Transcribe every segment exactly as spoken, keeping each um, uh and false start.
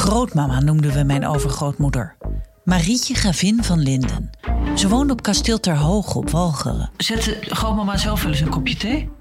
Grootmama noemden we mijn overgrootmoeder. Marietje Gravin van Linden. Ze woonde op kasteel Ter Hoog op Walcheren. Zette grootmama zelf wel eens een kopje thee?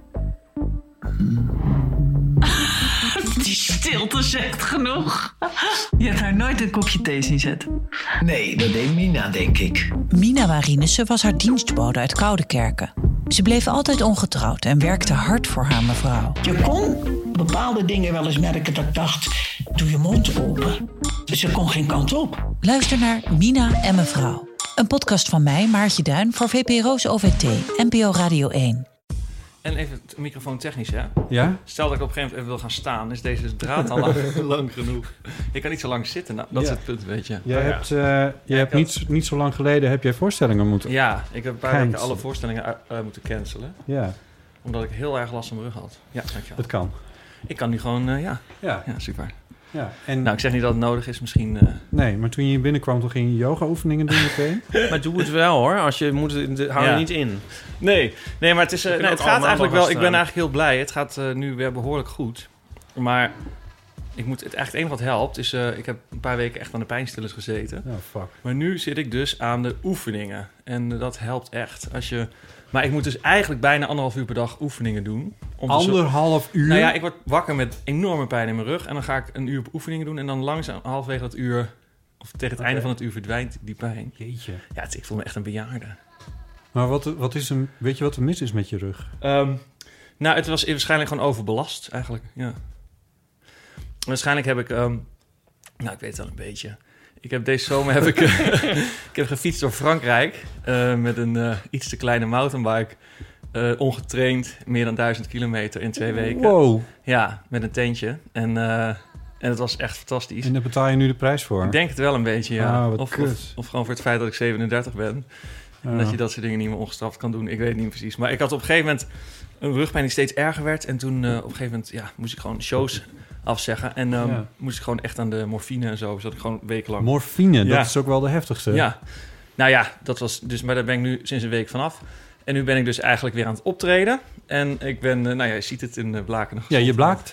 Die stilte zegt genoeg. Je hebt haar nooit een kopje thee zien zetten. Nee, dat deed Mina, denk ik. Mina Marinissen was haar dienstbode uit Koudekerke. Ze bleef altijd ongetrouwd en werkte hard voor haar mevrouw. Je kon bepaalde dingen wel eens merken dat ik dacht, doe je mond open. Ze kon geen kant op. Luister naar Mina en mevrouw. Een podcast van mij, Maartje Duin, voor V P Ro's O V T, N P O Radio één. En even microfoon technisch, hè? Ja? Stel dat ik op een gegeven moment even wil gaan staan, is deze draad dan lang, lang genoeg? Ik kan niet zo lang zitten, nou, dat Ja. is het punt, weet je. Jij Oh, hebt, uh, ja. jij hebt had... niet, niet zo lang geleden heb jij voorstellingen moeten... Ja, ik heb een paar Cancel. weken alle voorstellingen uh, moeten cancelen. Ja. Omdat ik heel erg last van mijn rug had. Ja, dankjewel. Dat kan. Ik kan nu gewoon, uh, ja. Ja. Ja, super. Ja. En... Nou, ik zeg niet dat het nodig is, misschien... Uh... Nee, maar toen je hier binnenkwam, toen ging je yoga-oefeningen doen meteen. Maar doe het wel, hoor. Als je moet, hou je Ja. niet in. Nee, nee, maar het, is, uh, nee, het gaat eigenlijk wel... Ik ben staan. eigenlijk heel blij. Het gaat uh, nu weer behoorlijk goed. Maar ik moet, het, eigenlijk het enige wat helpt is... Uh, ik heb een paar weken echt aan de pijnstillers gezeten. Oh, fuck. Maar nu zit ik dus aan de oefeningen. En uh, dat helpt echt. Als je... Maar ik moet dus eigenlijk bijna anderhalf uur per dag oefeningen doen. Om Anderhalf zo... uur? Nou ja, ik word wakker met enorme pijn in mijn rug. En dan ga ik een uur oefeningen doen. En dan langzaam, halverwege dat uur... Of tegen het Okay. einde van het uur verdwijnt die pijn. Jeetje. Ja, het, ik voel me echt een bejaarde. Maar wat, wat is een, weet je wat er mis is met je rug? Um, nou, het was waarschijnlijk gewoon overbelast, eigenlijk. Ja. Waarschijnlijk heb ik... Um, nou, ik weet het wel een beetje... Ik heb deze zomer heb ik, ik heb gefietst door Frankrijk uh, met een uh, iets te kleine mountainbike. Uh, ongetraind, meer dan duizend kilometer in twee weken. Wow. Ja, met een tentje. En, uh, en het was echt fantastisch. En daar betaal je nu de prijs voor? Ik denk het wel een beetje, ja. Ah, wat of, kut. of, of gewoon voor het feit dat ik zevenendertig ben. Ja. En dat je dat soort dingen niet meer ongestraft kan doen. Ik weet het niet precies. Maar ik had op een gegeven moment een rugpijn die steeds erger werd. En toen uh, op een gegeven moment ja, moest ik gewoon shows afzeggen. En um, ja. moest ik gewoon echt aan de morfine en zo. Zodat ik gewoon wekenlang... Morfine, ja. dat is ook wel de heftigste. Ja. Nou ja, dat was dus... Maar daar ben ik nu sinds een week vanaf. En nu ben ik dus eigenlijk weer aan het optreden. En ik ben... Uh, nou ja, je ziet het in de blakende Ja, je blaakt.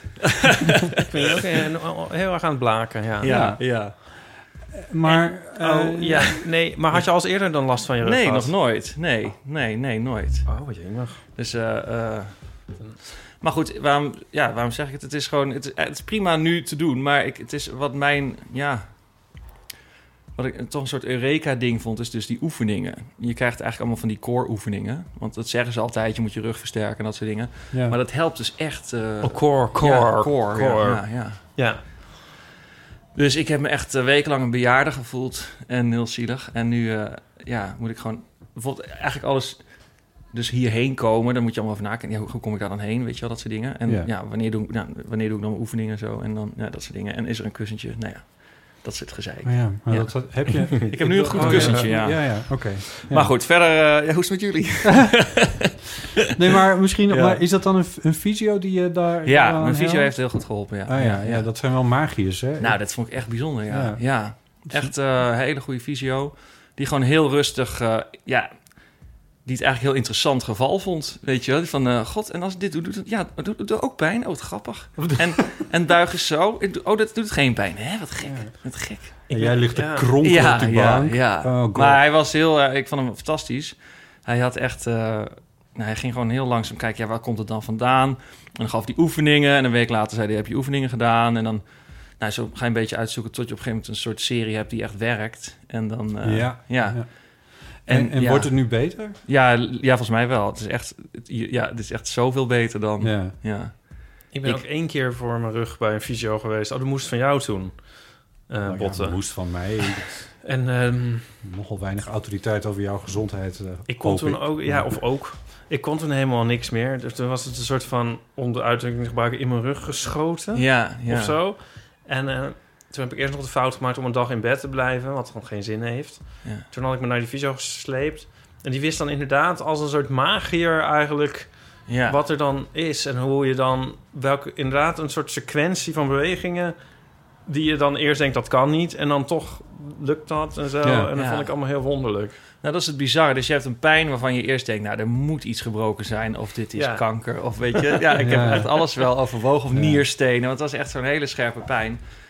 Ik ben ook uh, heel erg aan het blaken, ja. Ja, ja. ja. Maar... En, uh, oh, ja, nee. Maar had je al eens eerder dan last van je rug Nee, gehad? nog nooit. Nee, nee, nee, nooit. Oh, wat jemig. Dus... Uh, uh, maar goed, waarom, ja, waarom zeg ik het? Het is gewoon, het is, het is prima nu te doen, maar ik, het is wat mijn, ja, wat ik toch een soort Eureka-ding vond, is dus die oefeningen. Je krijgt eigenlijk allemaal van die core-oefeningen, want dat zeggen ze altijd, je moet je rug versterken en dat soort dingen. Ja. Maar dat helpt dus echt. Uh, oh, core, core, ja, core, core. Ja, ja, ja. ja. Dus ik heb me echt uh, wekenlang een bejaarde gevoeld en heel zielig. En nu, uh, ja, moet ik gewoon, bijvoorbeeld eigenlijk alles... Dus hierheen komen, dan moet je allemaal over nadenken. Ja, hoe kom ik daar dan heen? Weet je wel, dat soort dingen. En ja, ja wanneer, doe, nou, wanneer doe ik dan mijn oefeningen en zo? En dan, ja, dat soort dingen. En is er een kussentje? Nou ja, dat soort gezeik. Oh ja, maar ja. Dat, dat, heb je... ik heb nu een goed oh, kussentje, ja. Ja, ja, ja oké. Okay. Ja. Maar goed, verder, uh, ja, hoe is het met jullie? Nee, maar misschien... Ja. Maar is dat dan een, een fysio die je daar... Ja, mijn fysio helpt? heeft heel goed geholpen, ja. Oh, ja, ja, ja, dat zijn wel magiërs, hè? Nou, dat vond ik echt bijzonder, ja. Ja, ja. Echt een uh, hele goede fysio. Die gewoon heel rustig... Uh, ja, die het eigenlijk heel interessant geval vond, weet je wel. Van, uh, god, en als ik dit doe, doet het, ja, doet het ook pijn? Oh, wat grappig. En, en buigen zo. Oh, dat doet geen pijn. Hè, wat gek. Ja. Wat gek. En jij ligt te ja. kronkel ja, op de bank. Ja, ja. Oh, maar hij was heel... Uh, ik vond hem fantastisch. Hij had echt... Uh, nou, hij ging gewoon heel langzaam kijken, ja, waar komt het dan vandaan? En dan gaf die oefeningen. En een week later zei hij, heb je oefeningen gedaan? En dan... Nou, zo ga je een beetje uitzoeken tot je op een gegeven moment een soort serie hebt die echt werkt. En dan... Uh, ja. ja. ja. En, en, en ja. wordt het nu beter? Ja, ja, volgens mij wel. Het is echt, het, ja, het is echt zoveel beter dan... Ja. Ja. Ik ben ik, ook één keer voor mijn rug bij een fysio geweest. Oh, dat moest van jou toen, uh, oh, Botte. Ja, dat moest van mij. En um, nogal weinig autoriteit over jouw gezondheid. Uh, ik kon toen ik. ook... Ja, of ook... Ik kon toen helemaal niks meer. Dus toen was het een soort van, om de uitdrukking te gebruiken, in mijn rug geschoten. Ja, ja. Of zo. En... Uh, toen heb ik eerst nog de fout gemaakt om een dag in bed te blijven, wat gewoon geen zin heeft. Ja. Toen had ik me naar die fysio gesleept. En die wist dan inderdaad als een soort magier eigenlijk ja. wat er dan is. En hoe je dan, welke inderdaad een soort sequentie van bewegingen die je dan eerst denkt dat kan niet. En dan toch lukt dat en zo. Ja. En dat ja. vond ik allemaal heel wonderlijk. Nou, dat is het bizarre. Dus je hebt een pijn waarvan je eerst denkt, nou, er moet iets gebroken zijn. Of dit is ja. kanker. Of weet je, ja, ik ja. heb echt alles wel overwogen. Of ja. nierstenen. Want het was echt zo'n hele scherpe pijn.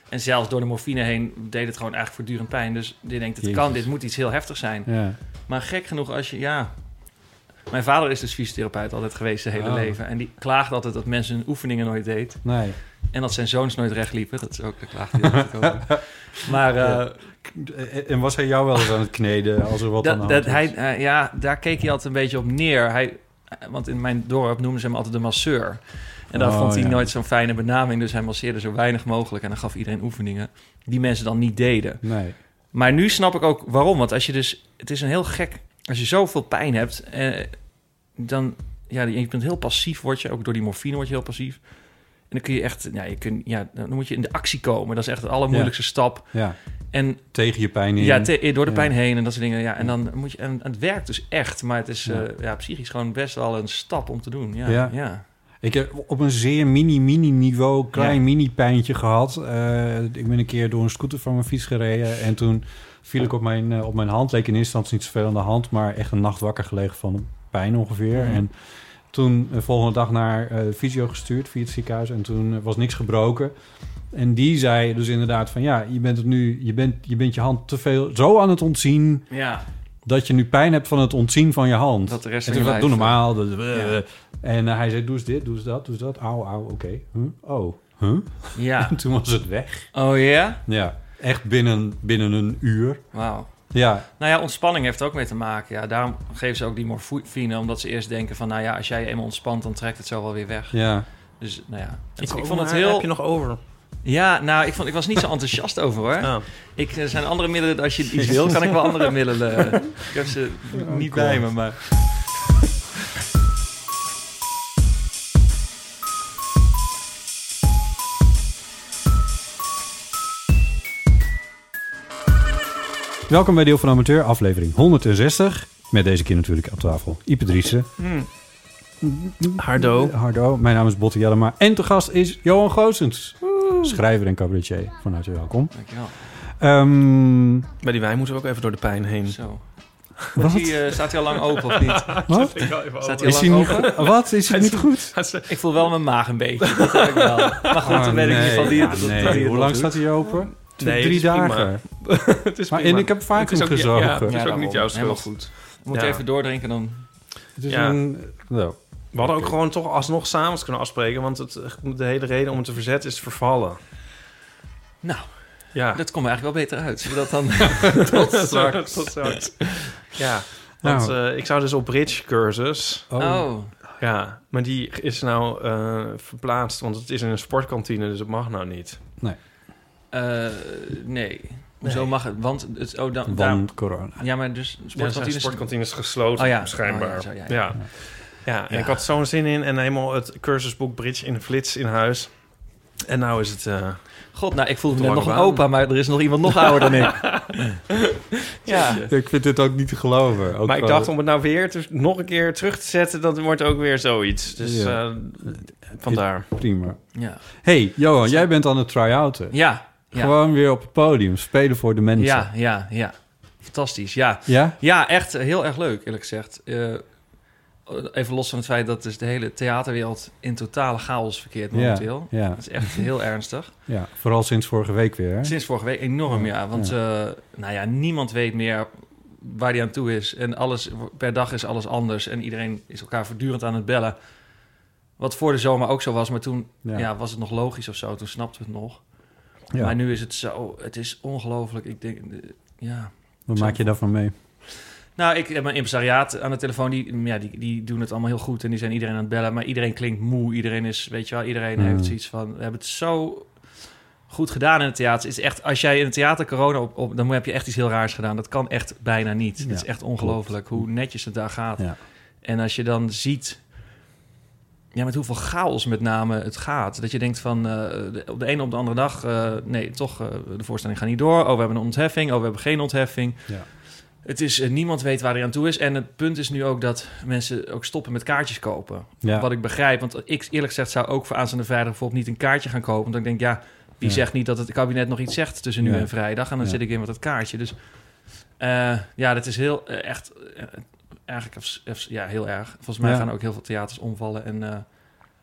En zelfs door de morfine heen deed het gewoon eigenlijk voortdurend pijn. Dus je denkt, het Jezus. kan, dit moet iets heel heftig zijn. Ja. Maar gek genoeg als je, ja... Mijn vader is dus fysiotherapeut altijd geweest zijn hele Oh. leven. En die klaagde altijd dat mensen hun oefeningen nooit deed. Nee. En dat zijn zoons nooit recht liepen. Dat is ook, daar klaagde hij altijd over. Maar... Uh, En was hij jou wel eens aan het kneden als er wat aan de dat, hand dat was? hij, uh, ja, daar keek hij altijd een beetje op neer. Hij, want in mijn dorp noemden ze hem altijd de masseur. En dat Oh, vond hij ja. nooit zo'n fijne benaming. Dus hij masseerde zo weinig mogelijk. En dan gaf iedereen oefeningen die mensen dan niet deden. Nee. Maar nu snap ik ook waarom. Want als je dus... Het is een heel gek... Als je zoveel pijn hebt... Eh, dan... Ja, je bent heel passief, word je. Ook door die morfine word je heel passief. En dan kun je echt... Ja, je kun, ja, dan moet je in de actie komen. Dat is echt de allermoeilijkste Ja. stap. Ja. En Tegen je pijn in. ja, te, door de Ja. pijn heen en dat soort dingen. Ja, en dan moet je... En het werkt dus echt. Maar het is Ja. ja. Uh, ja, psychisch gewoon best wel een stap om te doen. Ja, Ja. ja. Ik heb op een zeer mini-mini niveau, klein Ja. mini-pijntje gehad. Uh, ik ben een keer door een scooter van mijn fiets gereden. En toen viel ik op mijn, uh, op mijn hand. Leek in eerste instantie niet zoveel aan de hand. Maar echt een nacht wakker gelegen van pijn ongeveer. Mm. En toen de volgende dag naar uh, fysio gestuurd via het ziekenhuis. En toen uh, was niks gebroken. En die zei dus inderdaad van... Ja, je bent het nu... Je bent je, bent je hand te veel zo aan het ontzien... Ja. dat je nu pijn hebt van het ontzien van je hand. Dat de rest en van toen je doe lijf- normaal. Dat, Ja. En uh, hij zei, doe eens dit, doe eens dat, doe eens dat. Auw, auw, oké. Okay. Huh? Oh, huh? Ja. En toen was het weg. Oh ja? Ja, echt binnen, binnen een uur. Wauw. Ja, Nou ja, ontspanning heeft er ook mee te maken. Ja, daarom geven ze ook die morfine. Omdat ze eerst denken van... Nou ja, als jij je eenmaal ontspant... dan trekt het zo wel weer weg. ja. Dus nou ja. Ik, Ik, ik vond vond het heel... Heb je nog over? Ja, nou, ik, vond, ik was niet zo enthousiast over hoor. Oh. Ik, er zijn andere middelen, als je iets wil, kan ik wel andere middelen. Ik heb ze niet God. bij me, maar... Welkom bij Deel van Amateur, aflevering honderdzestig. Met deze keer natuurlijk op tafel Ipe Driessen. Hmm. Hardo. Hardo. Mijn naam is Botte Jellema. En te gast is Johan Goossens. Schrijver en cabaretier. Van harte welkom. Dankjewel. Um, Bij die wijn moeten we ook even door de pijn heen. Zo. Wat? Die, uh, staat hij al lang open of niet? Wat? Staat hij Is al hij lang niet, open? wat? Is het niet goed? Ik voel wel mijn maag een beetje. Dat heb ik wel. Maar goed, dan weet ik niet van die... Ja, dat- nee. dat die het Hoe nog lang doet. staat hij open? Nee, Drie het is prima. dagen. Het is Maar, prima. en ik heb vaak Het is ook- gezogen. ja, het is ook daarom. niet jouw Helemaal schuld. goed. Moet je Ja. even doordrinken dan... Het is Ja. een... Nou, We hadden ook gewoon toch alsnog samen kunnen afspreken. Want het, de hele reden om het te verzetten is vervallen. Nou, Ja. dat komt er eigenlijk wel beter uit. Zullen we dat dan... Tot straks. Tot straks. Ja, want Nou. uh, ik zou dus op bridge cursus. oh. Oh. Ja, maar die is nou uh, verplaatst. Want het is in een sportkantine, dus het mag nou niet. Uh, nee. Hoezo Nee. mag het? Want het... Oh, dan, Want daarom- corona. ja, maar dus... Ja, de Sportkantines... sportkantine is gesloten, Oh ja. schijnbaar. Oh ja, zo, ja, ja, ja. ja. Ja, en Ja. ik had zo'n zin in. En helemaal het cursusboek Bridge in de flits in huis. En nou is het... Uh, God, nou, ik voelde me Te net nog lange een baan. opa, maar er is nog iemand nog ouder dan ik. Ja. Ik vind dit ook niet te geloven. Ook maar ik wel- dacht om het nou weer te, nog een keer terug te zetten... dat wordt ook weer zoiets. Dus Ja. uh, vandaar. Prima. Ja. Hey, Johan, jij bent aan het try-outen. Ja. Ja. Gewoon weer op het podium, spelen voor de mensen. Ja, ja, ja. Fantastisch, ja. Ja? Ja, echt heel erg leuk, eerlijk gezegd. Uh, even los van het feit dat dus de hele theaterwereld in totale chaos verkeert momenteel. Ja, ja. Dat is echt heel ernstig. Ja, vooral sinds vorige week weer. Hè? Sinds vorige week enorm, ja. Want Ja. Uh, nou ja, niemand weet meer waar hij aan toe is. En alles, per dag is alles anders. En iedereen is elkaar voortdurend aan het bellen. Wat voor de zomer ook zo was. Maar toen Ja. ja, was het nog logisch of zo. Toen snapten we het nog. Ja. Maar nu is het zo... Het is ongelooflijk. Ik denk... uh, ja... Wat Zo. maak je daarvan mee? Nou, ik heb mijn impresariaat aan de telefoon. Die, ja, die, die doen het allemaal heel goed. En die zijn iedereen aan het bellen. Maar iedereen klinkt moe. Iedereen is, weet je wel, iedereen Mm. heeft zoiets van... We hebben het zo goed gedaan in het theater. Het is echt, als jij in het theater corona op, op... dan heb je echt iets heel raars gedaan. Dat kan echt bijna niet. Ja, Het is echt ongelooflijk hoe netjes het daar gaat. Ja. En als je dan ziet... Ja, met hoeveel chaos met name het gaat. Dat je denkt van, uh, de, op de ene op de andere dag... Uh, nee, toch, uh, de voorstelling gaat niet door. Oh, we hebben een ontheffing. Oh, we hebben geen ontheffing. Ja. Het is, uh, niemand weet waar hij aan toe is. En het punt is nu ook dat mensen ook stoppen met kaartjes kopen. Ja. Wat ik begrijp. Want ik eerlijk gezegd zou ook voor aanstaande vrijdag bijvoorbeeld niet een kaartje gaan kopen. Want ik denk, ja, wie Ja. zegt niet dat het kabinet nog iets zegt tussen nu Ja. en vrijdag? En dan Ja. zit ik in met het kaartje. Dus uh, ja, dat is heel uh, echt... Uh, eigenlijk, ja, heel erg. Volgens mij Ja. gaan ook heel veel theaters omvallen. En uh,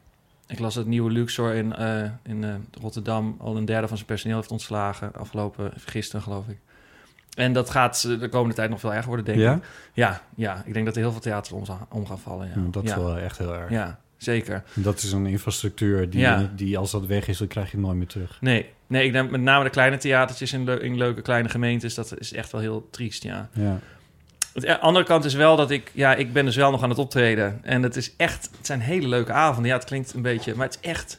ik las dat het nieuwe Luxor in, uh, in uh, Rotterdam al een derde van zijn personeel heeft ontslagen. Afgelopen, gisteren geloof ik. En dat gaat de komende tijd nog veel erger worden, denk ja? ik. Ja, ja, ik denk dat er heel veel theaters om, om gaan vallen. Ja. Ja, dat is ja. wel echt heel erg. Ja, zeker. Dat is een infrastructuur die, ja. die als dat weg is, dan krijg je het nooit meer terug. Nee, nee, ik denk met name de kleine theatertjes in, le- in leuke kleine gemeentes, dat is echt wel heel triest, ja. Ja. De andere kant is wel dat ik... Ja, ik ben dus wel nog aan het optreden. En het is echt... Het zijn hele leuke avonden. Ja, het klinkt een beetje... Maar het is echt...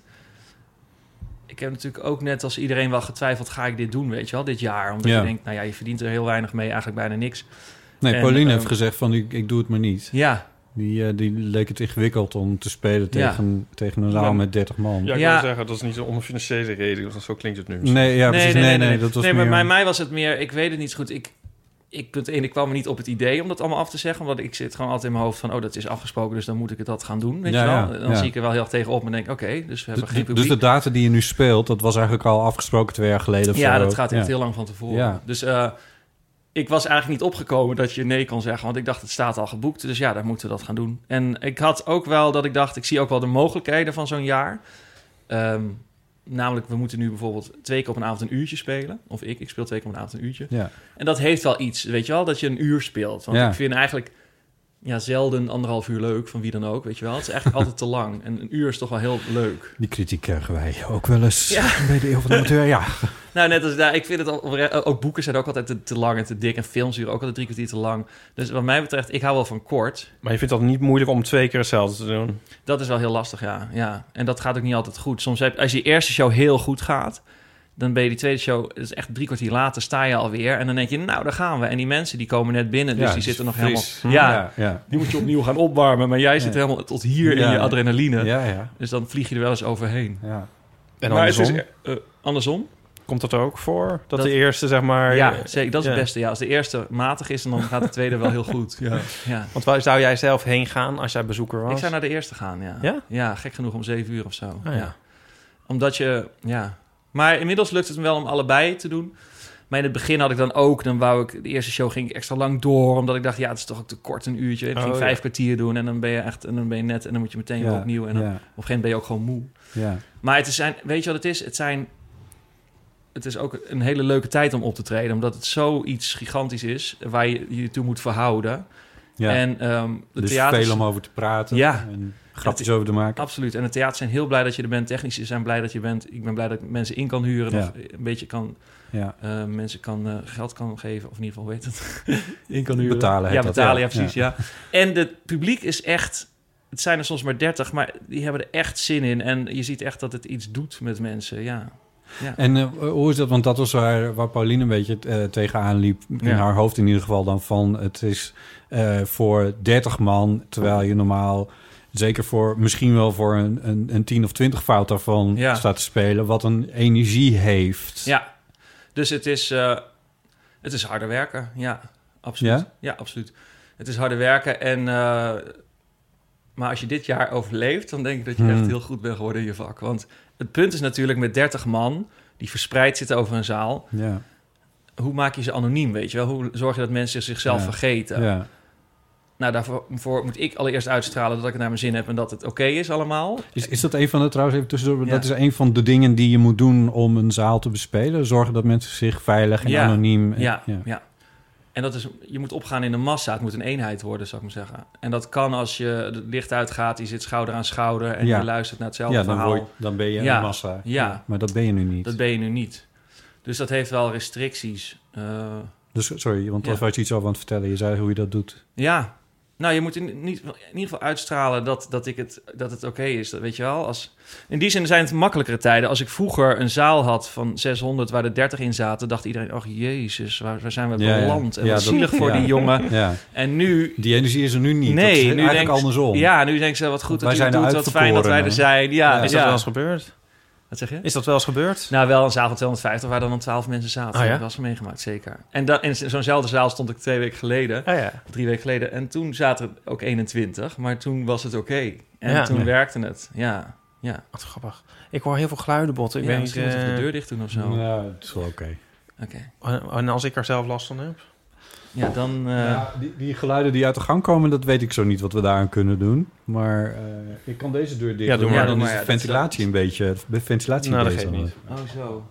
Ik heb natuurlijk ook net als iedereen wel getwijfeld... Ga ik dit doen, weet je wel, dit jaar? Omdat ja. je denkt, nou ja, je verdient er heel weinig mee. Eigenlijk bijna niks. Nee, en, Pauline uh, heeft gezegd van, ik, ik doe het maar niet. Ja. Die, uh, die leek het ingewikkeld om te spelen tegen, ja. tegen een zaal ja. met dertig man. Ja, ik ja. wil zeggen, dat is niet om een financiële reden. Want zo klinkt het nu. Nee, ja, nee, precies. Nee, nee, nee, nee, nee, dat was nee meer... maar bij mij was het meer... Ik weet het niet zo goed. Ik... Ik, het ene, ik kwam er niet op het idee om dat allemaal af te zeggen. Omdat ik zit gewoon altijd in mijn hoofd van... oh, dat is afgesproken, dus dan moet ik het dat gaan doen. Weet ja, je wel? Ja, dan ja. zie ik er wel heel erg tegenop en denk... oké, okay, dus we hebben dus, geen publiek. Dus de data die je nu speelt... dat was eigenlijk al afgesproken twee jaar geleden? Of ja, zo. dat gaat echt ja. heel lang van tevoren. Ja. Dus uh, ik was eigenlijk niet opgekomen dat je nee kon zeggen. Want ik dacht, het staat al geboekt. Dus ja, dan moeten we dat gaan doen. En ik had ook wel dat ik dacht... ik zie ook wel de mogelijkheden van zo'n jaar. Um, Namelijk, we moeten nu bijvoorbeeld twee keer op een avond een uurtje spelen. Of ik, ik speel twee keer op een avond een uurtje. Ja. En dat heeft wel iets, weet je wel, dat je een uur speelt. Want ja. ik vind eigenlijk ja, zelden anderhalf uur leuk, van wie dan ook, weet je wel. Het is eigenlijk altijd te lang. En een uur is toch wel heel leuk. Die kritiek krijgen wij ook wel eens ja. bij de Eeuw van de Amateur, ja. Nou, net als daar, ik vind het al, ook boeken zijn ook altijd te, te lang en te dik. En films duren ook altijd drie kwartier te lang. Dus wat mij betreft, ik hou wel van kort. Maar je vindt het niet moeilijk om twee keer hetzelfde te doen? Dat is wel heel lastig, ja. ja. En dat gaat ook niet altijd goed. Soms heb, als je eerste show heel goed gaat... dan ben je die tweede show, dat is echt drie kwartier later, sta je alweer. En dan denk je, nou, daar gaan we. En die mensen die komen net binnen, dus ja, die zitten nog fris. helemaal... Ja, ja, ja, die moet je opnieuw gaan opwarmen. Maar jij zit ja. helemaal tot hier ja, in je adrenaline. Ja, ja. Dus dan vlieg je er wel eens overheen. Ja. En maar andersom? het is, uh, andersom? Komt dat ook voor? Dat, dat de eerste, zeg maar... Ja, zeker. Dat is ja. het beste. Ja, als de eerste matig is, dan gaat de tweede wel heel goed. Ja. Ja. Want waar zou jij zelf heen gaan als jij bezoeker was? Ik zou naar de eerste gaan, ja. Ja? Ja, gek genoeg om zeven uur of zo. Oh, ja. Ja. Omdat je... Ja. Maar inmiddels lukt het me wel om allebei te doen. Maar in het begin had ik dan ook... Dan wou ik... De eerste show ging ik extra lang door. Omdat ik dacht, ja, het is toch ook te kort, een uurtje. Ik ging oh, vijf ja. kwartier doen. En dan ben je echt... En dan ben je net... En dan moet je meteen ja, weer opnieuw. En dan, ja. op een gegeven moment ben je ook gewoon moe. Ja. Maar het is zijn... Weet je wat het is? Het zijn... Het is ook een hele leuke tijd om op te treden. Omdat het zoiets gigantisch is... Waar je je toe moet verhouden. Ja. En um, de dus theaters... veel om over te praten. Ja. En grapjes over te maken. Absoluut. En de theaters zijn heel blij dat je er bent. Technici zijn blij dat je bent. Ik ben blij dat ik mensen in kan huren. Ja. Of een beetje kan... Ja. Uh, mensen kan uh, geld kan geven. Of in ieder geval, weet het. in kan huren. Betalen. Ja, dat, betalen. Ja, ja. precies. Ja. Ja. En het publiek is echt... Het zijn er soms maar dertig, maar die hebben er echt zin in. En je ziet echt dat het iets doet met mensen. Ja. Ja. En uh, hoe is dat? Want dat was waar, waar Pauline een beetje uh, tegenaan liep. In ja. haar hoofd in ieder geval dan van... Het is uh, voor dertig man, terwijl je normaal... Zeker voor misschien wel voor een, een, een tien of twintig fout daarvan ja. staat te spelen... wat een energie heeft. Ja, dus het is, uh, het is harder werken. Ja, absoluut. Ja? Ja, absoluut. Het is harder werken en... Uh, maar als je dit jaar overleeft, dan denk ik dat je hmm. echt heel goed bent geworden in je vak. Want het punt is natuurlijk met dertig man... die verspreid zitten over een zaal... Ja. Hoe maak je ze anoniem, weet je wel? Hoe zorg je dat mensen zichzelf ja. vergeten? Ja. Nou, daarvoor voor moet ik allereerst uitstralen dat ik het naar mijn zin heb... en dat het oké okay is allemaal. Is, is dat een van de, trouwens even tussendoor... Ja. Dat is een van de dingen die je moet doen om een zaal te bespelen? Zorgen dat mensen zich veilig en ja. anoniem... En, ja, ja, ja. En dat is, je moet opgaan in de massa. Het moet een eenheid worden, zou ik maar zeggen. En dat kan als je het licht uitgaat, je zit schouder aan schouder... en ja. je luistert naar hetzelfde ja, dan verhaal. Je, dan ben je ja. een massa. Ja. Maar dat ben je nu niet. Dat ben je nu niet. Dus dat heeft wel restricties. Uh, dus, sorry, want dat ja. was je iets over aan het vertellen. Je zei hoe je dat doet. Ja. Nou, je moet in, niet, in ieder geval uitstralen dat, dat, ik het, dat het oké okay is. Dat weet je wel. Als, in die zin zijn het makkelijkere tijden. Als ik vroeger een zaal had van zeshonderd waar er dertig in zaten... dacht iedereen, oh jezus, waar, waar zijn we ja, beland? Ja. En ja, wat dat, zielig voor ja. die jongen. Ja. En nu... Die energie is er nu niet. Nee, dat is nu eigenlijk denk, andersom. Ja, nu denk ze, wat goed wij dat je het doet. Wat fijn dat wij er zijn. Ja, ja. Is ja. dat wel eens gebeurd? Wat zeg je? Is dat wel eens gebeurd? Nou, wel een zaal van tweehonderdvijftig waar dan dan twaalf mensen zaten. Oh, ja? Dat was meegemaakt, zeker. En dat, in zo'nzelfde zaal stond ik twee weken geleden. Oh, ja. Drie weken geleden. En toen zaten er ook eenentwintig. Maar toen was het oké. Okay. En ja, toen nee. werkte het. Ja, ja. Wat grappig. Ik hoor heel veel geluidenbotten. Ik ja, weet misschien niet, moet ik uh... de deur dicht doen of zo. Ja, het is wel oké. Okay. En als ik er zelf last van heb? Ja, dan... Uh... Ja, die, die geluiden die uit de gang komen, dat weet ik zo niet wat we daaraan kunnen doen. Maar uh, ik kan deze deur dicht ja, doen. Maar ja, dan maar, is de ja, ventilatie dat... een beetje... De ventilatie nou, dat geeft niet. Oh, zo.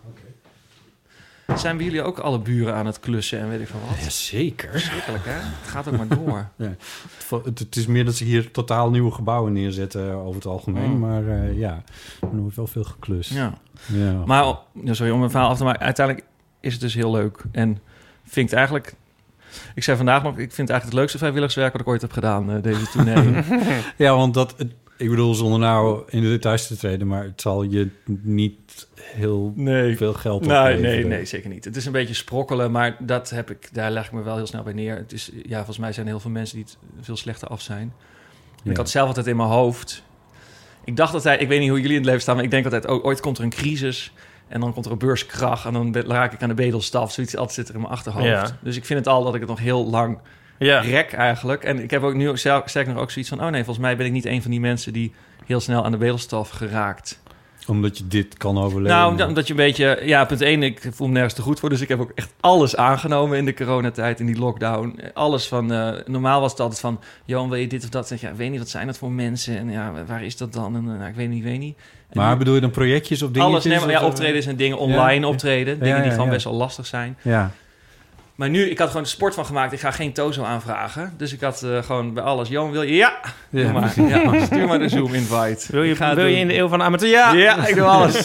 Okay. Zijn bij jullie ook alle buren aan het klussen en weet ik van wat? Ja, zeker. Verschrikkelijk, hè? Het gaat ook maar door. Ja. Het, het is meer dat ze hier totaal nieuwe gebouwen neerzetten over het algemeen. Mm. Maar uh, ja, er wordt wel veel geklust. Ja. Ja. Maar, sorry om mijn verhaal af te maken. Uiteindelijk is het dus heel leuk. En vind ik het eigenlijk... Ik zei vandaag nog, ik vind het eigenlijk het leukste vrijwilligerswerk wat ik ooit heb gedaan, uh, deze tournee. Ja, want dat... Het, ik bedoel, zonder nou in de details te treden, maar het zal je niet heel nee. veel geld nee, opleveren. Nee, nee, zeker niet. Het is een beetje sprokkelen, maar dat heb ik, daar leg ik me wel heel snel bij neer. Het is, ja, volgens mij zijn er heel veel mensen die het veel slechter af zijn. Ja. Ik had zelf altijd in mijn hoofd... Ik dacht altijd, ik weet niet hoe jullie in het leven staan, maar ik denk altijd, oh, ooit komt er een crisis en dan komt er een beurskrach en dan raak ik aan de bedelstaf. Zoiets altijd zit er in mijn achterhoofd. Ja. Dus ik vind het al dat ik het nog heel lang... Ja. Rek eigenlijk. En ik heb ook nu sterk nog ook zoiets van... oh nee, volgens mij ben ik niet een van die mensen... die heel snel aan de bedelstaf geraakt. Omdat je dit kan overleven? Nou, omdat je een beetje... Ja, punt één, ik voel me nergens te goed voor... dus ik heb ook echt alles aangenomen in de coronatijd... in die lockdown. Alles van... Uh, normaal was het altijd van... Johan, wil je dit of dat? En ja, ik weet niet, wat zijn dat voor mensen? En ja, waar is dat dan? En nou, ik weet niet, ik weet niet. En maar nu, bedoel je dan projectjes of dingetjes? Alles, nee, maar ja, of, optredens en dingen online ja, optreden. Dingen ja, ja, die gewoon ja. best wel lastig zijn. Ja. Maar nu, ik had gewoon de sport van gemaakt. Ik ga geen Tozo aanvragen. Dus ik had uh, gewoon bij alles... Johan, wil je? Ja! Ja. Maar. ja stuur maar de Zoom-invite. Wil je, wil je in de eeuw van de amateur? Ja! Ja, ik doe alles.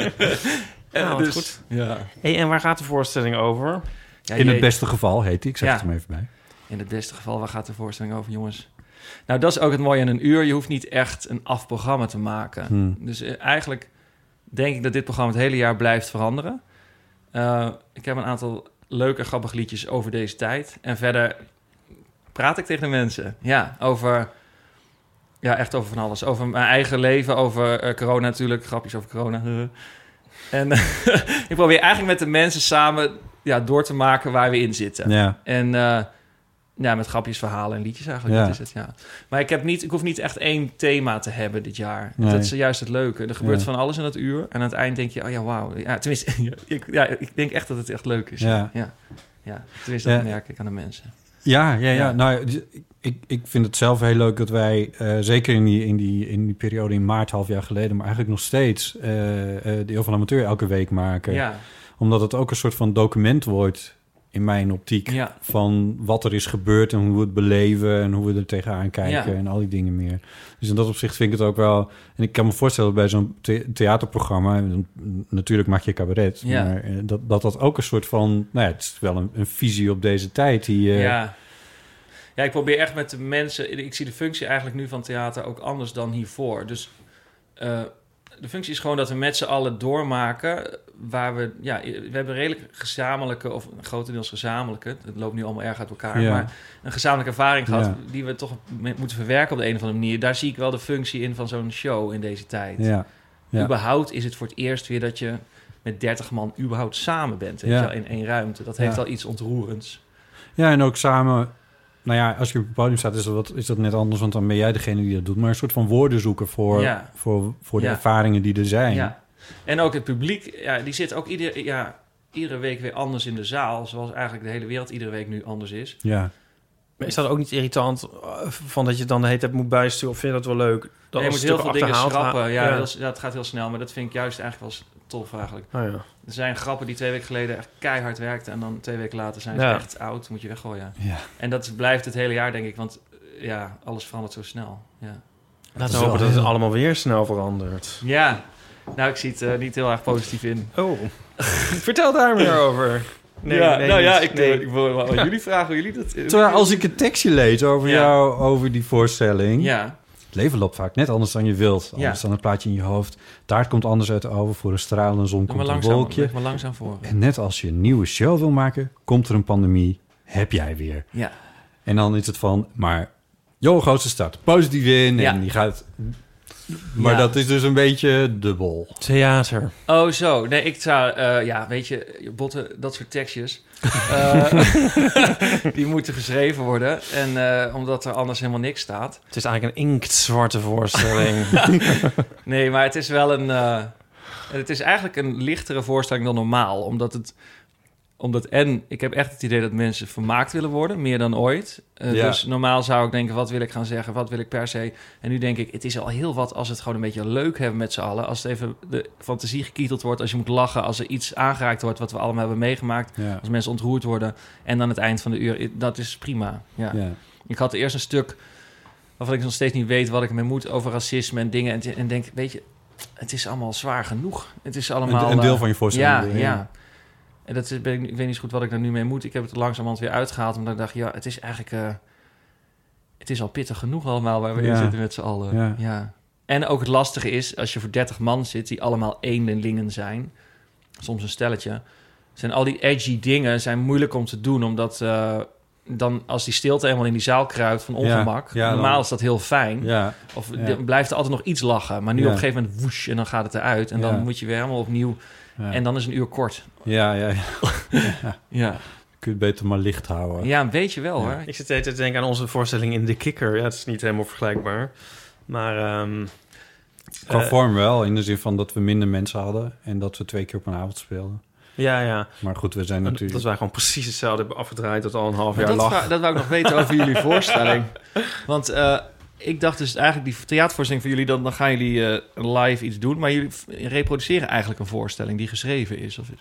nou, dus, goed. Ja. Hey, en waar gaat de voorstelling over? Ja, in het beste geval heet die. Ik zeg ja. het er maar even bij. In het beste geval, waar gaat de voorstelling over, jongens? Nou, dat is ook het mooie aan een uur. Je hoeft niet echt een afprogramma te maken. Hmm. Dus uh, eigenlijk denk ik dat dit programma het hele jaar blijft veranderen. Uh, ik heb een aantal... leuke, grappige liedjes over deze tijd. En verder praat ik tegen de mensen. Ja, over... Ja, echt over van alles. Over mijn eigen leven, over uh, corona natuurlijk. Grapjes over corona. En uh, ik probeer eigenlijk met de mensen samen ja, door te maken waar we in zitten. Ja. En uh, ja, met grapjes, verhalen en liedjes eigenlijk. Ja. Dat is het, ja. Maar ik, heb niet, ik hoef niet echt één thema te hebben dit jaar. Nee. Dat is juist het leuke. Er gebeurt ja. van alles in dat uur. En aan het eind denk je, oh ja, wauw. Ja, tenminste, ik, ja, ik denk echt dat het echt leuk is. Ja, ja. ja tenminste, dat ja. merk ik aan de mensen. Ja, ja, ja. ja. Nou, ik, ik vind het zelf heel leuk dat wij, uh, zeker in die, in, die, in die periode in maart, half jaar geleden, maar eigenlijk nog steeds, uh, uh, de Eeuw van Amateur elke week maken. Ja. Omdat het ook een soort van document wordt, in mijn optiek, ja. van wat er is gebeurd en hoe we het beleven en hoe we er tegenaan kijken ja. en al die dingen meer. Dus in dat opzicht vind ik het ook wel... En ik kan me voorstellen bij zo'n the- theaterprogramma... Natuurlijk maak je cabaret, ja. maar dat, dat dat ook een soort van... Nou ja, het is wel een, een visie op deze tijd. Die, uh... ja. ja, ik probeer echt met de mensen... Ik zie de functie eigenlijk nu van theater ook anders dan hiervoor. Dus uh, de functie is gewoon dat we met z'n allen doormaken... waar we... Ja, we hebben redelijk gezamenlijke... of grotendeels gezamenlijke... het loopt nu allemaal erg uit elkaar... Ja. maar een gezamenlijke ervaring gehad... Ja. die we toch moeten verwerken op de een of andere manier. Daar zie ik wel de functie in van zo'n show in deze tijd. Ja. Ja. Überhaupt is het voor het eerst weer dat je... met dertig man überhaupt samen bent. Weet ja. je wel, in één ruimte. Dat heeft ja. al iets ontroerends. Ja, en ook samen... Nou ja, als je op het podium staat, is dat, is dat net anders... want dan ben jij degene die dat doet. Maar een soort van woorden zoeken voor, ja. voor, voor de ja. ervaringen die er zijn. Ja. En ook het publiek, ja, die zit ook ieder, ja, iedere week weer anders in de zaal. Zoals eigenlijk de hele wereld iedere week nu anders is. Ja. Maar is dat ook niet irritant van dat je dan de hele tijd moet bijsturen? Of vind je dat wel leuk? Dat nee, je moet heel veel dingen schrappen. Ha- ja, ja. Dat, is, dat gaat heel snel. Maar dat vind ik juist eigenlijk wel tof eigenlijk. Oh, ja. Er zijn grappen die twee weken geleden echt keihard werkten... en dan twee weken later zijn ze ja. echt oud. Moet je weggooien. Ja. En dat blijft het hele jaar, denk ik. Want ja, alles verandert zo snel. Ja. Laten we hopen dat het allemaal weer snel verandert. Ja. Nou, ik zie het uh, niet heel erg positief in. Oh. Vertel daar meer over. Nee, ja, nee, nou niet. ja, ik, nee. ik wil wel jullie vragen hoe jullie dat... Terwijl als ik een tekstje lees over ja. jou, over die voorstelling... Ja. Het leven loopt vaak net anders dan je wilt. Anders ja. dan het plaatje in je hoofd. Taart komt anders uit de oven. Voor een stralende zon komt langzaam, een wolkje. Maar langzaam voor. En net als je een nieuwe show wil maken, komt er een pandemie. Heb jij weer. Ja. En dan is het van, maar... Joh, grootste start. Positief in. Ja. En die gaat... Maar ja. dat is dus een beetje dubbel. Theater. Oh, zo. Nee, ik zou... Uh, ja, weet je, botten, dat soort tekstjes... uh, die moeten geschreven worden. En uh, omdat er anders helemaal niks staat. Het is eigenlijk een inktzwarte voorstelling. Nee, maar het is wel een... Uh, het is eigenlijk een lichtere voorstelling dan normaal. Omdat het... omdat en ik heb echt het idee dat mensen vermaakt willen worden, meer dan ooit. Uh, ja. Dus normaal zou ik denken, wat wil ik gaan zeggen? Wat wil ik per se? En nu denk ik, het is al heel wat als het gewoon een beetje leuk hebben met z'n allen. Als het even de fantasie gekieteld wordt, als je moet lachen, als er iets aangeraakt wordt wat we allemaal hebben meegemaakt. Ja. Als mensen ontroerd worden. En dan het eind van de uur, dat is prima. Ja. Ja. Ik had eerst een stuk waarvan ik nog steeds niet weet wat ik mee moet over racisme en dingen. En, en denk, weet je, het is allemaal zwaar genoeg. Het is allemaal... Een, een deel van je voorstelling. Ja, ja. ja. En dat is, ben ik, ik weet niet zo goed wat ik er nu mee moet. Ik heb het langzamerhand weer uitgehaald, omdat ik dacht, ja, het is eigenlijk... Uh, het is al pittig genoeg allemaal waar we ja. in zitten met z'n allen. Ja. Ja. En ook het lastige is, als je voor dertig man zit, die allemaal eenlingen zijn, soms een stelletje, zijn al die edgy dingen zijn moeilijk om te doen, omdat... Uh, dan als die stilte eenmaal in die zaal kruipt van ongemak... Ja, ja, normaal dan... is dat heel fijn. Ja, of ja. blijft er altijd nog iets lachen. Maar nu ja. op een gegeven moment woesh, en dan gaat het eruit. En ja. dan moet je weer helemaal opnieuw... Ja. En dan is een uur kort. Ja, ja, ja. ja. ja. Kun je het beter maar licht houden. Ja, een beetje wel, ja. hoor. Ik zit te denken aan onze voorstelling in De Kikker. Ja, het is niet helemaal vergelijkbaar. Maar... Um, Qua uh, vorm wel, in de zin van dat we minder mensen hadden... en dat we twee keer op een avond speelden. Ja, ja. Maar goed, we zijn natuurlijk... Dat wij gewoon precies hetzelfde hebben afgedraaid... dat al een half jaar dat lag. Va- dat wou ik nog weten over jullie voorstelling. Want uh, ik dacht dus eigenlijk... die theatervoorstelling van jullie... dan, dan gaan jullie uh, live iets doen... maar jullie reproduceren eigenlijk een voorstelling... die geschreven is, of is...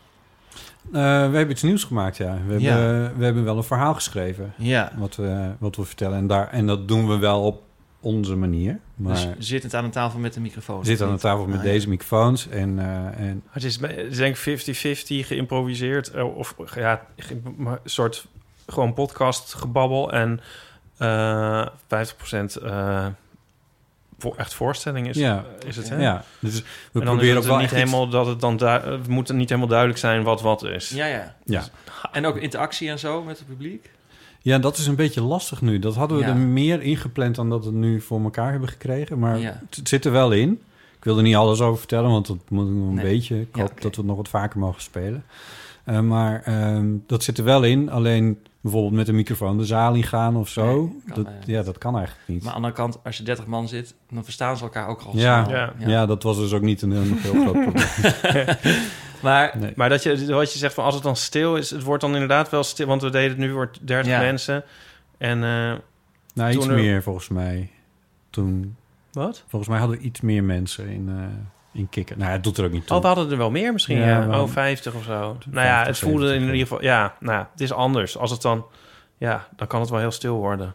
Uh, we hebben iets nieuws gemaakt, ja. We, ja. Hebben, we hebben wel een verhaal geschreven... Ja. Wat, we, wat we vertellen. En, daar, en dat doen we wel op onze manier. Maar dus zit het aan een tafel met een microfoon? Zit aan een tafel met ah, deze ja. microfoons. En, uh, en... Het is denk ik vijftig-vijftig geïmproviseerd. Of ja, een soort gewoon podcast gebabbel. En uh, vijftig procent uh, voor echt voorstelling is, ja. is het. Hè? Ja, dus we proberen ook wel niet helemaal iets... dat het dan du- het moet niet helemaal duidelijk zijn wat wat is. Ja, ja. ja. Dus, en ook interactie en zo met het publiek? Ja, dat is een beetje lastig nu. Dat hadden we ja. er meer ingepland dan dat we het nu voor elkaar hebben gekregen. Maar ja. het, het zit er wel in. Ik wil er niet alles over vertellen, want dat moet nog een nee. beetje. Ik hoop ja, okay. dat we het nog wat vaker mogen spelen. Uh, maar um, dat zit er wel in. Alleen bijvoorbeeld met een microfoon de zaal in gaan of zo. Nee, dat, dat, ja, dat kan eigenlijk niet. Maar aan de andere kant, als je dertig man zit, dan verstaan ze elkaar ook al ja, snel. Ja. Ja. ja, dat was dus ook niet een heel, heel groot probleem. Maar, nee. maar dat je, wat je zegt, van als het dan stil is... het wordt dan inderdaad wel stil... want we deden het nu voor dertig ja. mensen. En, uh, nou, iets er... meer volgens mij. Toen... Wat? Volgens mij hadden we iets meer mensen in, uh, in Kikker. Nou, het doet er ook niet toe. Oh, we hadden er wel meer misschien. Ja, ja. Oh, vijftig of zo. vijftig, nou ja, het voelde in ieder geval... Ja, nou, het is anders. Als het dan... Ja, dan kan het wel heel stil worden.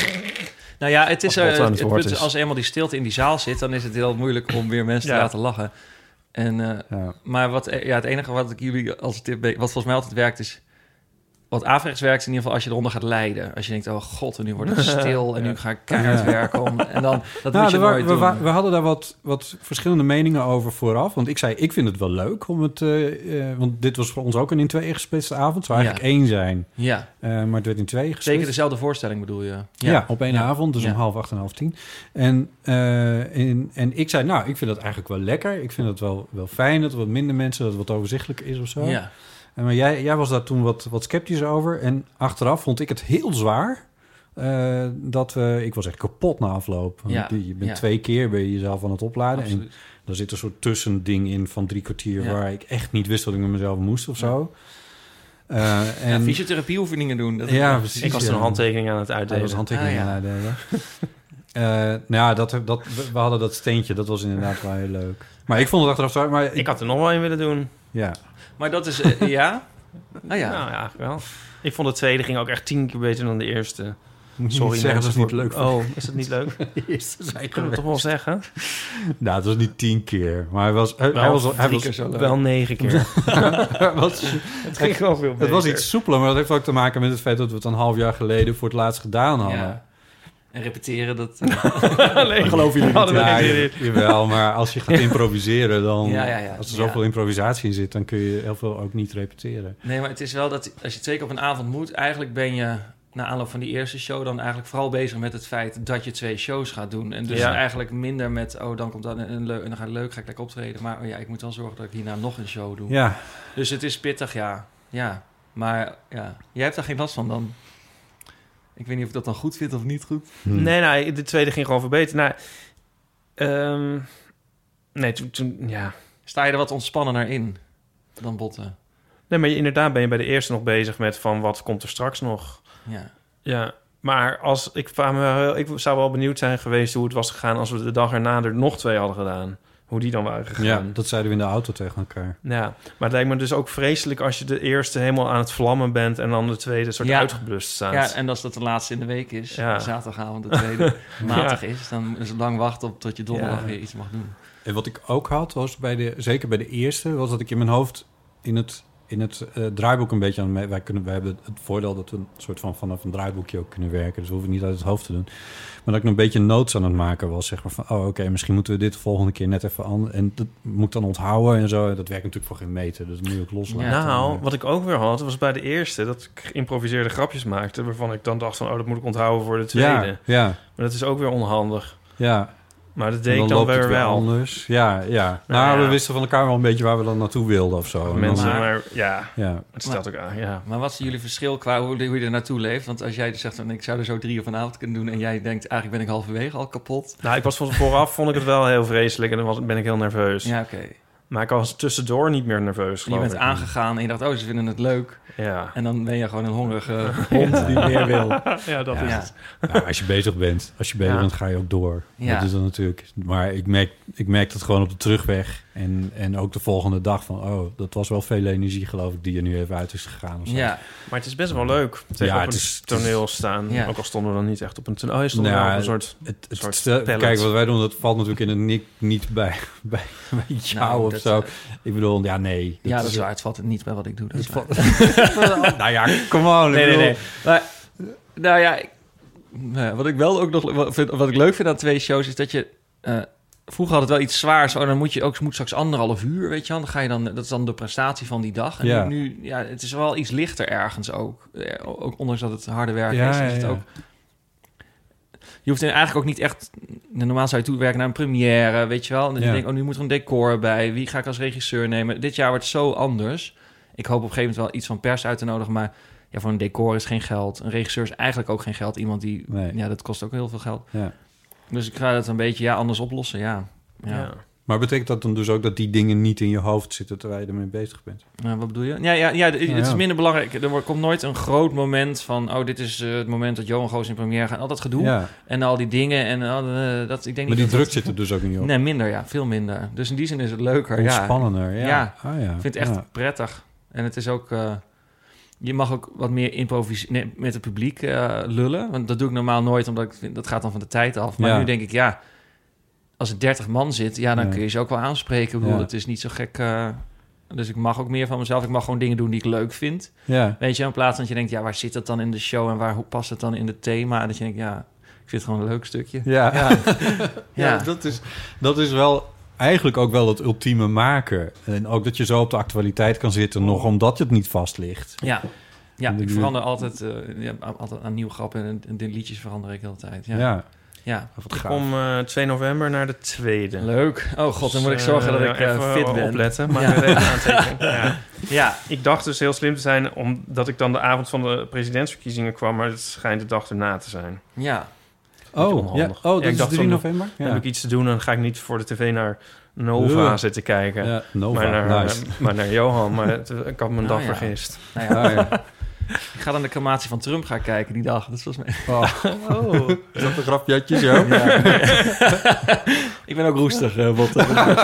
Nou ja, het is... Uh, het het het is. Als eenmaal die stilte in die zaal zit... dan is het heel moeilijk om weer mensen ja. te laten lachen. En, uh, ja. Maar wat, ja, het enige wat ik jullie als tip... wat volgens mij altijd werkt is... wat averechts werkt in ieder geval als je eronder gaat lijden. Als je denkt, oh god, en nu wordt het stil... en nu ga ik keihard ja. werken. Om, en dan, dat nou, moet je nooit we, doen. We, we hadden daar wat, wat verschillende meningen over vooraf. Want ik zei, ik vind het wel leuk om het... Uh, uh, want dit was voor ons ook een in tweeën gesplitste avond. Het zou eigenlijk ja. één zijn. Ja. Uh, maar het werd in tweeën gesplitst. Zeker dezelfde voorstelling bedoel je? Ja, ja op één ja. avond. Dus ja. om half acht en half tien. En, uh, en, en ik zei, nou, ik vind dat eigenlijk wel lekker. Ik vind het wel, wel fijn dat er wat minder mensen... dat het wat overzichtelijker is of zo. Ja. Maar jij, jij was daar toen wat, wat sceptisch over. En achteraf vond ik het heel zwaar. Uh, dat we, ik was echt kapot na afloop. Ja, je bent ja. twee keer ben je jezelf aan het opladen. Absoluut. En daar zit een soort tussending in van drie kwartier... Ja. waar ik echt niet wist wat ik met mezelf moest of zo. Uh, en ja, fysiotherapieoefeningen doen. Dat ja, precies. Ik was ja. een handtekening aan het uitdelen. Ik was handtekening ah, ja. aan het uitdelen. uh, nou ja, dat, dat, we hadden dat steentje. Dat was inderdaad wel heel leuk. Maar ik vond het achteraf zwaar. Maar ik, ik had er nog wel een willen doen. Ja. Maar dat is... Uh, ja? Nou ja. Nou ja, wel. Ik vond de tweede ging ook echt tien keer beter dan de eerste. Moet je Sorry, niet zeggen, dat is niet leuk. Oh, is dat niet leuk? De eerste zijn kunnen we toch wel zeggen? Nou, het was niet tien keer. Maar hij was... Hij, wel, hij was, hij was zo leuk. Wel negen keer. was, het ging gewoon veel beter. Het was iets soepeler, maar dat heeft ook te maken met het feit... dat we het een half jaar geleden voor het laatst gedaan hadden. Ja. En repeteren, dat... nee, geloof je niet. Ja, je, jawel, maar als je gaat improviseren, dan... Ja, ja, ja. Als er zoveel ja. improvisatie in zit, dan kun je heel veel ook niet repeteren. Nee, maar het is wel dat als je twee keer op een avond moet... eigenlijk ben je na aanloop van die eerste show... dan eigenlijk vooral bezig met het feit dat je twee shows gaat doen. En dus ja. eigenlijk minder met... oh, dan komt dat een leuk en dan ga ik leuk, ga ik lekker optreden. Maar oh ja, ik moet wel zorgen dat ik hierna nog een show doe. Ja. Dus het is pittig, ja. Ja, maar ja, jij hebt daar geen last van dan... Ik weet niet of ik dat dan goed vind of niet goed. Hmm. Nee, nou, de tweede ging gewoon verbeteren. Nou, um, nee, toen, toen, ja. Sta je er wat ontspannender in dan Botten? Nee, maar je, inderdaad ben je bij de eerste nog bezig met van wat komt er straks nog. Ja. Ja, maar als ik, ik zou wel benieuwd zijn geweest hoe het was gegaan als we de dag erna er nog twee hadden gedaan. Hoe die dan waren gegaan. Ja, dat zeiden we in de auto tegen elkaar. Ja, maar het lijkt me dus ook vreselijk als je de eerste helemaal aan het vlammen bent en dan de tweede soort ja. uitgeblust staat. Ja, en als dat de laatste in de week is, ja. zaterdagavond de tweede matig ja. is, dan is het lang wachten op tot je donderdag ja. weer iets mag doen. En wat ik ook had, was bij de, zeker bij de eerste, was dat ik in mijn hoofd in het, in het uh, draaiboek een beetje aan mee. Wij, kunnen, wij hebben het voordeel dat we een soort van vanaf een draaiboekje ook kunnen werken. Dus we hoeven niet uit het hoofd te doen. Maar dat ik een beetje notes aan het maken was. Zeg maar van, oh oké, okay, misschien moeten we dit de volgende keer net even aan. En dat moet ik dan onthouden en zo. Dat werkt natuurlijk voor geen meter. Dus dat moet je ook loslaten. Ja, nou, wat ik ook weer had, was bij de eerste dat ik geïmproviseerde grapjes maakte. Waarvan ik dan dacht van, oh, dat moet ik onthouden voor de tweede. Ja, ja. Maar dat is ook weer onhandig. Ja. Maar dat deed ik dan weer, weer wel. Anders. Ja, ja. Nou, nou ja. we wisten van elkaar wel een beetje waar we dan naartoe wilden of zo. Mensen, maar, maar ja, ja. het stelt ook aan. Ja. Maar wat is jullie verschil qua hoe, hoe je er naartoe leeft? Want als jij zegt, van, ik zou er zo drie uur vanavond kunnen doen en jij denkt, eigenlijk ben ik halverwege al kapot. Nou, ik was van vooraf, vond ik het wel heel vreselijk en dan was, ben ik heel nerveus. Ja, oké. Okay. Maar ik was tussendoor niet meer nerveus. Je bent ik. aangegaan en je dacht, oh, ze vinden het leuk. Ja. En dan ben je gewoon een hongerige hond die meer wil. Ja, dat ja. is ja. het. Nou, als je bezig bent, als je bezig ja. bent, ga je ook door. Ja. Dat is dan natuurlijk. Maar ik merk, ik merk dat gewoon op de terugweg en, en ook de volgende dag van, oh, dat was wel veel energie, geloof ik, die er nu even uit is gegaan. Of zo. Ja. Maar het is best wel leuk tegen ja, op een is, toneel is, staan. Ja. Ook al stonden we dan niet echt op een toneel. Oh, je stond nou, op een soort, het, het, soort stel, kijk, wat wij doen, dat valt natuurlijk in het niet, niet bij, bij, bij jou nou, of dat, zo. Ik bedoel, ja, nee. Dat ja, dat is waar. Het valt niet bij wat ik doe. Dat is valt... nou ja, kom on. Nee, nee, nee. Maar, nou ja, ik, nou, wat ik wel ook nog wat, vind, wat ik leuk vind aan twee shows is dat je uh, vroeger had het wel iets zwaars. Oh, dan moet je ook moet straks anderhalf uur, weet je wel. Dan ga je dan, dat is dan de prestatie van die dag. En ja. nu, nu, ja, het is wel iets lichter ergens ook. Ook ondanks dat het harde werk ja, is, is het ja, ja. ook. Je hoeft eigenlijk ook niet echt... Normaal zou je toewerken naar een première, weet je wel. En dan ja. denk ik, oh, nu moet er een decor bij. Wie ga ik als regisseur nemen? Dit jaar wordt het zo anders. Ik hoop op een gegeven moment wel iets van pers uit te nodigen, maar ja, voor een decor is geen geld. Een regisseur is eigenlijk ook geen geld. Iemand die... Nee. Ja, dat kost ook heel veel geld. Ja. Dus ik ga dat een beetje ja, anders oplossen, ja. ja. ja. Maar betekent dat dan dus ook dat die dingen niet in je hoofd zitten terwijl je ermee bezig bent? Ja, wat bedoel je? Ja, ja, ja, het is ja, ja. minder belangrijk. Er komt nooit een groot moment van, oh, dit is uh, het moment dat Johan Goos in première gaat. Al dat gedoe ja. en al die dingen. En uh, dat, ik denk maar niet die druk dat, zit er dus ook niet op? Nee, minder, ja. Veel minder. Dus in die zin is het leuker. Ontspannender, ja. Ja, ja. Ah, ja. Ik vind het echt ja. prettig. En het is ook... Uh, je mag ook wat meer improviseren, nee, met het publiek uh, lullen. Want dat doe ik normaal nooit, omdat ik vind, dat gaat dan van de tijd af. Maar ja. nu denk ik, ja... Als er dertig man zit, ja, dan ja. kun je ze ook wel aanspreken. Ik bedoel, ja. het is niet zo gek. Uh, dus ik mag ook meer van mezelf. Ik mag gewoon dingen doen die ik leuk vind. Ja. Weet je, in plaats van dat je denkt, ja, waar zit dat dan in de show en waar hoe past het dan in het thema? En dat je denkt, ja, ik vind het gewoon een leuk stukje. Ja, ja. ja. ja dat, is, dat is wel eigenlijk ook wel het ultieme maken. En ook dat je zo op de actualiteit kan zitten, nog omdat het niet vast ligt. Ja. Ja, ik verander altijd, uh, ja, altijd aan nieuwe grappen en, en de liedjes verander ik de hele tijd. Ja. ja. Ja, ik kom uh, twee november naar de tweede. Leuk. Oh god, dan moet ik zorgen uh, dat ik uh, even fit ben. Opletten, maar ja. even aantekening. Ja. ja, ik dacht dus heel slim te zijn, omdat ik dan de avond van de presidentsverkiezingen kwam, maar het schijnt de dag erna te zijn. Ja. Oh, ja. oh, dat ja, is drie november? Dan ja. heb ik iets te doen en dan ga ik niet voor de tv naar Nova uh. zitten kijken. Ja, Nova, maar naar, nice. uh, maar naar Johan. Maar het, ik had mijn nou, dag ja. vergist. Nou ja. Nou, ja. Ik ga dan de crematie van Trump gaan kijken die dag. Dat is volgens mij... Oh. oh. Is dat een grapjatje zo? Ja. Ik ben ook roestig, uh, Botte.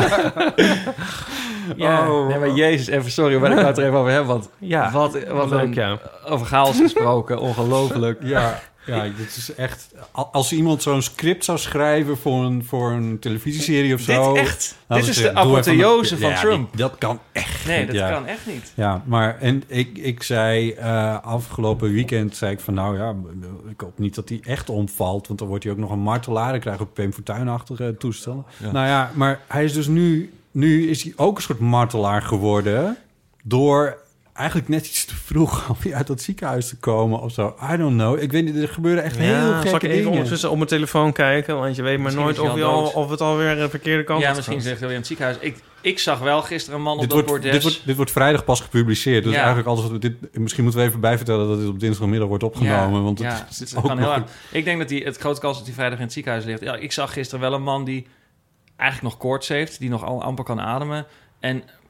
ja, oh. nee, maar jezus, even sorry, waar ik nou het er even over heb. Want ja, wat, wat leuk, een, ja. over chaos gesproken, ongelooflijk. Ja. Ja, dit is echt... Als iemand zo'n script zou schrijven voor een, voor een televisieserie of zo... Dit echt? Dit is de apotheose van ja, Trump. Die, dat kan echt Nee, niet, dat ja. kan echt niet. Ja, maar en ik, ik zei uh, afgelopen weekend... zei ik van nou ja, ik hoop niet dat hij echt omvalt... want dan wordt hij ook nog een martelaar. Dan krijg ik ook Pim Fortuyn-achtige toestellen. Ja. Nou ja, maar hij is dus nu... Nu is hij ook een soort martelaar geworden... door... eigenlijk net iets te vroeg om weer uit dat ziekenhuis te komen of zo. I don't know. Ik weet niet, er gebeuren echt ja, heel gekke dingen. Zal ik even ondertussen op mijn telefoon kijken? Want je weet maar misschien nooit of, je al, of het alweer de verkeerde kant is. Ja, misschien zegt hij weer in het ziekenhuis. Ik, ik zag wel gisteren een man dit op wordt, dat bordes. Dit wordt, dit wordt vrijdag pas gepubliceerd. Dus ja. eigenlijk alles wat we dit... Misschien moeten we even bijvertellen dat dit op dinsdagmiddag wordt opgenomen. Ja, want het, ja, het is kan ook heel nog... Ik denk dat die, het grote kans dat hij vrijdag in het ziekenhuis ligt. Ja, ik zag gisteren wel een man die eigenlijk nog koorts heeft. Die nog al amper kan ademen. En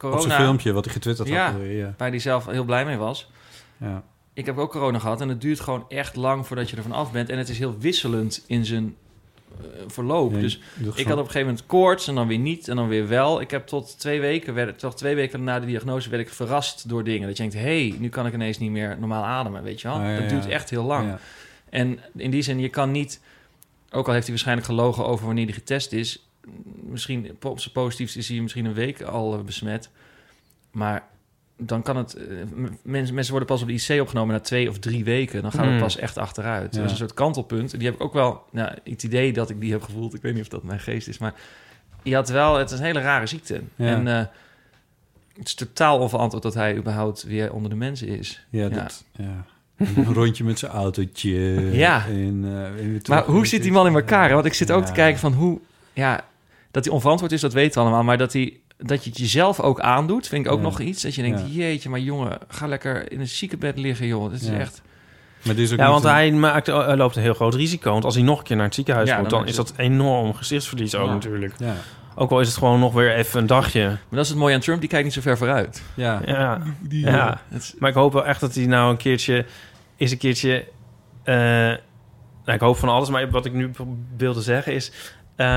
corona... Op zijn filmpje, wat hij getwitterd ja, had. Ja, waar hij zelf heel blij mee was. Ja. Ik heb ook corona gehad en het duurt gewoon echt lang voordat je ervan af bent. En het is heel wisselend in zijn uh, verloop. Ja, dus ik had op een gegeven moment koorts en dan weer niet en dan weer wel. Ik heb tot twee weken, werd, toch twee weken na de diagnose werd ik verrast door dingen. Dat je denkt, hé, hey, nu kan ik ineens niet meer normaal ademen, weet je wel. Ah, ja, dat duurt ja. echt heel lang. Ja. En in die zin, je kan niet... Ook al heeft hij waarschijnlijk gelogen over wanneer hij getest is... Misschien op zijn positiefst is hij misschien een week al besmet. Maar dan kan het... Mensen, mensen worden pas op de I C opgenomen na twee of drie weken. Dan gaat het mm. pas echt achteruit. Ja. Dat is een soort kantelpunt. Die heb ik ook wel... Nou, het idee dat ik die heb gevoeld... Ik weet niet of dat mijn geest is, maar... Je had wel... Het is een hele rare ziekte. Ja. En uh, het is totaal onverantwoord dat hij überhaupt weer onder de mensen is. Ja, ja. dat... Ja. Een rondje met zijn autootje. Ja. En, uh, en maar hoe zit die man in elkaar? Hè? Want ik zit ook ja. te kijken van hoe... Ja, dat hij onverantwoord is, dat weten we allemaal. Maar dat, hij, dat je het jezelf ook aandoet, vind ik ook ja. nog iets. Dat je denkt, ja. jeetje, maar jongen, ga lekker in een ziekenbed liggen, joh. Dat is ja. echt... Maar dit is ook ja, want een... hij, maakt, hij loopt een heel groot risico. Want als hij nog een keer naar het ziekenhuis ja, moet... dan, dan is dat enorm gezichtsverlies ook ja. natuurlijk. Ja. Ook al is het gewoon nog weer even een dagje. Maar dat is het mooie aan Trump, die kijkt niet zo ver vooruit. Ja, ja. Die, ja. Het... Maar ik hoop wel echt dat hij nou een keertje... is een keertje... Uh, nou, ik hoop van alles, maar wat ik nu wilde zeggen is... Uh,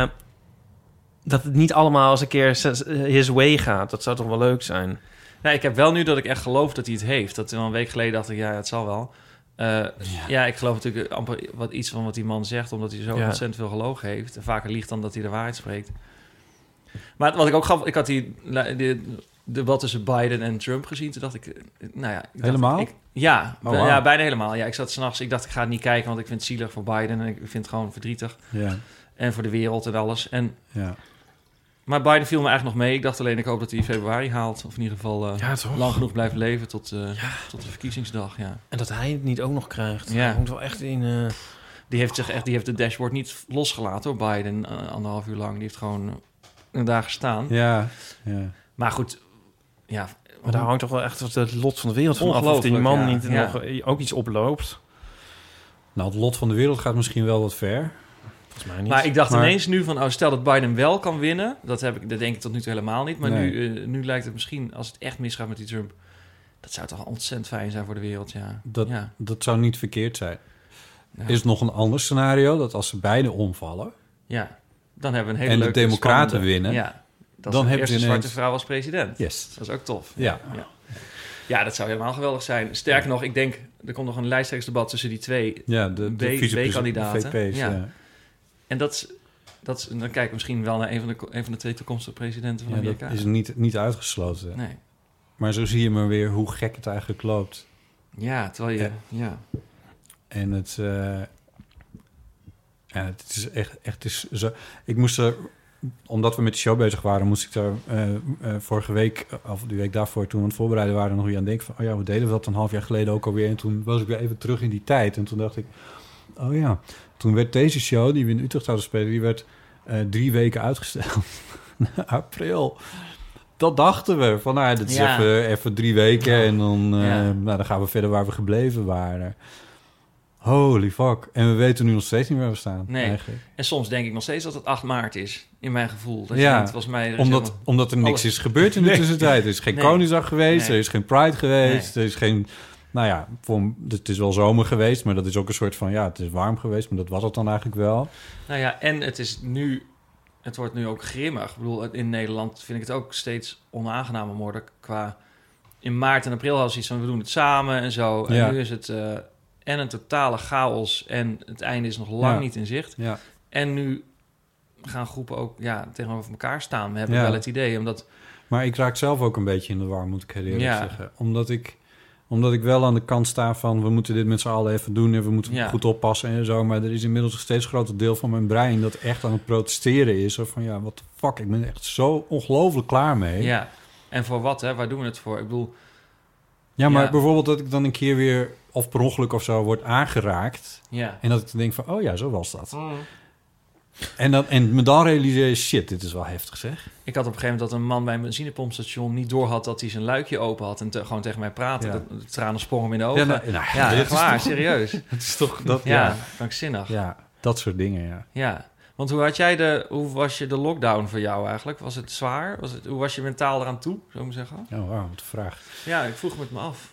dat het niet allemaal eens een keer his way gaat. Dat zou toch wel leuk zijn? Nou, ik heb wel nu dat ik echt geloof dat hij het heeft. Dat een week geleden dacht ik, ja, het zal wel. Uh, ja. ja, ik geloof natuurlijk amper wat, iets van wat die man zegt... omdat hij zo ja. ontzettend veel gelogen heeft. En vaker liegt dan dat hij de waarheid spreekt. Maar wat ik ook gaf... Ik had die... de debat tussen Biden en Trump gezien. Toen dacht ik... Nou ja, ik helemaal? Dacht, ik, ja, oh, wow. ja, bijna helemaal. Ja, ik zat 's nachts... Ik dacht, ik ga het niet kijken... want ik vind het zielig voor Biden... en ik vind het gewoon verdrietig. Ja. En voor de wereld en alles. En... Ja. Maar Biden viel me eigenlijk nog mee. Ik dacht alleen, ik hoop dat hij in februari haalt. Of in ieder geval uh, ja, lang genoeg blijft leven tot, uh, ja. tot de verkiezingsdag. Ja. En dat hij het niet ook nog krijgt. Ja. Hij moet wel echt in... Uh... Die heeft zich echt, die heeft de dashboard niet losgelaten hoor, Biden. Uh, anderhalf uur lang. Die heeft gewoon uh, een dag gestaan. Ja, ja. Maar goed, ja. Maar daar hangt toch wel echt het lot van de wereld van af. Of die man ja. niet ja. nog ook iets oploopt. Nou, het lot van de wereld gaat misschien wel wat ver. Mij niet. Maar ik dacht maar... ineens nu van, oh, stel dat Biden wel kan winnen. Dat, heb ik, dat denk ik tot nu toe helemaal niet. Maar nee. nu, uh, nu lijkt het misschien, als het echt misgaat met die Trump... dat zou toch ontzettend fijn zijn voor de wereld, ja. Dat, ja. dat zou niet verkeerd zijn. Ja. Is nog een ander scenario, dat als ze beide omvallen... Ja, dan hebben we een hele en leuke... En de democraten spannende, winnen... Ja, dat dan is de eerste ineens... zwarte vrouw als president. Yes. Dat is ook tof. Ja. ja. Ja, dat zou helemaal geweldig zijn. Sterker ja. nog, ik denk, er komt nog een lijsttrekkersdebat tussen die twee ja, de, de B-kandidaten. V P's, ja. ja. En dat, dat, dan kijken we misschien wel naar een van de, een van de twee toekomstige presidenten van ja, Amerika. Dat is niet, niet uitgesloten. Nee. Maar zo zie je maar weer hoe gek het eigenlijk loopt. Ja, terwijl je... Ja. ja. En het... Uh, ja, het is echt... echt is zo, ik moest er... Omdat we met de show bezig waren, moest ik er uh, uh, vorige week... of de week daarvoor, toen we aan het voorbereiden waren... nog weer aan denken van... oh ja, hoe deden we dat een half jaar geleden ook alweer? En toen was ik weer even terug in die tijd. En toen dacht ik... oh ja... Toen werd deze show, die we in Utrecht zouden spelen... die werd uh, drie weken uitgesteld. April. Dat dachten we. Van, nou, dit is ja. even, even drie weken... Ja. en dan, uh, ja. nou, dan gaan we verder waar we gebleven waren. Holy fuck. En we weten nu nog steeds niet waar we staan. Nee. Eigenlijk. En soms denk ik nog steeds dat het acht maart is. In mijn gevoel. Dat ja, denkt, was mij, er omdat, helemaal... omdat er niks Alles. is gebeurd in de nee. tussentijd. Er is geen nee. Koningsdag geweest. Nee. Er is geen Pride geweest. Nee. Er is geen... Nou ja, voor, het is wel zomer geweest, maar dat is ook een soort van... ja, het is warm geweest, maar dat was het dan eigenlijk wel. Nou ja, en het is nu... het wordt nu ook grimmig. Ik bedoel, in Nederland vind ik het ook steeds onaangenamer worden... qua... in maart en april had iets van, we doen het samen en zo. En ja. nu is het uh, en een totale chaos... en het einde is nog lang ja. niet in zicht. Ja. En nu gaan groepen ook ja, tegenover elkaar staan. We hebben ja. wel het idee, omdat... Maar ik raak zelf ook een beetje in de war, moet ik heel eerlijk ja. zeggen. Omdat ik... Omdat ik wel aan de kant sta van... we moeten dit met z'n allen even doen... en we moeten ja. goed oppassen en zo. Maar er is inmiddels een steeds groter deel van mijn brein... dat echt aan het protesteren is. Of van ja, what the fuck, ik ben echt zo ongelooflijk klaar mee. Ja, en voor wat, hè? Waar doen we het voor? Ik bedoel... Ja, maar ja. bijvoorbeeld dat ik dan een keer weer... of per ongeluk of zo word aangeraakt. Ja. En dat ik dan denk van, oh ja, zo was dat. Mm. En, dan, en me dan realiseer je, shit, dit is wel heftig zeg. Ik had op een gegeven moment dat een man bij een benzinepompstation niet doorhad dat hij zijn luikje open had en te, gewoon tegen mij praatte. Ja. Dat, de tranen sprongen hem in de ogen. Ja, nou, nou, ja, ja echt waar, toch, serieus. Het is toch dat, ja, ja, krankzinnig. Ja, dat soort dingen, ja. Ja, Want hoe had jij de, hoe was je de lockdown voor jou eigenlijk? Was het zwaar? Was het, hoe was je mentaal eraan toe, zou ik maar zeggen? Oh, wow, wat een vraag. Ja, ik vroeg me het me af.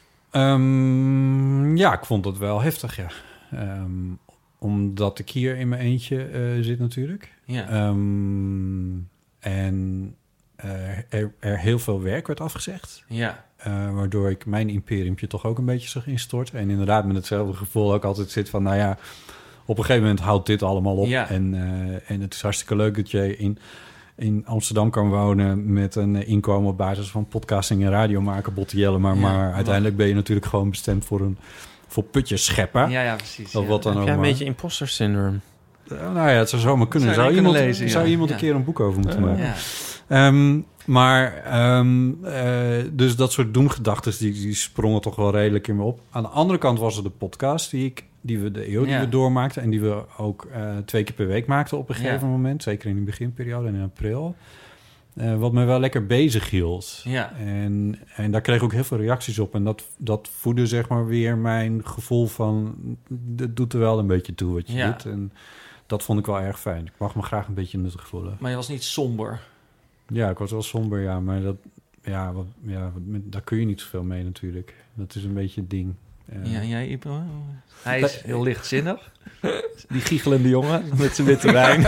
Um, ja, ik vond het wel heftig, ja. Um, omdat ik hier in mijn eentje uh, zit natuurlijk. Ja. Um, en uh, er, er heel veel werk werd afgezegd. Ja. Uh, waardoor ik mijn imperiumpje toch ook een beetje zag instorten. En inderdaad met hetzelfde gevoel ook altijd zit van... nou ja, op een gegeven moment houdt dit allemaal op. Ja. En, uh, en het is hartstikke leuk dat je in, in Amsterdam kan wonen... met een inkomen op basis van podcasting en radio maken, bottejellen. Maar, ja, maar uiteindelijk ben je natuurlijk gewoon bestemd voor een voor putjes scheppen. Ja, ja, precies. Of ja. wat dan Heb ook jij een maar. beetje imposter syndrome? Uh, nou ja, het zou zomaar kunnen. Zou, zou je iemand, lezen, zou ja. iemand ja. een keer een boek over moeten Uh, maken? Ja. Um, maar um, uh, dus dat soort doemgedachten die, die sprongen toch wel redelijk in me op. Aan de andere kant was er de podcast die ik, die we de eeuw die Ja. we doormaakten en die we ook uh, twee keer per week maakten op een gegeven Ja. moment, zeker in de beginperiode en in april. Uh, wat me wel lekker bezig hield. Ja. En, en daar kreeg ik ook heel veel reacties op. En dat, dat voedde zeg maar weer mijn gevoel van... het doet er wel een beetje toe wat je Ja. doet. En dat vond ik wel erg fijn. Ik mag me graag een beetje nuttig voelen. Maar je was niet somber. Ja, ik was wel somber, ja. Maar dat, ja, wat, ja, wat, met, daar kun je niet zoveel mee natuurlijk. Dat is een beetje het ding. Uh, Ja, en jij, Ipo? Hij is heel lichtzinnig. Die giechelende jongen met zijn witte wijn.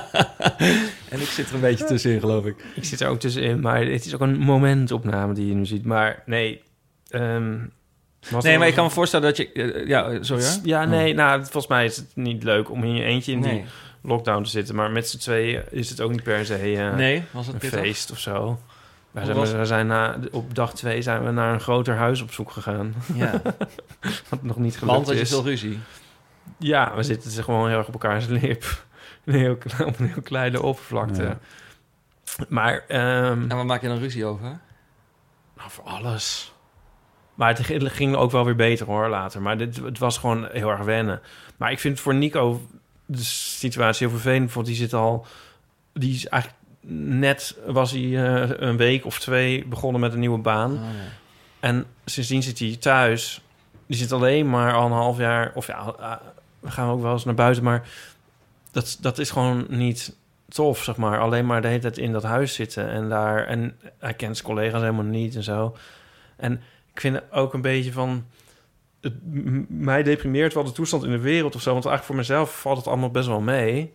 En ik zit er een beetje tussenin, geloof ik. Ik zit er ook tussenin, maar het is ook een momentopname die je nu ziet. Maar nee... Um, nee, maar ik kan me voorstellen dat je... Uh, ja, sorry hoor. Ja, nee, nou, volgens mij is het niet leuk om in je eentje in Nee. die lockdown te zitten. Maar met z'n tweeën is het ook niet per se uh, Nee, was het een pittig? feest of zo. Wij Hoe zijn, was- we zijn na, op dag twee zijn we naar een groter huis op zoek gegaan. Ja, Wat nog niet gelukt want er is is. veel ruzie. Ja, we zitten ze gewoon heel erg op elkaars lip. Een heel, op een heel kleine oppervlakte. Ja. Maar... Um, En waar maak je dan ruzie over? Nou, voor alles. Maar het ging- ging ook wel weer beter hoor, later. Maar dit, het was gewoon heel erg wennen. Maar ik vind voor Nico de situatie heel vervelend. Want die zit al... Die is eigenlijk net... Was hij uh, een week of twee begonnen met een nieuwe baan. Oh, ja. En sindsdien zit hij thuis. Die zit alleen maar al een half jaar... Of ja, uh, we gaan ook wel eens naar buiten. Maar dat, dat is gewoon niet tof, zeg maar. Alleen maar de hele tijd in dat huis zitten. En daar... En hij kent zijn collega's helemaal niet en zo. En ik vind het ook een beetje van... Het, m- mij deprimeert wel de toestand in de wereld of zo. Want eigenlijk voor mezelf valt het allemaal best wel mee.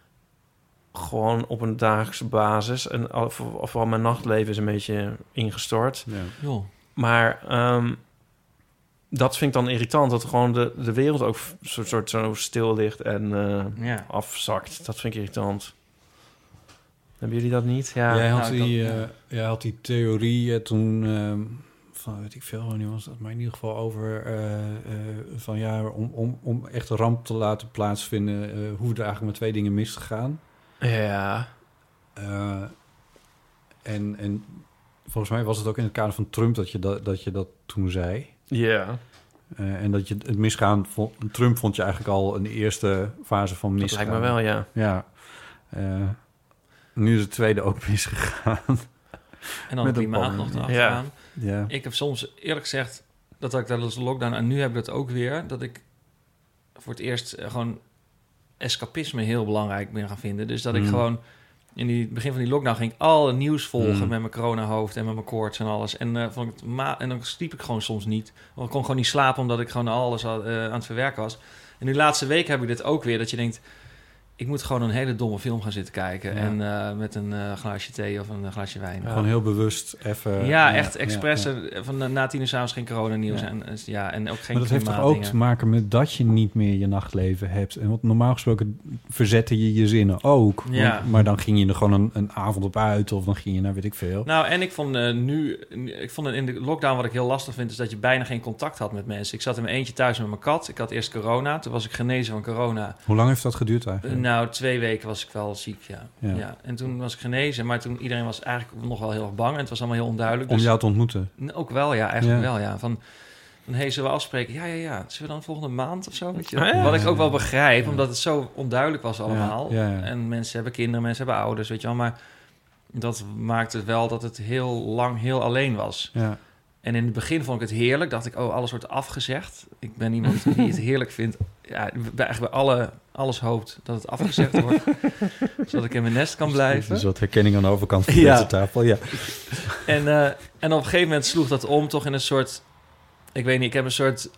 Gewoon op een dagelijkse basis. En of, of wel mijn nachtleven is een beetje ingestort. Ja. Joh. Maar um, dat vind ik dan irritant. Dat gewoon de, de wereld ook soort, soort zo stil ligt en uh, Ja. afzakt. Dat vind ik irritant. Hebben jullie dat niet? Ja. Jij, had nou, ik die, had- uh, ja. jij had die theorie uh, toen... Um, van weet ik veel, wanneer was dat? Maar in ieder geval over... Uh, uh, van ja, om, om, om echt een ramp te laten plaatsvinden... Uh, hoeven er eigenlijk maar twee dingen mis te gaan. Ja. Uh, en, en volgens mij was het ook in het kader van Trump dat je dat, dat, je dat toen zei. Ja. Uh, en dat je het misgaan... Vond, Trump vond je eigenlijk al een eerste fase van Dat misgaan. lijkt me wel, ja. Ja. Uh, nu is het tweede ook misgegaan. En dan Met een een klimaat pan. nog erachteraan. Ja. Ik heb soms eerlijk gezegd... dat had ik tijdens de lockdown... en nu heb ik dat ook weer... dat ik voor het eerst uh, gewoon... escapisme heel belangrijk ben gaan vinden. Dus dat ik Mm. gewoon... in die begin van die lockdown ging ik alle nieuws volgen... Mm. met mijn coronahoofd en met mijn koorts en alles. En, uh, vond ik het ma- en dan sliep ik gewoon soms niet. Want ik kon gewoon niet slapen... omdat ik gewoon alles had, uh, aan het verwerken was. En nu de laatste week heb ik dit ook weer... dat je denkt... ik moet gewoon een hele domme film gaan zitten kijken. Ja. En uh, met een uh, glaasje thee of een uh, glaasje wijn. Ja. Gewoon heel bewust even... Ja, echt expres. ja, uh, Van uh, na tien uur 's avonds geen coronanieuws. Ja. En, uh, ja, en ook geen Maar dat heeft toch ook klimaatdingen. te maken met dat je niet meer je nachtleven hebt. En want normaal gesproken verzetten je je zinnen ook. Ja. Want- maar dan ging je er gewoon een, een avond op uit of dan ging je naar weet ik veel. Nou, en ik vond uh, nu... Ik vond in de lockdown wat ik heel lastig vind... is dat je bijna geen contact had met mensen. Ik zat in mijn eentje thuis met mijn kat. Ik had eerst corona. Toen was ik genezen van corona. Hoe lang heeft dat geduurd Uh, eigenlijk? nou, twee weken was ik wel ziek, ja. Ja. Ja. En toen was ik genezen. Maar toen iedereen was eigenlijk nog wel heel erg bang. En het was allemaal heel onduidelijk. Om Dus- jou te ontmoeten? Ook wel, ja. Eigenlijk Ja. wel, ja. Van... Dan hey, zullen we afspreken? Ja, ja, ja. Zullen we dan volgende maand of zo? Weet je? Ah, ja. Wat ik ook wel begrijp, omdat het zo onduidelijk was allemaal. Ja, ja, ja. En mensen hebben kinderen, mensen hebben ouders, weet je wel. Maar dat maakte wel dat het heel lang heel alleen was. Ja. En in het begin vond ik het heerlijk. Dacht ik, oh, alles wordt afgezegd. Ik ben iemand die het heerlijk vindt ja, eigenlijk bij alle, alles hoopt dat het afgezegd wordt. Zodat ik in mijn nest kan blijven. Dus wat herkenning aan de overkant van de ja. tafel, ja. En, uh, en op een gegeven moment sloeg dat om toch in een soort... Ik weet niet, ik heb een soort...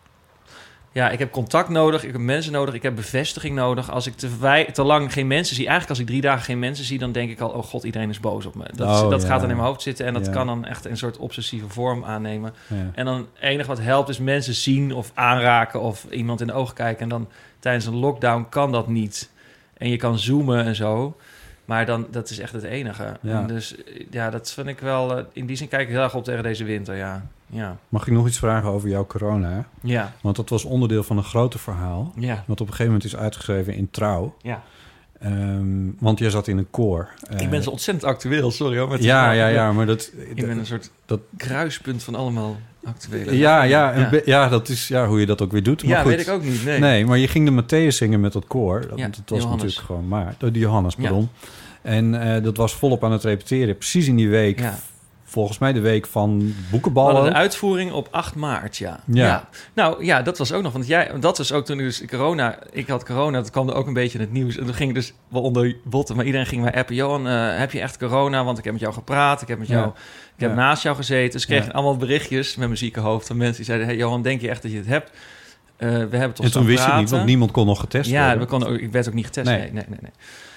Ja, ik heb contact nodig, ik heb mensen nodig, ik heb bevestiging nodig. Als ik te, wij, te lang geen mensen zie... Eigenlijk als ik drie dagen geen mensen zie, dan denk ik al... oh god, iedereen is boos op me. Dat, oh, is, dat ja. gaat dan in mijn hoofd zitten... en dat ja. kan dan echt een soort obsessieve vorm aannemen. Ja. En dan het enige wat helpt is mensen zien of aanraken... of iemand in de ogen kijken. En dan tijdens een lockdown kan dat niet. En je kan zoomen en zo... Maar dan, dat is echt het enige. Ja. En dus ja, dat vind ik wel... Uh, in die zin kijk ik heel erg op tegen deze winter, ja. ja. Mag ik nog iets vragen over jouw corona? Ja. Want dat was onderdeel van een groter verhaal. Ja. Wat op een gegeven moment is uitgeschreven in Trouw. Ja. Um, want jij zat in een koor. Uh, ik ben zo ontzettend actueel, sorry hoor. Met ja, ja, ja, maar dat... Ik ben een soort dat, kruispunt van allemaal actuele... Ja, ja, ja. Be, ja, dat is ja, hoe je dat ook weer doet. Maar ja, goed, weet ik ook niet, nee. Nee, maar je ging de Matthäus zingen met dat koor. Dat, ja, dat was Johannes. natuurlijk gewoon maar... De Johannes, pardon. Ja. En uh, dat was volop aan het repeteren. Precies in die week... Ja. Volgens mij de week van boekenballen. We hadden de uitvoering op acht maart, ja. ja. ja. Nou ja, dat was ook nog. Want jij, dat was ook toen dus corona... Ik had corona, dat kwam er ook een beetje in het nieuws. En toen ging ik dus wel onder botten. Maar iedereen ging mij appen. Johan, uh, heb je echt corona? Want ik heb met jou gepraat. Ik heb met jou... Ja. Ik heb ja. naast jou gezeten. Dus ik kreeg ja. allemaal berichtjes met mijn zieke hoofd... van mensen die zeiden... Hey Johan, denk je echt dat je het hebt? Uh, we hebben toch en toen wist je het niet, want niemand kon nog getest ja, worden. We konden ook, ik werd ook niet getest. Nee, nee, nee. nee, nee.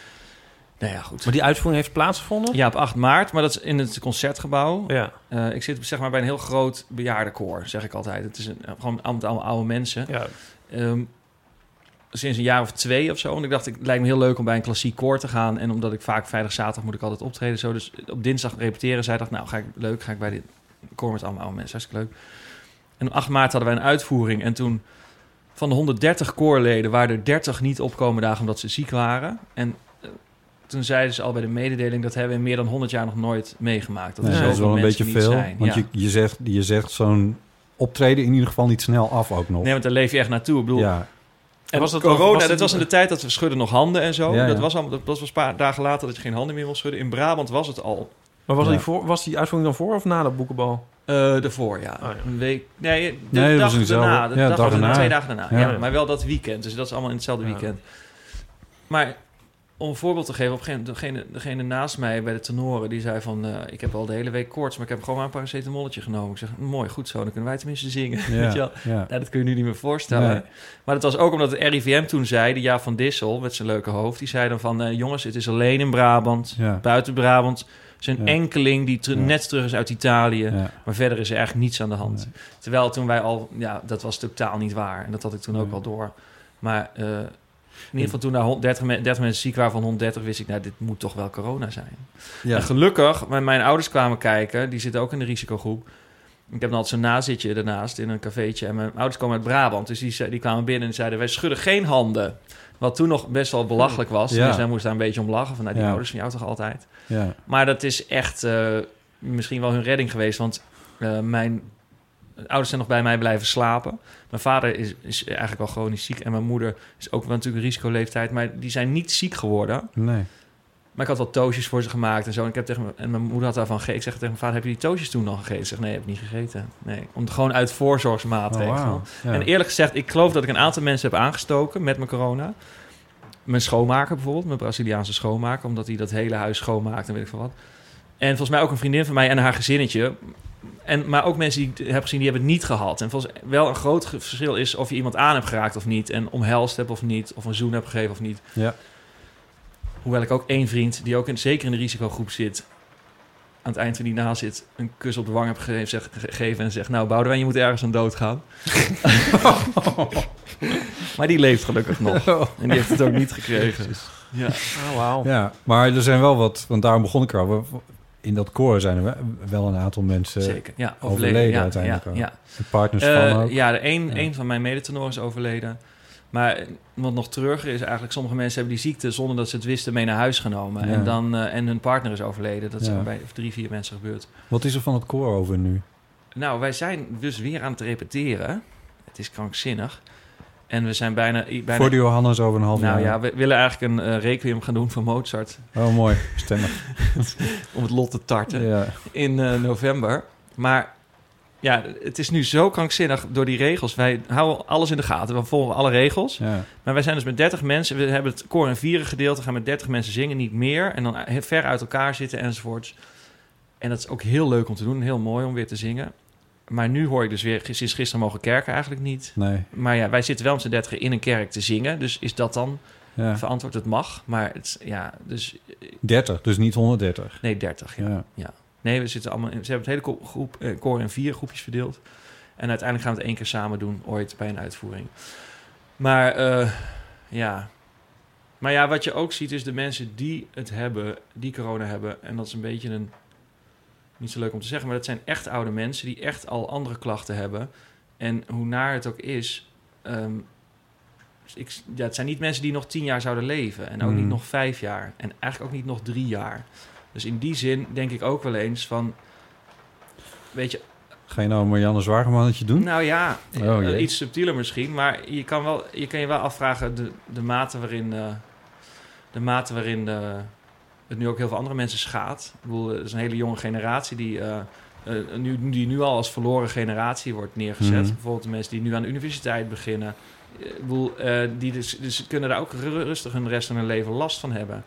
Nou ja, goed. Maar die uitvoering heeft plaatsgevonden? Ja, op acht maart, maar dat is in het Concertgebouw. Ja. Uh, ik zit zeg maar bij een heel groot bejaardenkoor, zeg ik altijd. Het is een, gewoon allemaal oude mensen. Ja. Um, sinds een jaar of twee of zo. En ik dacht, het lijkt me heel leuk om bij een klassiek koor te gaan. En omdat ik vaak vrijdag, zaterdag moet ik altijd optreden. Zo. Dus op dinsdag repeteren. Zij dacht, nou, ga ik leuk, ga ik bij dit koor met allemaal oude mensen. Hartstikke leuk. En op acht maart hadden wij een uitvoering. En toen van de honderddertig koorleden waren er dertig niet opkomen dagen omdat ze ziek waren. En toen zeiden ze al bij de mededeling... dat hebben we in meer dan honderd jaar nog nooit meegemaakt. Dat, nee, er dat is wel een beetje veel. Zijn. Want ja. je, je zegt, je zegt zo'n optreden in ieder geval niet snel af ook nog. Nee, want daar leef je echt naartoe. Ik bedoel, ja. En was dat corona, was dat, dat was in de tijd dat we schudden nog handen en zo. Ja, ja. Dat was al, dat was een paar dagen later dat je geen handen meer wil schudden. In Brabant was het al. Maar was, ja. die, voor, was die uitvoering dan voor of na dat boekenbal? Uh, ervoor, ja. Oh, ja. Een week. Nee, de nee, dag dat daarna. De ja, dag dag daarna. Twee dagen daarna. Ja. Ja. Ja, maar wel dat weekend. Dus dat is allemaal in hetzelfde Ja. weekend. Maar om een voorbeeld te geven, op een degene, degene naast mij bij de tenoren, die zei van, uh, ik heb al de hele week koorts, maar ik heb gewoon maar een paracetamolletje genomen. Ik zeg, mooi, goed zo, dan kunnen wij tenminste zingen. Ja, Weet je wel? ja. Nou, dat kun je nu niet meer voorstellen. Nee. Maar dat was ook omdat het R I V M toen zei, de Jaap van Dissel, met zijn leuke hoofd, die zei dan van, uh, jongens, het is alleen in Brabant, Ja. buiten Brabant, zijn Ja. enkeling die ter- Ja. net terug is uit Italië, Ja. maar verder is er eigenlijk niets aan de hand. Nee. Terwijl toen wij al, ja, dat was totaal niet waar. En dat had ik toen ook Nee. wel door. Maar uh, in ieder geval toen daar dertig, dertig mensen ziek waren van honderddertig... wist ik, nou, dit moet toch wel corona zijn. Ja. En gelukkig, mijn, mijn ouders kwamen kijken. Die zitten ook in de risicogroep. Ik heb dan altijd zo'n nazitje ernaast in een cafeetje. En mijn ouders komen uit Brabant. Dus die, die kwamen binnen en zeiden, wij schudden geen handen. Wat toen nog best wel belachelijk was. Ja. Dus wij moesten daar een beetje om lachen. Van, nou, die Ja. ouders van jou toch altijd. Ja. Maar dat is echt uh, misschien wel hun redding geweest. Want uh, mijn ouders zijn nog bij mij blijven slapen. Mijn vader is, is eigenlijk al chronisch ziek. En mijn moeder is ook wel natuurlijk een risicoleeftijd. Maar die zijn niet ziek geworden. Nee. Maar ik had wel toastjes voor ze gemaakt en zo. En, ik heb tegen me, en mijn moeder had daarvan gegeten. Ik zeg tegen mijn vader, heb je die toastjes toen nog gegeten? Ik zeg, nee, heb ik niet gegeten. Nee, om gewoon uit voorzorgsmaatregelen. Oh, wow. Ja. En eerlijk gezegd, ik geloof dat ik een aantal mensen heb aangestoken met mijn corona. Mijn schoonmaker bijvoorbeeld, mijn Braziliaanse schoonmaker. Omdat hij dat hele huis schoonmaakt en weet ik veel wat. En volgens mij ook een vriendin van mij en haar gezinnetje. En, maar ook mensen die ik heb gezien, die hebben het niet gehad. En volgens wel een groot verschil is of je iemand aan hebt geraakt of niet. En omhelst hebt of niet. Of een zoen hebt gegeven of niet. Ja. Hoewel ik ook één vriend, die ook in, zeker in de risicogroep zit, aan het eind van die na zit, een kus op de wang heb gegeven, zeg, gegeven en zegt, nou Boudewijn, je moet ergens aan dood gaan. Maar die leeft gelukkig nog. En die heeft het ook niet gekregen. Ja. Oh, wow. Ja, maar er zijn wel wat, want daarom begon ik al. In dat koor zijn er wel een aantal mensen Zeker, ja, overleden, overleden ja, uiteindelijk ja, ook. ja. De partners Uh, van ook. ja, de een, Ja. een van mijn medetenoren is overleden. Maar wat nog treuriger is eigenlijk, sommige mensen hebben die ziekte zonder dat ze het wisten mee naar huis genomen. Ja. En, dan, uh, en hun partner is overleden. Dat is Ja. al bij drie, vier mensen gebeurd. Wat is er van het koor over nu? Nou, wij zijn dus weer aan het repeteren. Het is krankzinnig. En we zijn bijna... bijna Voor de Johannes over een half nou jaar. ja, we willen eigenlijk een uh, requiem gaan doen van Mozart. Oh, mooi. Stemmig. Om het lot te tarten. Ja. In uh, november. Maar ja, het is nu zo krankzinnig door die regels. Wij houden alles in de gaten. We volgen alle regels. Ja. Maar wij zijn dus met dertig mensen. We hebben het koor en vieren gedeelte. Gaan met dertig mensen zingen, niet meer. En dan ver uit elkaar zitten enzovoorts. En dat is ook heel leuk om te doen. Heel mooi om weer te zingen. Maar nu hoor ik dus weer, sinds gisteren mogen kerken eigenlijk niet. Nee. Maar ja, wij zitten wel met z'n dertigen in een kerk te zingen. Dus is dat dan ja. verantwoord? Het mag. Maar het, ja, dus... dertig, dus niet honderddertig. Nee, dertig, ja. ja. ja. Nee, we zitten allemaal... Ze hebben het hele groep, eh, koor in vier groepjes verdeeld. En uiteindelijk gaan we het één keer samen doen, ooit bij een uitvoering. Maar uh, ja... Maar ja, wat je ook ziet is de mensen die het hebben, die corona hebben... en dat is een beetje een... Niet zo leuk om te zeggen, maar dat zijn echt oude mensen... die echt al andere klachten hebben. En hoe naar het ook is... Um, ik, ja, het zijn niet mensen die nog tien jaar zouden leven. En ook mm. niet nog vijf jaar. En eigenlijk ook niet nog drie jaar. Dus in die zin denk ik ook wel eens van... Weet je... Ga je nou een Marianne Zwagemannetje doen? Nou ja, oh, uh, iets subtieler misschien. Maar je kan, wel, je kan je wel afvragen de, de mate waarin... Uh, de mate waarin uh, het nu ook heel veel andere mensen schaadt. Ik bedoel, er is een hele jonge generatie die... Uh, uh, nu, die nu al als verloren generatie wordt neergezet. Mm. Bijvoorbeeld de mensen die nu aan de universiteit beginnen... Ik bedoel, uh, die dus, dus kunnen daar ook rustig hun rest van hun leven last van hebben.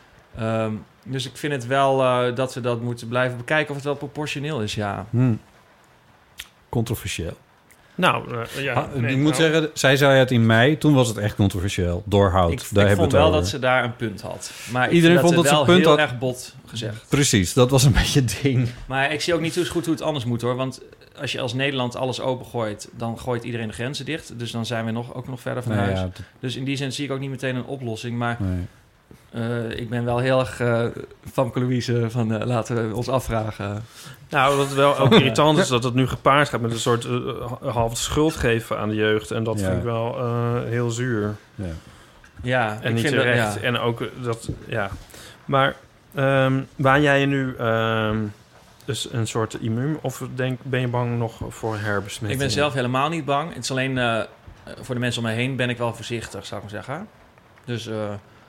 Um, dus ik vind het wel uh, dat we dat moeten blijven bekijken of het wel proportioneel is, ja. Hmm. Controversieel. Nou, uh, ja. Ah, nee, ik moet nou. zeggen, zij zei het in mei, toen was het echt controversieel. Doorhoud, ik, daar ik hebben vond we het wel over. dat ze daar een punt had. Maar Iedereen ik vond dat dat ze wel een punt heel had. erg bot gezegd. Precies, dat was een beetje het ding. Maar ik zie ook niet zo goed hoe het anders moet, hoor. Want als je als Nederland alles opengooit, dan gooit iedereen de grenzen dicht. Dus dan zijn we nog, ook nog verder van nee, huis. Ja, dat... Dus in die zin zie ik ook niet meteen een oplossing. Maar nee. uh, ik ben wel heel erg uh, Famke Louise van uh, laten we ons afvragen. Nou, wat wel ook irritant is, dat het nu gepaard gaat met een soort uh, half schuld geven aan de jeugd. En dat ja. vind ik wel uh, heel zuur. Ja, ja en ik niet vind terecht. Dat, ja. En ook dat, ja. Maar um, waan jij je nu um, dus een soort immuun? Of denk, ben je bang nog voor herbesmetting? Ik ben zelf helemaal niet bang. Het is alleen uh, voor de mensen om mij heen ben ik wel voorzichtig, zou ik maar zeggen. Dus uh,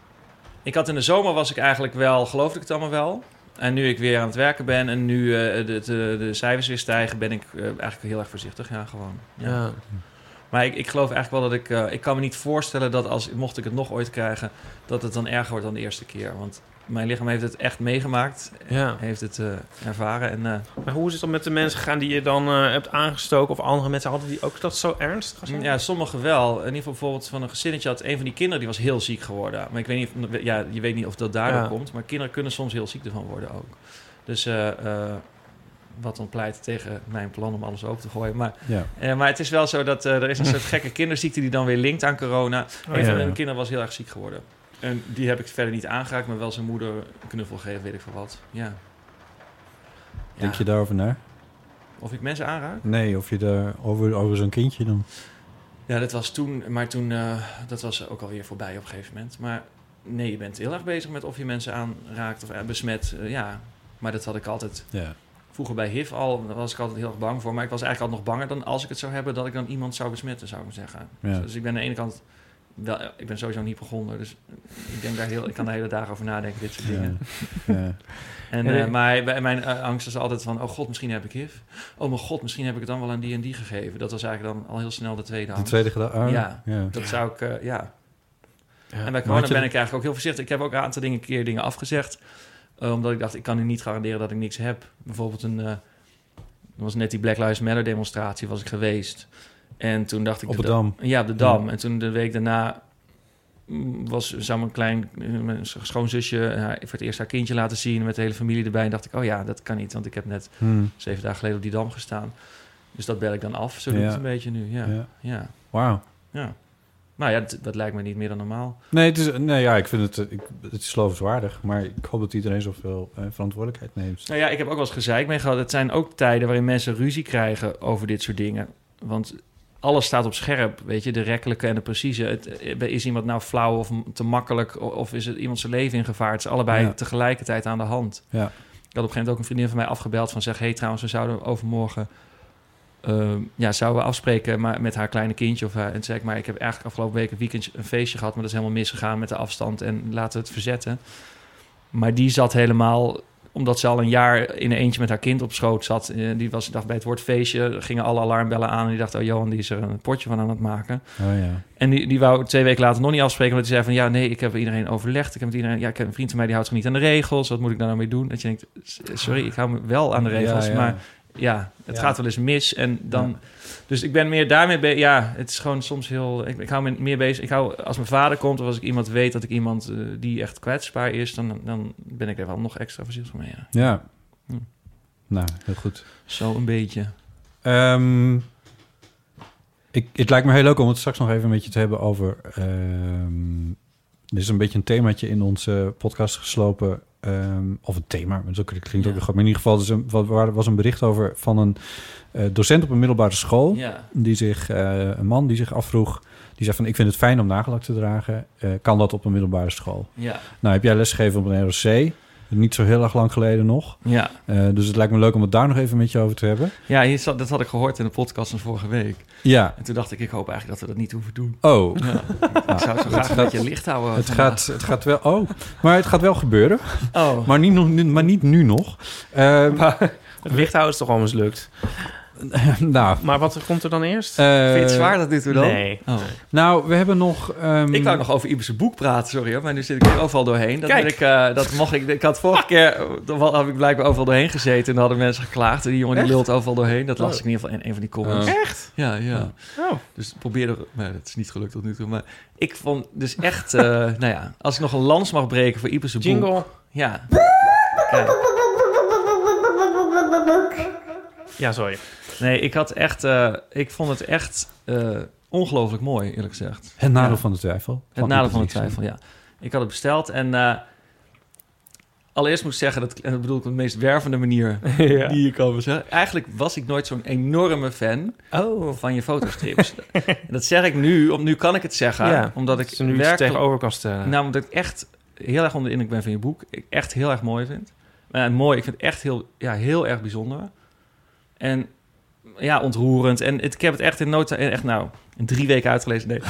ik had in de zomer was ik eigenlijk wel, geloofde ik het allemaal wel. En nu ik weer aan het werken ben en nu uh, de, de, de cijfers weer stijgen, ben ik uh, eigenlijk heel erg voorzichtig. Ja, gewoon. Ja. Ja. Maar ik, ik geloof eigenlijk wel dat ik... Uh, ik kan me niet voorstellen dat als, mocht ik het nog ooit krijgen, dat het dan erger wordt dan de eerste keer. Want mijn lichaam heeft het echt meegemaakt. Ja. Heeft het uh, ervaren. En, uh, maar hoe is het dan met de mensen gegaan die je dan uh, hebt aangestoken? Of andere mensen hadden die ook dat zo ernstig zijn? Ja, sommigen wel. In ieder geval bijvoorbeeld van een gezinnetje had een van die kinderen die was heel ziek geworden. Maar ik weet niet, of, ja, je weet niet of dat daardoor ja. komt. Maar kinderen kunnen soms heel ziek ervan worden ook. Dus uh, uh, wat dan pleit tegen mijn plan om alles open te gooien. Maar, ja. uh, maar het is wel zo dat uh, er is een soort gekke kinderziekte die dan weer linkt aan corona. Oh, een ja. van mijn kinderen was heel erg ziek geworden. En die heb ik verder niet aangeraakt, maar wel zijn moeder een knuffel gegeven, weet ik veel wat. Ja. Denk ja. je daarover na? Of ik mensen aanraak? Nee, of je daar over, over zo'n kindje dan... Ja, dat was toen, maar toen, uh, dat was ook alweer voorbij op een gegeven moment. Maar nee, je bent heel erg bezig met of je mensen aanraakt of uh, besmet. Uh, ja, maar dat had ik altijd... Ja. Vroeger bij H I V al, daar was ik altijd heel erg bang voor. Maar ik was eigenlijk altijd nog banger dan als ik het zou hebben, dat ik dan iemand zou besmetten, zou ik maar zeggen. Ja. Dus ik ben aan de ene kant... Wel, ik ben sowieso een hypochonder, dus ik, denk daar heel, ik kan daar hele dagen over nadenken, dit soort dingen. Ja. Ja. En uh, maar mijn uh, angst is altijd van, oh god, misschien heb ik H I V. Oh mijn god, misschien heb ik het dan wel aan die en die gegeven. Dat was eigenlijk dan al heel snel de tweede angst. De tweede gedachte? Oh, ja, ja, dat zou ik, uh, ja. ja. En bij corona ben ik eigenlijk ook heel voorzichtig. Ik heb ook een aantal dingen, keer dingen afgezegd. Uh, omdat ik dacht, ik kan nu niet garanderen dat ik niks heb. Bijvoorbeeld een... Uh, er was net die Black Lives Matter demonstratie, was ik geweest. En toen dacht ik... Op de Dam? Ja, op de Dam. Ja. En toen de week daarna was, zou mijn klein mijn schoonzusje haar, voor het eerst haar kindje laten zien met de hele familie erbij. En dacht ik, oh ja, dat kan niet, want ik heb net hmm. zeven dagen geleden op die Dam gestaan. Dus dat bel ik dan af. Zo doe ik ja. het een beetje nu. Ja. ja. ja. Wauw. Ja. Nou ja, dat, dat lijkt me niet meer dan normaal. Nee, het is, nee ja, ik vind het, ik, het is lovenswaardig. Maar ik hoop dat iedereen zoveel eh, verantwoordelijkheid neemt. Nou ja, ik heb ook wel eens gezeik mee gehad. Het zijn ook tijden waarin mensen ruzie krijgen over dit soort dingen. Want alles staat op scherp, weet je. De rekkelijke en de precieze. Het, is iemand nou flauw of te makkelijk? Of is het iemand zijn leven in gevaar? Het is allebei ja. tegelijkertijd aan de hand. Ja. Ik had op een gegeven moment ook een vriendin van mij afgebeld van... zeg, hé, hey, trouwens, we zouden overmorgen... Uh, ja, zouden we afspreken maar met haar kleine kindje. Of haar, en toen zei ik, maar ik heb eigenlijk afgelopen week een weekend een feestje gehad... maar dat is helemaal misgegaan met de afstand en laten we het verzetten. Maar die zat helemaal omdat ze al een jaar in een eentje met haar kind op schoot zat. Uh, die was dacht bij het woordfeestje, gingen alle alarmbellen aan. En die dacht, oh Johan, die is er een potje van aan het maken. Oh, ja. En die, die wou twee weken later nog niet afspreken. Omdat hij zei van, ja, nee, ik heb iedereen overlegd. Ik heb met iedereen, ja, ik heb een vriend van mij die houdt zich niet aan de regels. Wat moet ik daar nou mee doen? Dat je denkt, sorry, ik hou me wel aan de regels, ja, ja. maar ja, het ja. gaat wel eens mis. En dan, ja. dus ik ben meer daarmee bezig. Ja, het is gewoon soms heel. Ik, ik hou me meer bezig. Ik hou als mijn vader komt of als ik iemand weet dat ik iemand uh, die echt kwetsbaar is, dan, dan ben ik er wel nog extra voorzichtig mee. Ja. ja. Hm. Nou, heel goed. Zo een beetje. Um, ik, het lijkt me heel leuk om het straks nog even met je te hebben over. Um, er is een beetje een themaatje in onze podcast geslopen. Um, of een thema, maar zo klinkt ook ja. goed. Maar in ieder geval dus een, er was een bericht over van een uh, docent op een middelbare school. Ja. Die zich, uh, een man die zich afvroeg. Die zei van, ik vind het fijn om nagelak te dragen. Uh, kan dat op een middelbare school? Ja. Nou, heb jij lesgegeven op een R O C? Niet zo heel erg lang geleden nog. Ja. Uh, dus het lijkt me leuk om het daar nog even met je over te hebben. Ja, hier zat, dat had ik gehoord in de podcast van vorige week. Ja. En toen dacht ik, ik hoop eigenlijk dat we dat niet hoeven doen. Oh. Ja. Ik zou het zo graag een beetje licht houden. Het gaat, het gaat wel... Oh, maar het gaat wel gebeuren. Oh. Maar niet, nog, maar niet nu nog. Uh, maar het licht houden is toch al mislukt? nou. Maar wat komt er dan eerst? Uh, Vind je het zwaar dat dit we dan? Nee. Oh. Nou, we hebben nog... Um... Ik wou nog over Ibers boek praten, sorry hoor. Maar nu zit ik er overal doorheen. Dat, ik, uh, dat mocht ik... Ik had vorige keer... had ik blijkbaar overal doorheen gezeten. En dan hadden mensen geklaagd. En die jongen die lult overal doorheen. Dat las oh. ik in ieder geval in een van die comments. Uh. Echt? Ja, ja. Oh. Dus probeerde... Maar dat is niet gelukt tot nu toe. Maar ik vond dus echt... Uh, nou ja, als ik nog een lans mag breken voor Ibers boek... Jingle. Ja. Kijk. Ja, sorry. Nee, ik had echt... Uh, ik vond het echt uh, ongelooflijk mooi, eerlijk gezegd. Het nadeel ja. van de twijfel. Het nadeel van de twijfel, ja. Ik had het besteld en... Uh, allereerst moet ik zeggen, dat, en dat bedoel ik op de meest wervende manier ja. die je kan zeggen. Eigenlijk was ik nooit zo'n enorme fan oh. van je fotostrips. Dat zeg ik nu, om, nu kan ik het zeggen. Ja, omdat ik ze nu werkelijk, tegenover kan stellen. Nou, omdat ik echt heel erg onder de indruk ben van je boek. Ik echt heel erg mooi vind. Uh, mooi, ik vind het echt heel, ja, heel erg bijzonder. En ja, ontroerend. En het, ik heb het echt in nood, echt nou, in drie weken uitgelezen. Nee,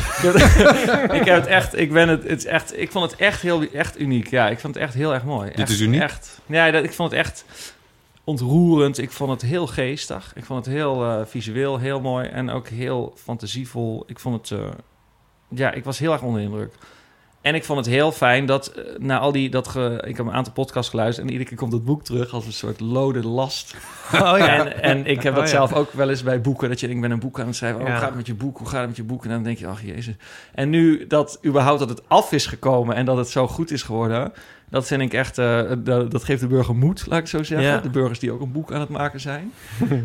ik heb het echt, ik ben het, het is echt, ik vond het echt heel, echt uniek. Ja, ik vond het echt heel erg mooi. Dit echt, is uniek? Echt. Ja, dat, ik vond het echt ontroerend. Ik vond het heel geestig. Ik vond het heel uh, visueel, heel mooi en ook heel fantasievol. Ik vond het, uh, ja, ik was heel erg onder de indruk. En ik vond het heel fijn dat uh, na al die... dat ge, ik heb een aantal podcasts geluisterd... en iedere keer komt dat boek terug als een soort lode last. Oh, ja. en, en ik heb dat oh, zelf ja. ook wel eens bij boeken... dat je ik ben een boek aan het schrijven... Oh, ja. Hoe gaat het met je boek? Hoe gaat het met je boek? En dan denk je, ach jezus. En nu dat überhaupt dat het af is gekomen... en dat het zo goed is geworden... dat vind ik echt... Uh, dat, dat geeft de burger moed, laat ik zo zeggen. Ja. De burgers die ook een boek aan het maken zijn...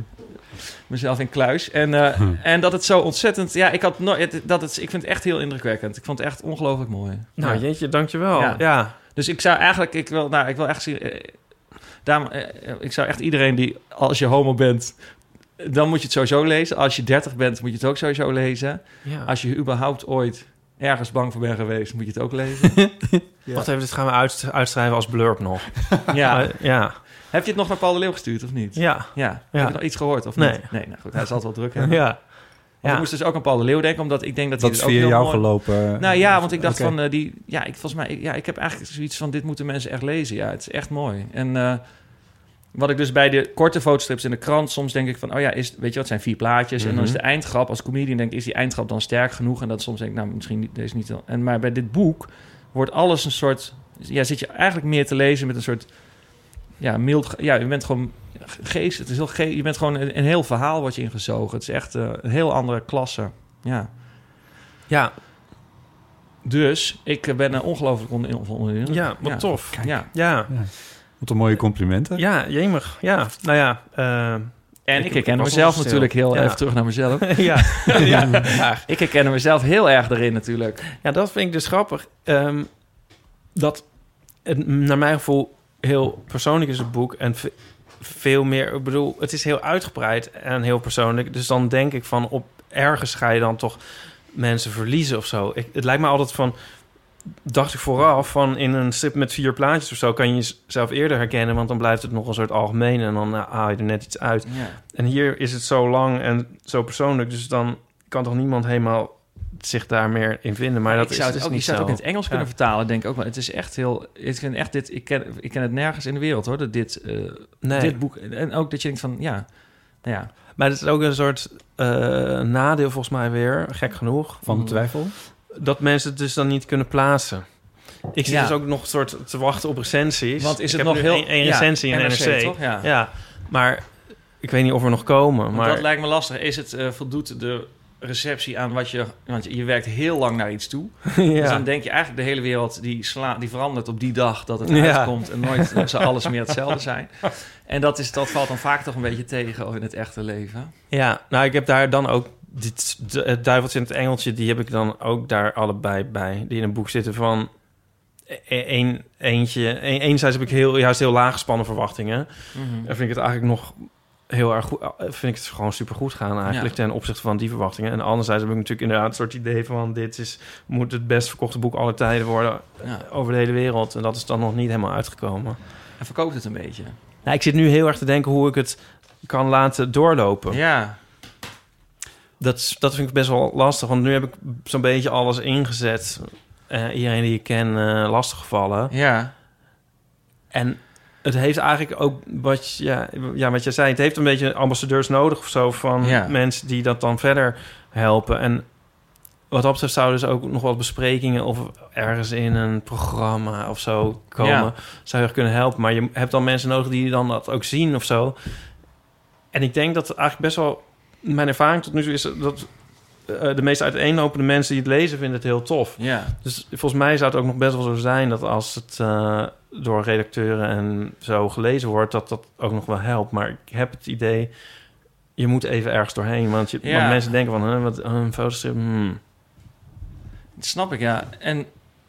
mezelf in kluis. En, uh, hm. en dat het zo ontzettend... Ja, ik had nooit... Dat het, ik vind het echt heel indrukwekkend. Ik vond het echt ongelooflijk mooi. Nou, ja. Jeetje, dankjewel. Ja. ja. Dus ik zou eigenlijk... Ik wil, nou, ik wil echt zien... Eh, daarom, eh, ik zou echt iedereen die... Als je homo bent... Dan moet je het sowieso lezen. Als je dertig bent, moet je het ook sowieso lezen. Ja. Als je überhaupt ooit ergens bang voor bent geweest... moet je het ook lezen. ja. Wacht even, dit gaan we uit, uitschrijven als blurb nog. ja. uh, ja. Heb je het nog naar Paul de Leeuw gestuurd, of niet? Ja. ja. ja. Heb je nog iets gehoord, of nee. niet? Nee, nou goed, hij zal het wel druk hebben. ja. Ja. Ik moest dus ook aan Paul de Leeuw denken, omdat ik denk dat, dat hij is het ook via jou mooi... gelopen. Nou ja, want ik dacht okay. van uh, die, ja, ik volgens mij, ja, ik heb eigenlijk zoiets van dit moeten mensen echt lezen. Ja, het is echt mooi. En uh, wat ik dus bij de korte fotostrips in de krant soms denk ik van, oh ja, is, weet je wat, het zijn vier plaatjes mm-hmm. en dan is de eindgrap als comedian denk ik, is die eindgrap dan sterk genoeg? En dat soms denk ik, nou misschien niet, deze niet. En maar bij dit boek wordt alles een soort, ja, zit je eigenlijk meer te lezen met een soort, ja, mild, ja, je bent gewoon geest, het is heel geest, je bent gewoon een, een heel verhaal wat je ingezogen. Het is echt uh, een heel andere klasse. Ja. Ja. Dus ik ben er ongelooflijk onder, onder in. Ja, wat ja. tof. Kijk. Ja. Ja. ja. Wat een mooie complimenten. Ja, jemig. Ja, nou ja. Uh, en ik, ik herken mezelf natuurlijk heel ja. even terug naar mezelf. ja. ja. ja. Ik herken mezelf heel erg erin natuurlijk. Ja, dat vind ik dus grappig. Um, dat het, naar mijn gevoel heel persoonlijk is het boek en v- veel meer. Ik bedoel, het is heel uitgebreid en heel persoonlijk. Dus dan denk ik van op ergens ga je dan toch mensen verliezen of zo. Ik, het lijkt me altijd van, dacht ik vooraf van in een strip met vier plaatjes of zo kan je jezelf eerder herkennen, want dan blijft het nog een soort algemeen en dan nou, haal je er net iets uit. Ja. En hier is het zo lang en zo persoonlijk, dus dan kan toch niemand helemaal zich daar meer in vinden. Maar ja, dat ik zou is het dus ook, niet ik zou het ook in zo. het Engels Ja. kunnen vertalen, denk ik ook wel. Het is echt heel... Ik vind echt dit... Ik ken, ik ken het nergens in de wereld, hoor. Dat dit, uh, nee. dit boek... En ook dat je denkt van, ja... Nou ja. Maar het is ook een soort uh, nadeel volgens mij weer, gek genoeg. Van de twijfel? Dat mensen het dus dan niet kunnen plaatsen. Ik zit ja. dus ook nog een soort te wachten op recensies. Want is ik het heb nog nu heel... één recensie ja, in N R C. N R C toch? Ja. ja, maar ik weet niet of er nog komen. Maar dat lijkt me lastig. Is het uh, voldoet de receptie aan wat je... Want je werkt heel lang naar iets toe. ja. Dus dan denk je eigenlijk de hele wereld die, sla, die verandert op die dag dat het ja. uitkomt. En nooit zal alles meer hetzelfde zijn. En dat, is, dat valt dan vaak toch een beetje tegen in het echte leven. Ja, nou ik heb daar dan ook... Dit, het duiveltje en het engeltje, die heb ik dan ook daar allebei bij. Die in een boek zitten van... Eén, eentje... Een, enerzijds heb ik heel, juist heel laag gespannen verwachtingen. Mm-hmm. En vind ik het eigenlijk nog... heel erg goed, vind ik het gewoon supergoed gaan eigenlijk ja. ten opzichte van die verwachtingen. En anderzijds heb ik natuurlijk inderdaad een soort idee van dit is moet het best verkochte boek aller tijden worden ja. over de hele wereld. En dat is dan nog niet helemaal uitgekomen. En verkoopt het een beetje? Nou, ik zit nu heel erg te denken hoe ik het kan laten doorlopen. Ja. Dat, dat vind ik best wel lastig, want nu heb ik zo'n beetje alles ingezet. Uh, iedereen die ik ken uh, lastiggevallen. Ja. En het heeft eigenlijk ook wat, ja, ja, wat jij zei. Het heeft een beetje ambassadeurs nodig of zo van ja. mensen die dat dan verder helpen. En wat dat betreft zouden dus ook nog wat besprekingen of ergens in een programma of zo komen. Ja. Zou je kunnen helpen. Maar je hebt dan mensen nodig die dan dat ook zien of zo. En ik denk dat eigenlijk best wel mijn ervaring tot nu toe is dat uh, de meest uiteenlopende mensen die het lezen vinden het heel tof. Ja. Dus volgens mij zou het ook nog best wel zo zijn dat als het uh, door redacteuren en zo gelezen wordt, dat dat ook nog wel helpt. Maar ik heb het idee, je moet even ergens doorheen. Want, je, ja. want mensen denken van, huh, wat, een fotostrip, hmm. Dat snap ik, ja. En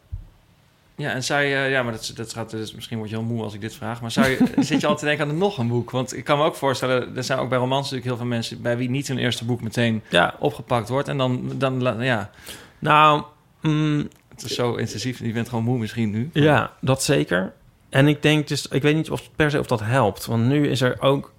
ja, en zou je, ja, maar dat, dat gaat, dus misschien word je heel moe als ik dit vraag, maar zou je, zit je al te denken aan nog een boek? Want ik kan me ook voorstellen, er zijn ook bij romans natuurlijk heel veel mensen bij wie niet hun eerste boek meteen ja. opgepakt wordt. En dan, dan ja. Nou, mm, het is zo intensief, je bent gewoon moe misschien nu. Ja, dat zeker. En ik denk dus, ik weet niet of per se of dat helpt. Want nu is er ook,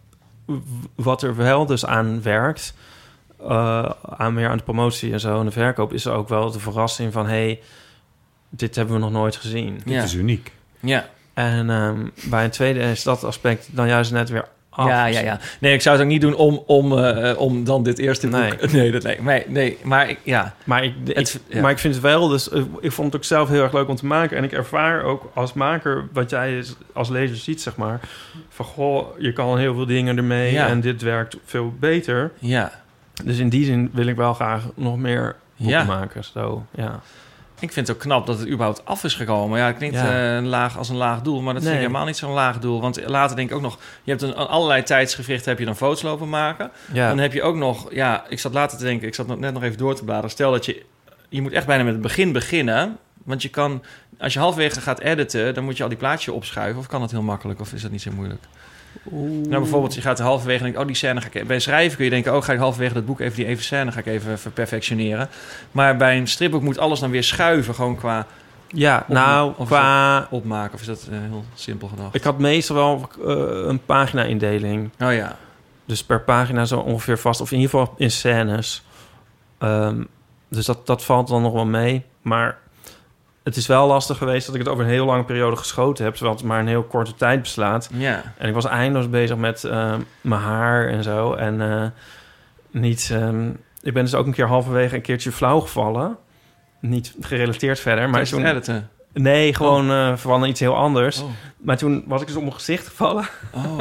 wat er wel dus aan werkt, uh, aan meer aan de promotie en zo en de verkoop, is er ook wel de verrassing van, hey, dit hebben we nog nooit gezien. Dit ja. is uniek. Ja. En um, bij een tweede is dat aspect dan juist net weer af. Ja, ja, ja. Nee, ik zou het ook niet doen om, om, uh, om dan dit eerste boek... Nee, nee, dat, nee, nee, nee maar ik, ja. Maar ik, het, ik, ja. maar ik vind het wel... Dus, uh, ik vond het ook zelf heel erg leuk om te maken. En ik ervaar ook als maker wat jij als lezer ziet, zeg maar. Van, goh, je kan heel veel dingen ermee ja. en dit werkt veel beter. Ja. Dus in die zin wil ik wel graag nog meer boeken ja. maken. Zo, ja. Ik vind het ook knap dat het überhaupt af is gekomen. Ja, het klinkt ja. uh, een laag als een laag doel, maar dat nee. vind ik helemaal niet zo'n laag doel. Want later denk ik ook nog, je hebt een allerlei tijdsgevrichten, heb je dan foto's lopen maken. Ja. Dan heb je ook nog, ja, ik zat later te denken, ik zat net nog even door te bladeren. Stel dat je, je moet echt bijna met het begin beginnen, want je kan, als je halverwege gaat editen, dan moet je al die plaatjes opschuiven. Of kan dat heel makkelijk, of is dat niet zo moeilijk? Oeh. Nou, bijvoorbeeld, je gaat er halverwege en denkt, oh, die scène ga ik... Bij schrijven kun je denken, oh, ga ik halverwege dat boek even die even scène ga ik even verperfectioneren. Maar bij een stripboek moet alles dan weer schuiven, gewoon qua... Ja, op, nou, of qua... opmaken, of is dat uh, heel simpel gedacht? Ik had meestal wel uh, een pagina-indeling. Oh ja. Dus per pagina zo ongeveer vast, of in ieder geval in scènes. Um, dus dat, dat valt dan nog wel mee. Maar het is wel lastig geweest dat ik het over een heel lange periode geschoten heb, terwijl het maar een heel korte tijd beslaat. Ja. En ik was eindeloos bezig met uh, mijn haar en zo. En uh, niet... Um, ik ben dus ook een keer halverwege een keertje flauw gevallen. Niet gerelateerd verder. Maar toen editen? Nee, gewoon oh. uh, van iets heel anders. Oh. Maar toen was ik dus op mijn gezicht gevallen. Oh.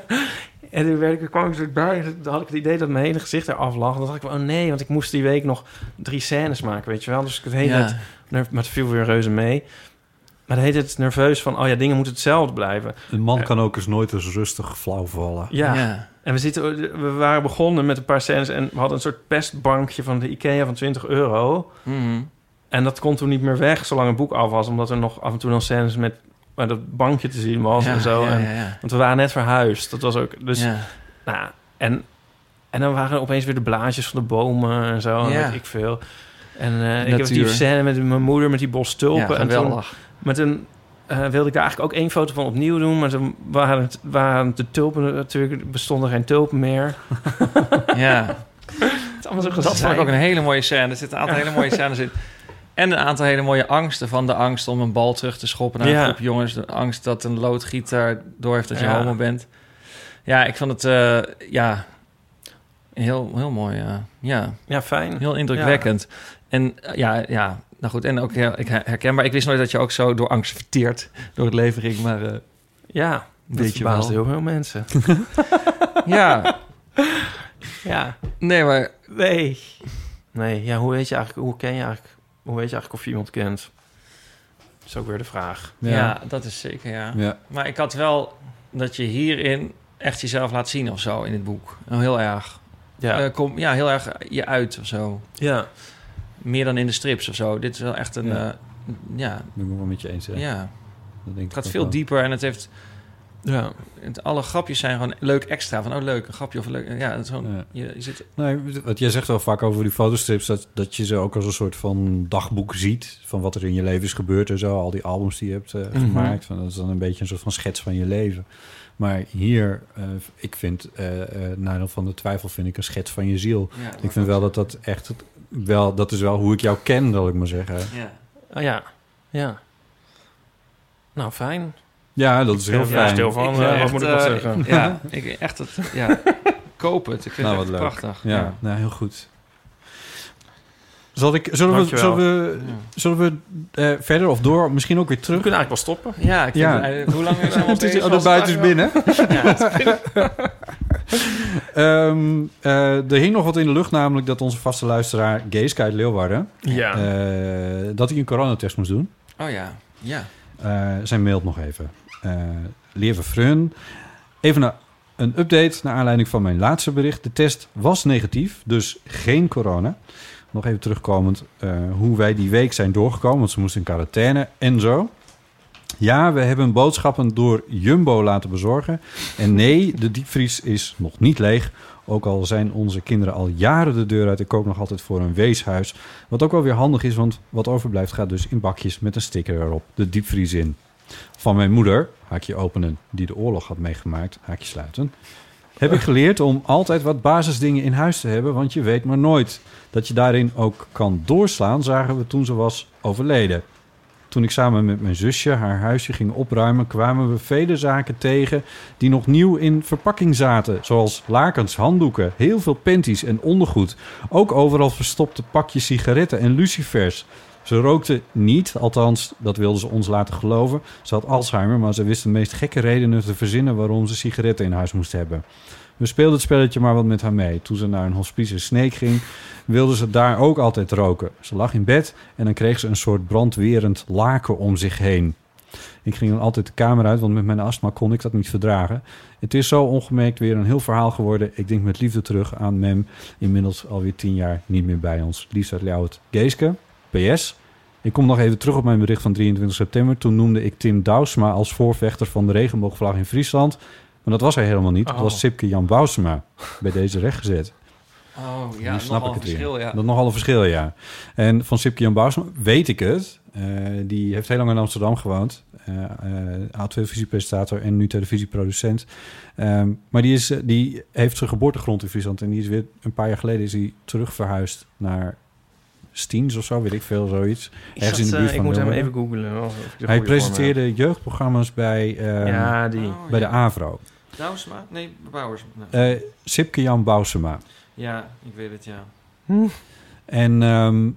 En toen werd ik, kwam ik zo bij. Dan had ik het idee dat mijn hele gezicht eraf lag. En dan dacht ik, oh nee, want ik moest die week nog drie scènes maken, weet je wel. Dus ik het hele ja. tijd, maar het viel weer reuze mee. Maar dan heet het nerveus van, oh ja, dingen moeten hetzelfde blijven. Een man uh, kan ook eens nooit eens rustig flauw vallen. Ja. ja. En we, zitten, we waren begonnen met een paar scènes en we hadden een soort pestbankje van de IKEA van twintig euro. Mm-hmm. En dat kon toen niet meer weg, zolang het boek af was. Omdat er nog af en toe nog scènes met waar dat bankje te zien was ja, en zo. Ja, en, ja, ja. Want we waren net verhuisd. Dat was ook... Dus, ja. nou, en, en dan waren er opeens weer de blaadjes van de bomen en zo. En ja. weet ik veel. En uh, ik heb die scène met mijn moeder met die bos tulpen. Ja, en toen, met een, uh, wilde ik daar eigenlijk ook één foto van opnieuw doen. Maar toen waren, het, waren de tulpen natuurlijk... bestonden geen tulpen meer. Ja. allemaal zo dat vond ik ook een hele mooie scène. Er zitten een aantal hele mooie scènes in. En een aantal hele mooie angsten. Van de angst om een bal terug te schoppen naar een ja. groep jongens. De angst dat een loodgieter door heeft dat je ja. homo bent. Ja, ik vond het uh, ja, heel, heel mooi. Uh, ja. ja, fijn. Heel indrukwekkend. Ja. En uh, ja, ja, nou goed. En ook heel ik herkenbaar. Ik wist nooit dat je ook zo door angst verteerd door het leven ging. Maar uh, ja, dat verbaasde heel veel mensen. ja. ja. Nee, maar... Nee. Nee, ja, hoe weet je eigenlijk... Hoe ken je eigenlijk... Hoe weet je eigenlijk of je iemand kent? Dat is ook weer de vraag. Ja, ja dat is zeker, ja. ja. Maar ik had wel dat je hierin echt jezelf laat zien of zo in het boek. Heel erg. Ja, uh, kom, ja heel erg je uit of zo. Ja. Meer dan in de strips of zo. Dit is wel echt een... Ja. Uh, ja. Dat ben ik wel met je eens, hè? Ja. Dat denk het gaat veel wel. dieper en het heeft... Ja. Het, alle grapjes zijn gewoon leuk extra. Van, oh leuk, een grapje of een leuk... Ja, het is gewoon... Ja. Je, je zit... Nee, wat jij zegt wel vaak over die fotostrips... Dat, dat je ze ook als een soort van dagboek ziet... van wat er in je leven is gebeurd en zo. Al die albums die je hebt uh, mm-hmm. gemaakt. Van, dat is dan een beetje een soort van schets van je leven. Maar hier, uh, ik vind... Uh, uh, Nadeel van de Twijfel vind ik een schets van je ziel. Ja, ik vind wel dat dat echt... Wel, dat is wel hoe ik jou ken, wil ik maar zeggen. Ja. Oh ja, ja. Nou, fijn. Ja, dat is heel ja, fijn. Stil van, uh, wat moet ik nog uh, zeggen? Ja, ik echt het... Ja, koop het. Ik vind nou, het echt prachtig. Ja, ja. Nou, heel goed. Zal ik, zullen, we, zullen we, ja. zullen we uh, verder of door? Misschien ook weer terug? We kunnen eigenlijk wel stoppen. Ja, ik ja. Vind, uh, hoe lang is het? Het is de buiten is binnen. Ja, um, uh, er hing nog wat in de lucht, namelijk dat onze vaste luisteraar Geeske uit Leeuwarden... Ja. Uh, dat hij een coronatest moest doen. Oh ja, ja. Uh, zijn mailt nog even. Uh, Lieve Frun, even naar een update naar aanleiding van mijn laatste bericht. De test was negatief, dus geen corona. Nog even terugkomend uh, hoe wij die week zijn doorgekomen, want ze moesten in quarantaine en zo. Ja, we hebben boodschappen door Jumbo laten bezorgen. En nee, de diepvries is nog niet leeg. Ook al zijn onze kinderen al jaren de deur uit. Ik koop nog altijd voor een weeshuis. Wat ook wel weer handig is, want wat overblijft gaat dus in bakjes met een sticker erop. De diepvries in. Van mijn moeder, haakje openen, die de oorlog had meegemaakt, haakje sluiten, heb ik geleerd om altijd wat basisdingen in huis te hebben, want je weet maar nooit. Dat je daarin ook kan doorslaan, zagen we toen ze was overleden. Toen ik samen met mijn zusje haar huisje ging opruimen, kwamen we vele zaken tegen die nog nieuw in verpakking zaten. Zoals lakens, handdoeken, heel veel panties en ondergoed. Ook overal verstopte pakjes sigaretten en lucifers. Ze rookte niet, althans, dat wilde ze ons laten geloven. Ze had Alzheimer, maar ze wist de meest gekke redenen te verzinnen waarom ze sigaretten in huis moest hebben. We speelden het spelletje maar wat met haar mee. Toen ze naar een hospice in Sneek ging, wilde ze daar ook altijd roken. Ze lag in bed en dan kreeg ze een soort brandwerend laken om zich heen. Ik ging dan altijd de kamer uit, want met mijn astma kon ik dat niet verdragen. Het is zo ongemerkt weer een heel verhaal geworden. Ik denk met liefde terug aan Mem, inmiddels alweer tien jaar niet meer bij ons. Liefst uit Ljouwert. Geeske, P S. Ik kom nog even terug op mijn bericht van drieëntwintig september. Toen noemde ik Tim Douwsma als voorvechter van de regenboogvlag in Friesland. Maar dat was hij helemaal niet. Oh. Dat was Sipke Jan Bousema. Bij deze rechtgezet. Oh ja, nogal een verschil, ja. Dat is nogal een verschil, ja. En van Sipke Jan Bousema weet ik het. Uh, die heeft heel lang in Amsterdam gewoond. Uh, uh, oud-televisiepresentator en nu televisieproducent. Um, maar die, is, die heeft zijn geboortegrond in Friesland. En die is weer een paar jaar geleden is hij terug verhuisd naar Stiens of zo, weet ik veel, zoiets. Ergens in de buurt uh, van ik moet Wilmer. hem even googlen. Hij presenteerde vorm, jeugdprogramma's bij, um, ja, die. Oh, bij ja. de AVRO. Douwsema? Nee, Bouwers. Nee. Uh, Sipke Jan Bousema. Ja, ik weet het, ja. Hm. En um,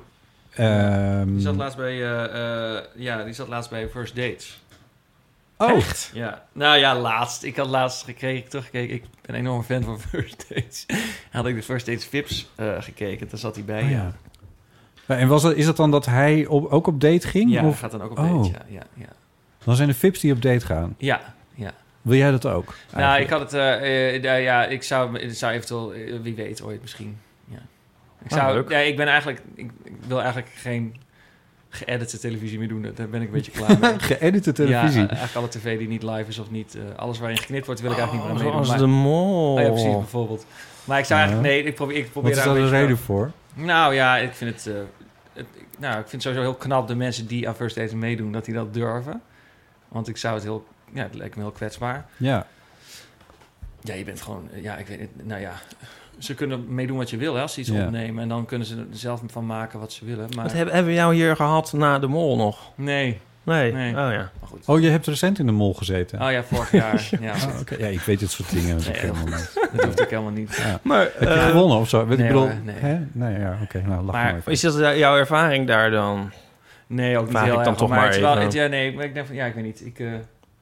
um, die zat laatst bij uh, uh, ja, die zat laatst bij First Dates. Oh, echt? Ja. Nou ja, laatst. Ik had laatst gekregen, teruggekeken. Ik ben een enorme fan van First Dates. had ik de First Dates V I Ps uh, gekeken. Daar zat hij bij. Oh, ja. ja. En was dat, is dat dan dat hij op, ook op date ging? Ja, of? hij gaat dan ook op date. Oh. Ja, ja, ja. Dan zijn de V I Ps die op date gaan. Ja, ja. Wil jij dat ook? Eigenlijk? Nou, ik had het... Uh, uh, ja, ik zou, ik zou eventueel... Uh, wie weet ooit misschien. Ja. Ik zou... Oh, ja, ik ben eigenlijk... Ik, ik wil eigenlijk geen geëdite televisie meer doen. Daar ben ik een beetje klaar mee. Geëdite televisie? Ja, eigenlijk alle tv die niet live is of niet... Uh, alles waarin geknipt wordt, wil ik eigenlijk oh, niet meer aan meedoen. Zoals de mol. Oh, ja, precies, bijvoorbeeld. Maar ik zou ja. eigenlijk... Nee, ik probeer, ik probeer Wat daar is daar de reden wel, voor? Nou ja, ik vind het... Uh, het nou, ik vind het sowieso heel knap de mensen die aan First Dates meedoen, dat die dat durven. Want ik zou het heel... Ja, het lijkt me heel kwetsbaar. Ja. Ja, je bent gewoon... Ja, ik weet het... Nou ja... ze kunnen meedoen wat je wil, hè, als ze iets ja. opnemen. En dan kunnen ze er zelf van maken wat ze willen. Maar... Wat hebben, hebben we jou hier gehad na de Mol nog? Nee. Nee? nee. Oh ja. Maar goed. Oh, je hebt recent in de Mol gezeten? Oh ja, vorig jaar. Ja, oh, okay. ja ik weet dit soort dingen natuurlijk nee, helemaal niet. Dat hoeft ook helemaal niet. Ja. Maar, heb je uh, gewonnen of zo? Nee, ik bedoel, nee. Hè? Nee, ja, oké. Okay, nou, lach maar, maar even. Is dat jouw ervaring daar dan? Nee, ook niet Vraag heel ik erg. dan toch maar, maar het wel, het, ja, nee, ik denk van, ja, ik weet niet. Ik... Uh...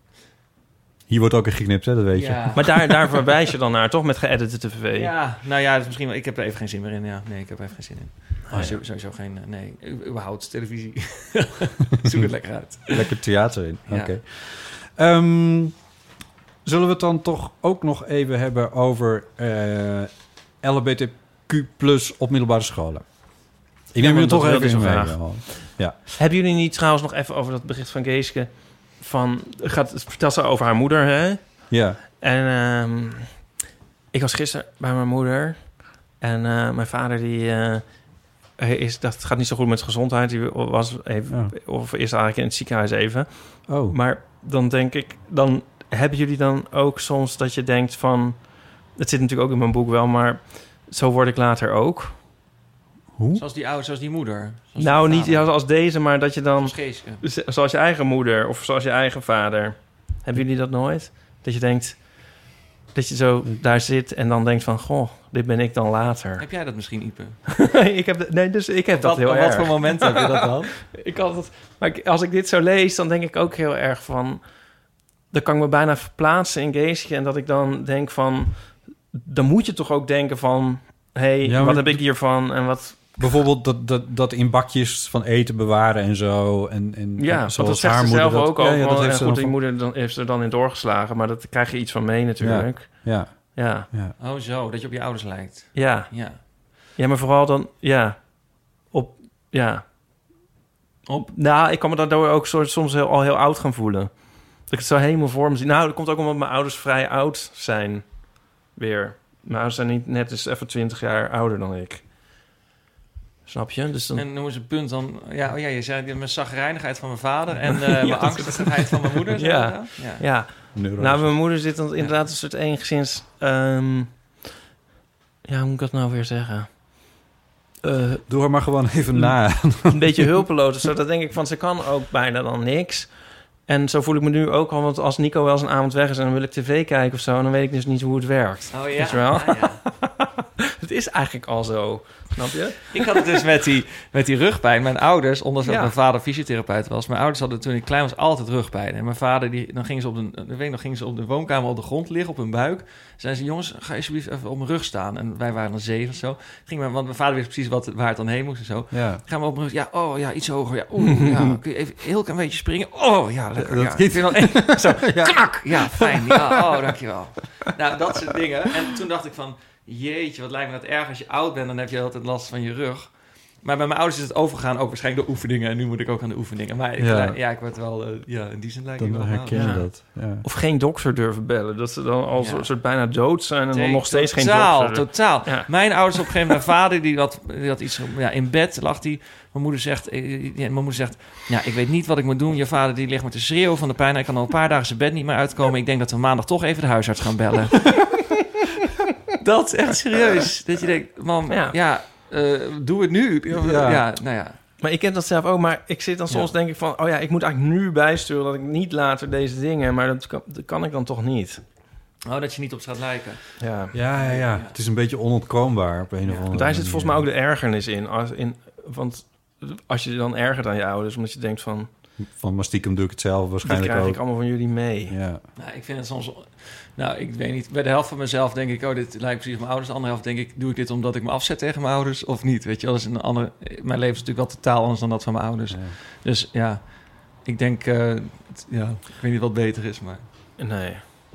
Hier wordt ook in geknipt, hè, dat weet ja. je. Maar daar, daar verwijs je dan naar, toch? Met geëdite tv? Ja, nou ja, dat is misschien wel... Ik heb er even geen zin meer in, ja. Nee, ik heb er even geen zin in. Oh, ja. Sowieso geen... Nee, überhaupt televisie. Zoek het lekker uit. Lekker theater in, ja. oké. Okay. Um, zullen we het dan toch ook nog even hebben over uh, L H B T Q plus op middelbare scholen? Ik neem ja, je toch even in mee. Ja. Hebben jullie niet trouwens nog even over dat bericht van Geeske... van gaat, vertelt ze over haar moeder, hè? Ja. En um, ik was gisteren bij mijn moeder... en uh, mijn vader die... Uh, is, dat gaat niet zo goed met gezondheid. Die was even, ja. of is eigenlijk in het ziekenhuis even. Oh. Maar dan denk ik... dan hebben jullie dan ook soms dat je denkt van... het zit natuurlijk ook in mijn boek wel... maar zo word ik later ook... Hoe? Zoals die oude, zoals die moeder. Zoals nou, niet als deze, maar dat je dan... Zoals, zoals je eigen moeder of zoals je eigen vader. Hebben jullie dat nooit? Dat je denkt... dat je zo daar zit en dan denkt van... goh, dit ben ik dan later. Heb jij dat misschien, Ipe? ik heb, nee, dus ik heb wat, dat heel op erg. Wat voor momenten heb je dat dan? ik had het, maar ik, als ik dit zo lees, dan denk ik ook heel erg van... dan kan ik me bijna verplaatsen in Geesje... en dat ik dan denk van... dan moet je toch ook denken van... hé, hey, ja, wat heb ik hiervan en wat... Bijvoorbeeld dat, dat, dat in bakjes van eten bewaren en zo. En, en ja, zoals dat zegt haar ze moeder zelf dat, ook al. Ja, ja, en heeft goed, die moeder dan, heeft er dan in doorgeslagen. Maar dat krijg je iets van mee natuurlijk. Ja. Ja. ja. ja. Oh zo, dat je op je ouders lijkt. Ja. Ja, ja maar vooral dan... Ja. Op... Ja. Op? Nou, ik kan me daardoor ook soort, soms heel, al heel oud gaan voelen. Dat ik het zo helemaal voor me zie. Nou, dat komt ook omdat mijn ouders vrij oud zijn. Weer. Mijn ouders zijn niet net eens even twintig jaar ouder dan ik. Snap je? Dus dan... En noemen ze punt dan... Ja, oh ja, je zei mijn zagrijnigheid van mijn vader... en uh, mijn ja, angstigheid van mijn moeder. Ja, ja. ja. Nou, mijn moeder zit dan inderdaad ja. een soort eenigszins... Um, ja, hoe moet ik dat nou weer zeggen? Uh, Doe haar maar gewoon even na. Een beetje hulpeloos. Zo, dat denk ik van, ze kan ook bijna dan niks. En zo voel ik me nu ook al, want als Nico wel eens een avond weg is... en dan wil ik tv kijken of zo... dan weet ik dus niet hoe het werkt. Oh ja? Weet je wel? Ah, ja. Het is eigenlijk al zo, snap je? Ik had het dus met die, met die rugpijn. Mijn ouders, ondanks dat ja. mijn vader fysiotherapeut was... mijn ouders hadden toen ik klein was altijd rugpijn. En mijn vader, die, dan gingen ze op de, de week nog gingen ze op de woonkamer op de grond liggen... op hun buik. Zeiden ze, jongens, ga alsjeblieft even op mijn rug staan. En wij waren dan zeven of zo. Ging maar, want mijn vader wist precies wat, waar het dan heen moest en zo. Ja. Gaan we op mijn rug. Ja, oh ja, iets hoger. Ja, oeh, ja. Kun je even heel klein beetje springen? Oh ja, lekker. Dat Ja. Ik vind dan één, zo, ja. Knak! Ja, fijn. Ja, oh, dankjewel. Nou, dat soort dingen. En toen dacht ik van... Jeetje, wat lijkt me dat erg als je oud bent... dan heb je altijd last van je rug. Maar bij mijn ouders is het overgegaan... ook waarschijnlijk de oefeningen... en nu moet ik ook aan de oefeningen. Maar ik, ja. ja, ik word wel... Uh, ja, in die zin lijkt dan ik wel... herken je ja. dat. Ja. Of geen dokter durven bellen. Dat ze dan al ja. soort bijna dood zijn... en Take, dan nog steeds totaal, geen dokter. Totaal, ja. Mijn ouders op een gegeven moment... mijn vader, die had, die had iets... Ja, in bed lag hij... Mijn moeder zegt... Ja, mijn moeder zegt... Ja, ik weet niet wat ik moet doen. Je vader die ligt maar te schreeuwen van de pijn. Hij kan al een paar dagen zijn bed niet meer uitkomen. Ik denk dat we maandag toch even de huisarts gaan bellen. Dat is echt serieus. Dat je denkt, mam, ja, ja uh, doe het nu. Ja. ja, nou ja. Maar ik ken dat zelf ook, maar ik zit dan soms ja. denk ik van... oh ja, ik moet eigenlijk nu bijsturen dat ik niet later deze dingen... maar dat kan, dat kan ik dan toch niet. Oh, dat je niet op gaat lijken. Ja. Ja, ja, ja. Het is een beetje onontkoombaar op een ja. of andere manier. Daar zit volgens mij ook de ergernis in. Als, in want als je dan ergert aan je ouders, omdat je denkt van... Van maar stiekem doe ik het zelf waarschijnlijk ook. Dat krijg ik allemaal van jullie mee. Ja. Nou, ik vind het soms... Nou, ik weet niet. Bij de helft van mezelf denk ik... oh, dit lijkt precies op mijn ouders. De andere helft denk ik... doe ik dit omdat ik me afzet tegen mijn ouders of niet? Weet je wel, dat is een andere... Mijn leven is natuurlijk wel totaal anders dan dat van mijn ouders. Ja. Dus ja, ik denk... Uh, het, ja, ik weet niet wat beter is, maar... Nee.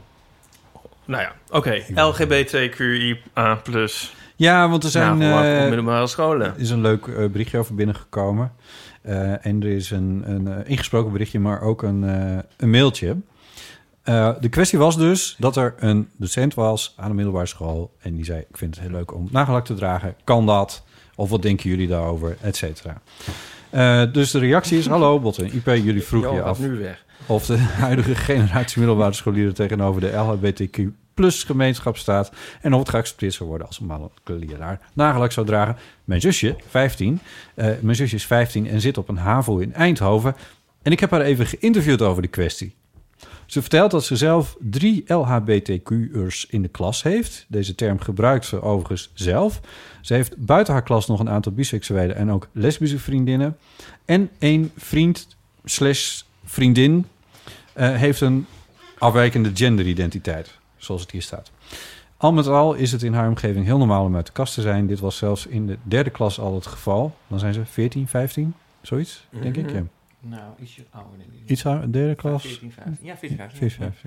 Nou ja, oké. Okay. L G B T Q I A plus. Ja, want er zijn... Ja, uh, middelbare scholen. Er is een leuk uh, berichtje over binnengekomen. Uh, en er is een, een uh, ingesproken berichtje, maar ook een, uh, een mailtje. Uh, de kwestie was dus dat er een docent was aan de middelbare school... en die zei, ik vind het heel leuk om nagelak te dragen. Kan dat? Of wat denken jullie daarover? Et cetera. Uh, dus de reactie is... Hallo, Botte en Ipe, jullie vroegen je af... nu weg. of de huidige generatie middelbare scholieren... tegenover de L H B T Q plus gemeenschap staat en of het geaccepteerd zou worden als een mannelijke leraar nagelak zou dragen. Mijn zusje, vijftien, uh, mijn zusje is vijftien en zit op een HAVO in Eindhoven en ik heb haar even geïnterviewd over de kwestie. Ze vertelt dat ze zelf drie L H B T Q'ers in de klas heeft. Deze term gebruikt ze overigens zelf. Ze heeft buiten haar klas nog een aantal biseksuele en ook lesbische vriendinnen. En één vriend slash vriendin uh, heeft een afwijkende genderidentiteit, zoals het hier staat. Al met al is het in haar omgeving heel normaal om uit de kast te zijn. Dit was zelfs in de derde klas al het geval. Dan zijn ze veertien, vijftien, zoiets, mm-hmm. denk ik. Ja. Nou, ietsje ouder. Iets ouder, derde klas? veertien, vijftien. Ja, veertien, vijftien. veertien, vijftien.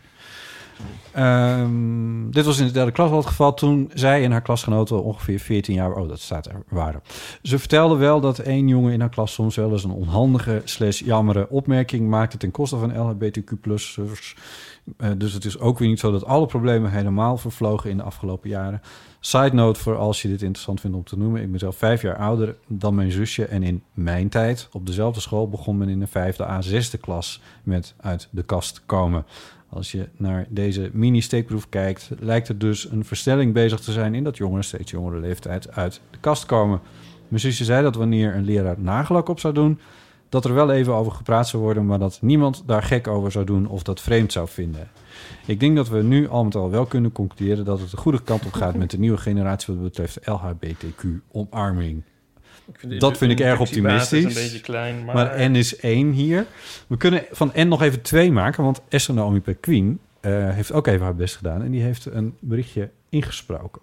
Um, dit was in de derde klas al het geval toen zij en haar klasgenoten ongeveer veertien jaar... Oh, dat staat er, waren. Ze vertelde wel dat één jongen in haar klas soms wel eens een onhandige slash jammere opmerking maakte ten koste van L H B T Q plus-ers. Uh, dus het is ook weer niet zo dat alle problemen helemaal vervlogen in de afgelopen jaren. Side note voor als je dit interessant vindt om te noemen. Ik ben zelf vijf jaar ouder dan mijn zusje. En in mijn tijd op dezelfde school begon men in de vijfde à zesde klas met uit de kast komen. Als je naar deze mini-steekproef kijkt, lijkt er dus een versnelling bezig te zijn in dat jongeren steeds jongere leeftijd uit de kast komen. Mijn zusje zei dat wanneer een leraar nagelak op zou doen, dat er wel even over gepraat zou worden, maar dat niemand daar gek over zou doen of dat vreemd zou vinden. Ik denk dat we nu al met al wel kunnen concluderen dat het de goede kant op gaat met de nieuwe generatie wat betreft L H B T Q-omarming. Vind dat vind ik erg optimistisch. Een beetje klein, maar... maar N is één hier. We kunnen van N nog even twee maken, want Esther Naomi Perquin uh, heeft ook even haar best gedaan en die heeft een berichtje ingesproken.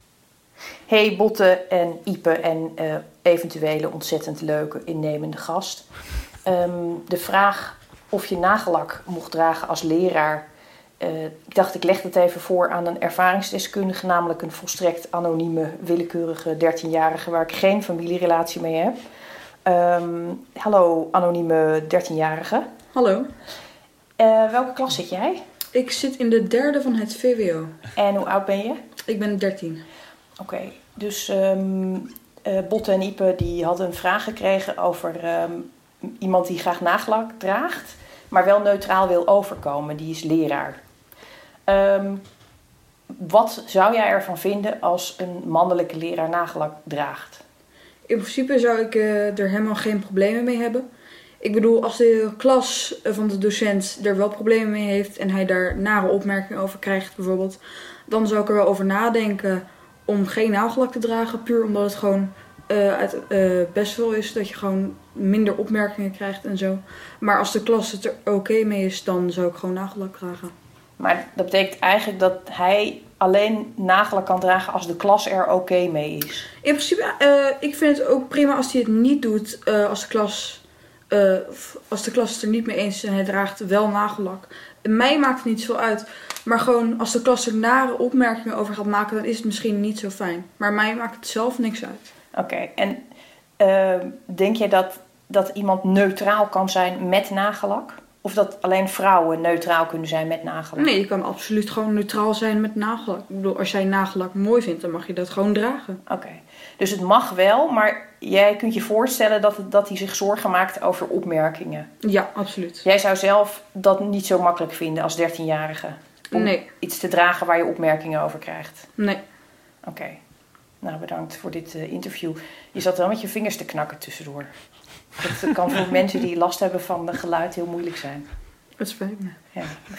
Hey Botte en Ipe en uh, eventuele ontzettend leuke innemende gast. Um, de vraag of je nagellak mocht dragen als leraar. Uh, ik dacht, ik leg het even voor aan een ervaringsdeskundige, namelijk een volstrekt anonieme, willekeurige dertienjarige waar ik geen familierelatie mee heb. Um, hallo, anonieme dertienjarige. Hallo. Uh, welke klas zit jij? Ik zit in de derde van het V W O. En hoe oud ben je? Ik ben dertien. Oké, okay, dus um, uh, Botte en Ipe die hadden een vraag gekregen over um, iemand die graag nagellak draagt, maar wel neutraal wil overkomen. Die is leraar. Um, wat zou jij ervan vinden als een mannelijke leraar nagellak draagt? In principe zou ik uh, er helemaal geen problemen mee hebben. Ik bedoel, als de klas van de docent er wel problemen mee heeft en hij daar nare opmerkingen over krijgt bijvoorbeeld, dan zou ik er wel over nadenken om geen nagellak te dragen, puur omdat het gewoon uh, het, uh, best wel is dat je gewoon minder opmerkingen krijgt en zo. Maar als de klas het er oké okay mee is, dan zou ik gewoon nagellak dragen. Maar dat betekent eigenlijk dat hij alleen nagellak kan dragen als de klas er oké okay mee is? In principe, uh, ik vind het ook prima als hij het niet doet uh, als de klas... Uh, als de klas het er niet mee eens is en hij draagt wel nagellak. Mij maakt het niet zo uit. Maar gewoon als de klas er nare opmerkingen over gaat maken, dan is het misschien niet zo fijn. Maar mij maakt het zelf niks uit. Oké, okay. En uh, denk jij dat, dat iemand neutraal kan zijn met nagellak? Of dat alleen vrouwen neutraal kunnen zijn met nagellak? Nee, je kan absoluut gewoon neutraal zijn met nagellak. Ik bedoel, als jij nagellak mooi vindt, dan mag je dat gewoon dragen. Oké, okay. Dus het mag wel, maar jij kunt je voorstellen dat, het, dat hij zich zorgen maakt over opmerkingen? Ja, absoluut. Jij zou zelf dat niet zo makkelijk vinden als dertienjarige? Om nee. Iets te dragen waar je opmerkingen over krijgt? Nee. Oké. Okay. Nou, bedankt voor dit uh, interview. Je zat wel met je vingers te knakken tussendoor. Dat kan voor mensen die last hebben van het geluid heel moeilijk zijn. Het spijt me. Ja,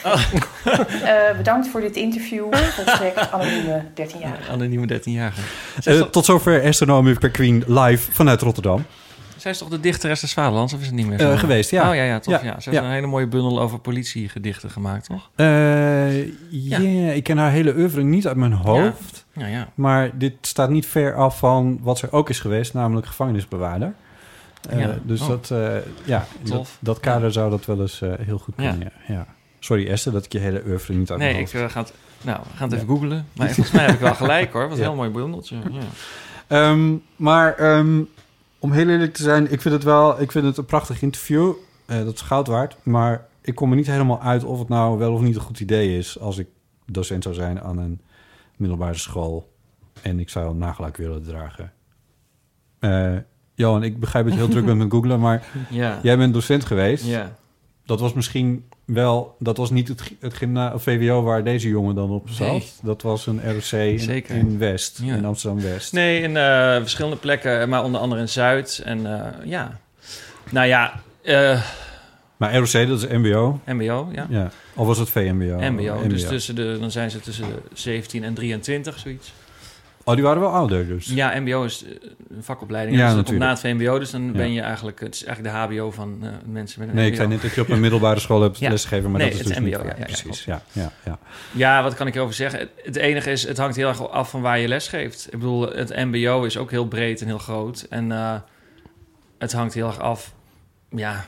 uh, bedankt voor dit interview. Volstrekt anonieme dertienjarige. Anonieme dertienjarige. Uh, tot zover Esther Naomi Perquin live vanuit Rotterdam. Zij is toch de dichteres des Vaderlands, of is het niet meer zo? Uh, geweest, ja. Oh ja, ja, toch. Ja. Ja. Ze heeft ja. een hele mooie bundel over politiegedichten gemaakt, toch? Uh, ja. yeah, ik ken haar hele oeuvre niet uit mijn hoofd. Ja. Ja, ja. Maar dit staat niet ver af van wat ze ook is geweest, namelijk gevangenisbewaarder. Uh, ja. Dus oh. dat, uh, ja, dat, dat kader zou dat wel eens uh, heel goed kunnen. Ja. Ja. Ja. Sorry Esther, dat ik je hele oeuvre niet uit nee, mijn hoofd... Nee, ik uh, ga het, nou, we gaan het even ja. googlen. Maar volgens mij heb ik wel gelijk hoor. Wat een ja. heel mooi bundeltje. Ja. Um, maar um, om heel eerlijk te zijn, ik vind het wel ik vind het een prachtig interview. Uh, dat is goud waard. Maar ik kom er niet helemaal uit of het nou wel of niet een goed idee is als ik docent zou zijn aan een middelbare school en ik zou een nagellak willen dragen. Uh, Johan, ik begrijp dat je heel druk bent met googlen, maar ja. jij bent docent geweest. Ja. dat was misschien wel... Dat was niet het, het gymna- V W O waar deze jongen dan op zat. Nee. Dat was een R O C in, in West, ja. in Amsterdam-West. Nee, in uh, verschillende plekken, maar onder andere in Zuid. En uh, ja, nou ja... Uh, maar R O C, dat is M B O? M B O, ja. ja. Of was het V M B O? M B O, dus tussen de, dan zijn ze tussen de zeventien en drieëntwintig, zoiets. Oh, die waren wel ouder dus? Ja, M B O is een vakopleiding. Ja, dus dat komt na het V M B O, dus dan ja. ben je eigenlijk... Het is eigenlijk de H B O van uh, mensen met een Nee, M B O. Ik zei net dat je op een middelbare school hebt ja. lesgegeven, maar nee, dat is het dus M B O, niet ja, ja, precies. Ja, ja, ja, ja. ja, wat kan ik erover zeggen? Het, het enige is, het hangt heel erg af van waar je les geeft. Ik bedoel, het M B O is ook heel breed en heel groot. En uh, het hangt heel erg af... Ja,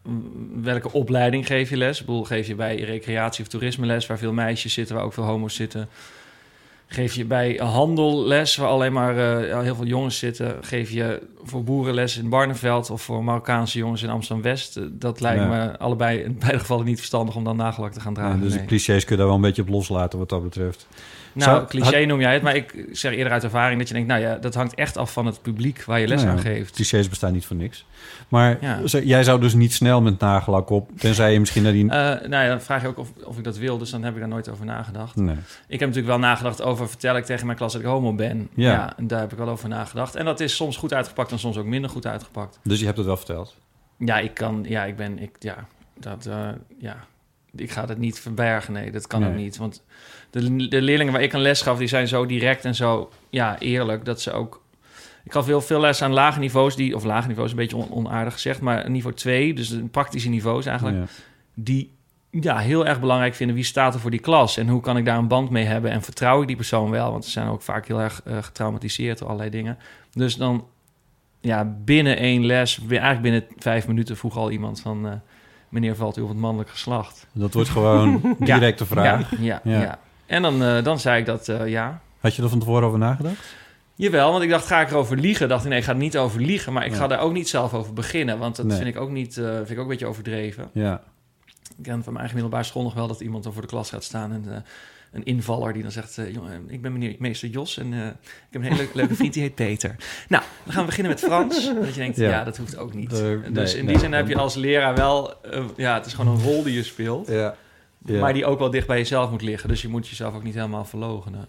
welke opleiding geef je les? Ik bedoel, geef je bij recreatie of toerisme les... waar veel meisjes zitten, waar ook veel homo's zitten... Geef je bij handel les, waar alleen maar uh, heel veel jongens zitten... geef je voor boerenles in Barneveld... of voor Marokkaanse jongens in Amsterdam-West. Uh, dat lijkt ja. me allebei in beide gevallen niet verstandig... om dan nagelak te gaan dragen. Ja, dus nee. de clichés kun je daar wel een beetje op loslaten wat dat betreft. Nou, Zou, cliché had... noem jij het, maar ik zeg eerder uit ervaring... dat je denkt, nou ja, dat hangt echt af van het publiek... waar je les nou ja, aan geeft. Clichés bestaan niet voor niks. Maar ja. jij zou dus niet snel met nagellak op... tenzij je misschien naar die... Uh, nou ja, dan vraag je ook of, of ik dat wil... dus dan heb ik daar nooit over nagedacht. Nee. Ik heb natuurlijk wel nagedacht over... vertel ik tegen mijn klas dat ik homo ben. Ja. ja, en daar heb ik wel over nagedacht. En dat is soms goed uitgepakt en soms ook minder goed uitgepakt. Dus je hebt het wel verteld? Ja, ik kan... Ja, ik ben... Ik, ja, dat... Uh, ja... Ik ga dat niet verbergen, nee, dat kan nee. ook niet. Want de, de leerlingen waar ik aan les gaf... die zijn zo direct en zo ja, eerlijk... dat ze ook... Ik gaf heel veel les aan lage niveaus... die of lage niveaus, een beetje on, onaardig gezegd... maar niveau twee, dus de praktische niveaus eigenlijk... Ja. die ja, heel erg belangrijk vinden... wie staat er voor die klas... en hoe kan ik daar een band mee hebben... en vertrouw ik die persoon wel... want ze zijn ook vaak heel erg uh, getraumatiseerd... door allerlei dingen. Dus dan, ja, binnen één les... eigenlijk binnen vijf minuten vroeg al iemand van... Uh, meneer, valt u op het mannelijk geslacht? Dat wordt gewoon direct de vraag. Ja, ja, ja. ja. En dan, uh, dan zei ik dat, uh, ja. Had je er van tevoren over nagedacht? Jawel, want ik dacht, ga ik erover liegen? Dacht ik, nee, ik ga er niet over liegen. Maar ik ja. ga daar ook niet zelf over beginnen. Want dat nee. vind ik ook niet, uh, vind ik ook een beetje overdreven. Ja. Ik ken van mijn eigen middelbare school nog wel... dat iemand dan voor de klas gaat staan... en uh, een invaller die dan zegt... Uh, jongen, ik ben meneer meester Jos en uh, ik heb een hele leuke, leuke vriend... die heet Peter. Nou, dan gaan we beginnen met Frans. Dat je denkt, ja, ja dat hoeft ook niet. De, nee, dus in die nee, zin heb je als leraar wel... Uh, ja, het is gewoon een rol die je speelt... Ja. Ja. maar die ook wel dicht bij jezelf moet liggen. Dus je moet jezelf ook niet helemaal verloochenen.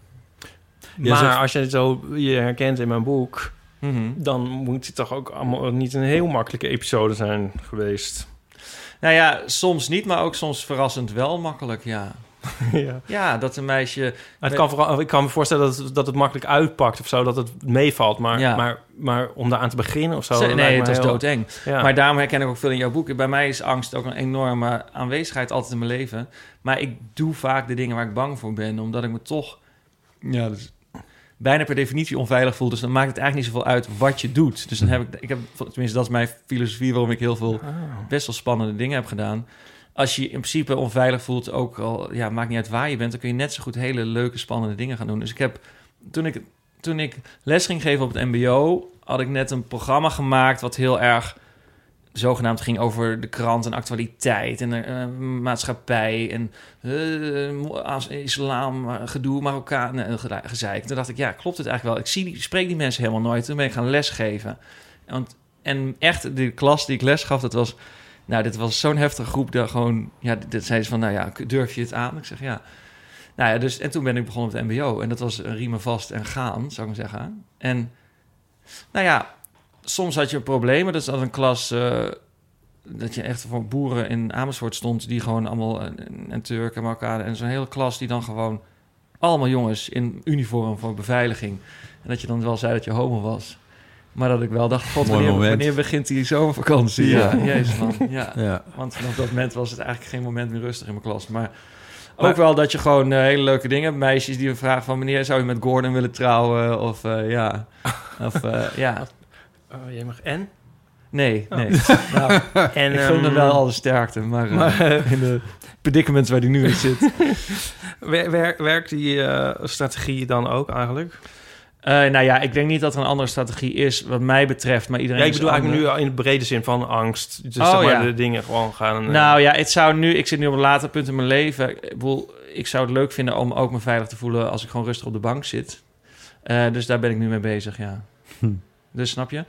Maar zegt... als je het zo je herkent in mijn boek... Mm-hmm. dan moet het toch ook allemaal niet een heel makkelijke episode zijn geweest. Nou ja, soms niet, maar ook soms verrassend wel makkelijk, ja. ja. ja, dat een meisje... Het kan vooral, ik kan me voorstellen dat het, dat het makkelijk uitpakt of zo, dat het meevalt. Maar, ja. maar, maar om daaraan te beginnen of zo... zo nee, het was heel... doodeng. Ja. Maar daarom herken ik ook veel in jouw boek. Bij mij is angst ook een enorme aanwezigheid altijd in mijn leven. Maar ik doe vaak de dingen waar ik bang voor ben, omdat ik me toch... Ja, dus bijna per definitie onveilig voel. Dus dan maakt het eigenlijk niet zoveel uit wat je doet. Dus dan heb ik... ik heb, tenminste, dat is mijn filosofie waarom ik heel veel best wel spannende dingen heb gedaan. Als je in principe onveilig voelt, ook al... Ja, maakt niet uit waar je bent, dan kun je net zo goed hele leuke, spannende dingen gaan doen. Dus ik heb... Toen ik, toen ik les ging geven op het M B O... had ik net een programma gemaakt wat heel erg... zogenaamd ging over de krant en actualiteit en de uh, maatschappij en uh, islam, gedoe, Marokkaan, uh, gezeik. Toen dacht ik, ja, klopt het eigenlijk wel? Ik zie die, spreek die mensen helemaal nooit. Toen ben ik gaan lesgeven. Want, en echt, de klas die ik les gaf, dat was... Nou, dit was zo'n heftige groep, dat gewoon... Ja, dit zei ze van, nou ja, durf je het aan? Ik zeg, ja. Nou ja, dus... En toen ben ik begonnen met het M B O. En dat was riemen vast en gaan, zou ik maar zeggen. En, nou ja... Soms had je problemen. Dus als een klas... Uh, dat je echt voor boeren in Amersfoort stond... die gewoon allemaal... Uh, en Turken en Marokkanen... en zo'n hele klas die dan gewoon... allemaal jongens in uniform voor beveiliging. En dat je dan wel zei dat je homo was. Maar dat ik wel dacht... God, wanneer, wanneer begint die zomervakantie? Ja, ja jezus man. Ja. Ja. Want vanaf dat moment was het eigenlijk geen moment meer rustig in mijn klas. Maar... Ook maar, wel dat je gewoon uh, hele leuke dingen hebt. Meisjes die vragen van... meneer, zou je met Gordon willen trouwen? Of uh, ja... Of uh, ja... Oh, jij mag en? Nee, nee. Oh. Nou, en, ik gun um, hem wel al de sterkte, maar, uh, maar in de predicaments waar hij nu in zit. Wer, werkt die uh, strategie dan ook eigenlijk? Uh, nou ja, ik denk niet dat er een andere strategie is wat mij betreft, maar iedereen... Ja, ik bedoel eigenlijk nu in de brede zin van angst. Dus oh, zeg maar ja. de dingen gewoon gaan... Uh... Nou ja, het zou nu... Ik zit nu op een later punt in mijn leven. Ik bedoel, ik zou het leuk vinden om ook me veilig te voelen als ik gewoon rustig op de bank zit. Uh, dus daar ben ik nu mee bezig, ja. Hm. Dus snap je?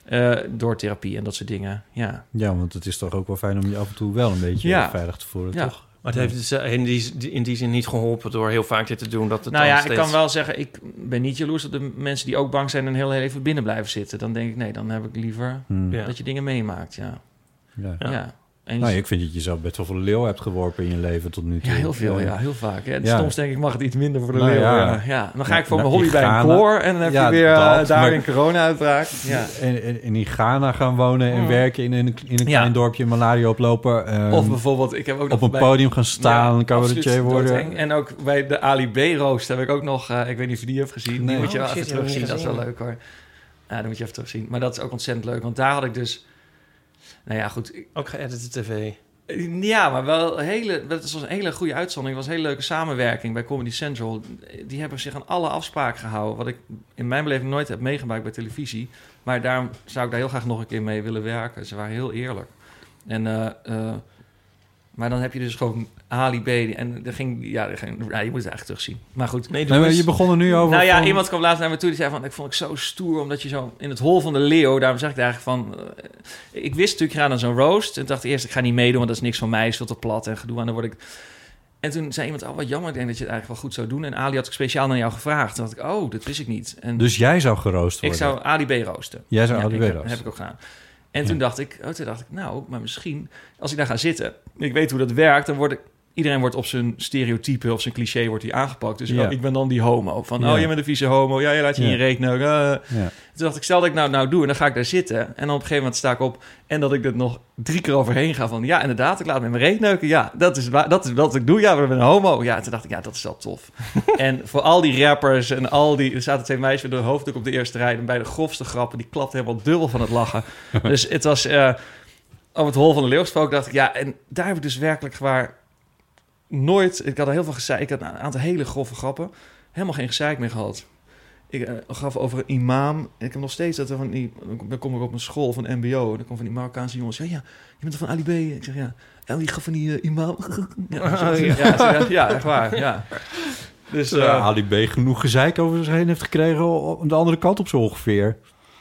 Uh, door therapie en dat soort dingen, ja. Ja, want het is toch ook wel fijn om je af en toe wel een beetje ja. veilig te voelen, ja. toch? Maar het heeft dus in die, in die zin niet geholpen door heel vaak dit te doen. Dat het nou ja, steeds... ik kan wel zeggen, ik ben niet jaloers op de mensen die ook bang zijn en heel even binnen blijven zitten. Dan denk ik, nee, dan heb ik liever hmm. ja. dat je dingen meemaakt, ja. Ja. ja. ja. En nou, ik vind dat je zelf best wel voor de leeuw hebt geworpen in je leven tot nu toe. Ja, heel veel, ja, heel vaak. Ja. Ja. Soms denk ik, mag het iets minder voor de nou, leeuw. Ja. Ja. Ja. Dan ga ja, ik voor nou, mijn hobby bij een koor en dan heb ja, je weer uh, dat, daar maar... een corona-uitbraak. Ja. En, en, en in Ghana gaan wonen en oh. werken in een, in een klein ja. dorpje, malaria oplopen. Um, of bijvoorbeeld, ik heb ook nog op een bij... podium gaan staan, ja, cabaretier worden. En ook bij de Ali B-roost heb ik ook nog, uh, ik weet niet of je die hebt gezien. Nee. Die moet je wel oh, even terugzien, dat is wel leuk hoor. Ja, dan moet je even terugzien. Maar dat is ook ontzettend leuk, want daar had ik dus... Nou ja, goed. Ik... Ook geëdite tv. Ja, maar wel een hele... Dat was een hele goede uitzondering. Het was een hele leuke samenwerking bij Comedy Central. Die hebben zich aan alle afspraken gehouden. Wat ik in mijn beleving nooit heb meegemaakt bij televisie. Maar daarom zou ik daar heel graag nog een keer mee willen werken. Ze waren heel eerlijk. En... Uh, uh, maar dan heb je dus gewoon Ali B. En er ging, ja, er ging, ja, je moet het eigenlijk terugzien. Maar goed. Nee, nee, maar je begon er nu over. Nou ja, van... iemand kwam laatst naar me toe. Die zei van, ik vond ik zo stoer. Omdat je zo in het hol van de leeuw. Daarom zeg ik eigenlijk van... Uh, ik wist natuurlijk, ik ga naar zo'n roast. En dacht eerst, ik ga niet meedoen. Want dat is niks van mij. Is veel te plat en gedoe. En dan word ik... En toen zei iemand, oh wat jammer. Ik denk dat je het eigenlijk wel goed zou doen. En Ali had ik speciaal naar jou gevraagd. Toen dacht ik, oh, dat wist ik niet. En dus jij zou geroost worden? Ik zou Ali B roosten. Jij zou ja, Ali B roosten? Dat heb ik ook gedaan. En ja. toen dacht ik, oh, toen dacht ik, nou, maar misschien als ik daar ga zitten, ik weet hoe dat werkt, dan word ik, iedereen wordt op zijn stereotype of zijn cliché wordt die aangepakt. Dus ja. oh, ik ben dan die homo van, ja. oh, je bent een vieze homo, ja, je laat je ja. in je reet neuken. Uh. Ja. Toen dacht ik, stel dat ik nou nou doe en dan ga ik daar zitten en dan op een gegeven moment sta ik op en dat ik er nog drie keer overheen ga van, ja, inderdaad, ik laat me in mijn reet neuken. Ja, dat is dat is wat ik doe. Ja, we ben een homo. Ja, toen dacht ik, ja, dat is wel tof. En voor al die rappers en al die, er zaten twee meisjes met een hoofddoek op de eerste rij en bij de grofste grappen, die klapte helemaal dubbel van het lachen. Dus het was uh, op het hol van de leeuw gesproken, dacht ik, ja, en daar heb ik dus werkelijk waar nooit, ik had er heel veel gezeik, ik had een aantal hele grove grappen, helemaal geen gezeik meer gehad. Ik uh, gaf over een imam. Ik heb nog steeds dat er van die... Dan kom ik op een school van M B O. En dan komen van die Marokkaanse jongens. Ja, ja, je bent toch van Ali B? Ik zeg, ja. En die gaf van die uh, imam. Ja, zo, ja, ja, ja, echt waar, ja. Dus uh, uh, Ali B genoeg gezeik over zich heen heeft gekregen op de andere kant op zo ongeveer.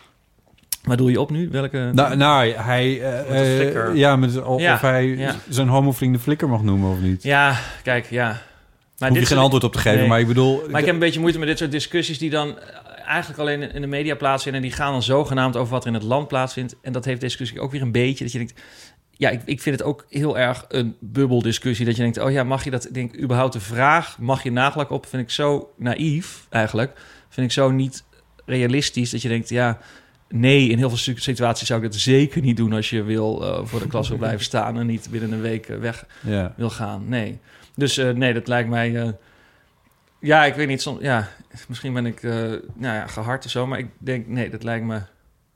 Waar doe je op nu? Welke? Nou, nou hij... Uh, uh, ja, met, of, ja, of hij ja. zijn homovrienden flikker mag noemen of niet. Ja, kijk, ja. Maar hoef je geen antwoord op te geven, nee. maar ik bedoel... Maar ik heb een beetje moeite met dit soort discussies die dan eigenlijk alleen in de media plaatsvinden. En die gaan dan zogenaamd over wat er in het land plaatsvindt. En dat heeft discussie ook weer een beetje. Dat je denkt, ja, ik, ik vind het ook heel erg een bubbeldiscussie. Dat je denkt, oh ja, mag je dat... Ik denk, überhaupt de vraag, mag je nagelak op? Vind ik zo naïef eigenlijk. Vind ik zo niet realistisch dat je denkt, ja... Nee, in heel veel situaties zou ik dat zeker niet doen als je wil uh, voor de klas wil blijven staan en niet binnen een week uh, weg ja. wil gaan. Nee. Dus uh, nee, dat lijkt mij... Uh, ja, ik weet niet, soms, ja, misschien ben ik uh, nou ja, gehard of zo, maar ik denk, nee, dat lijkt me...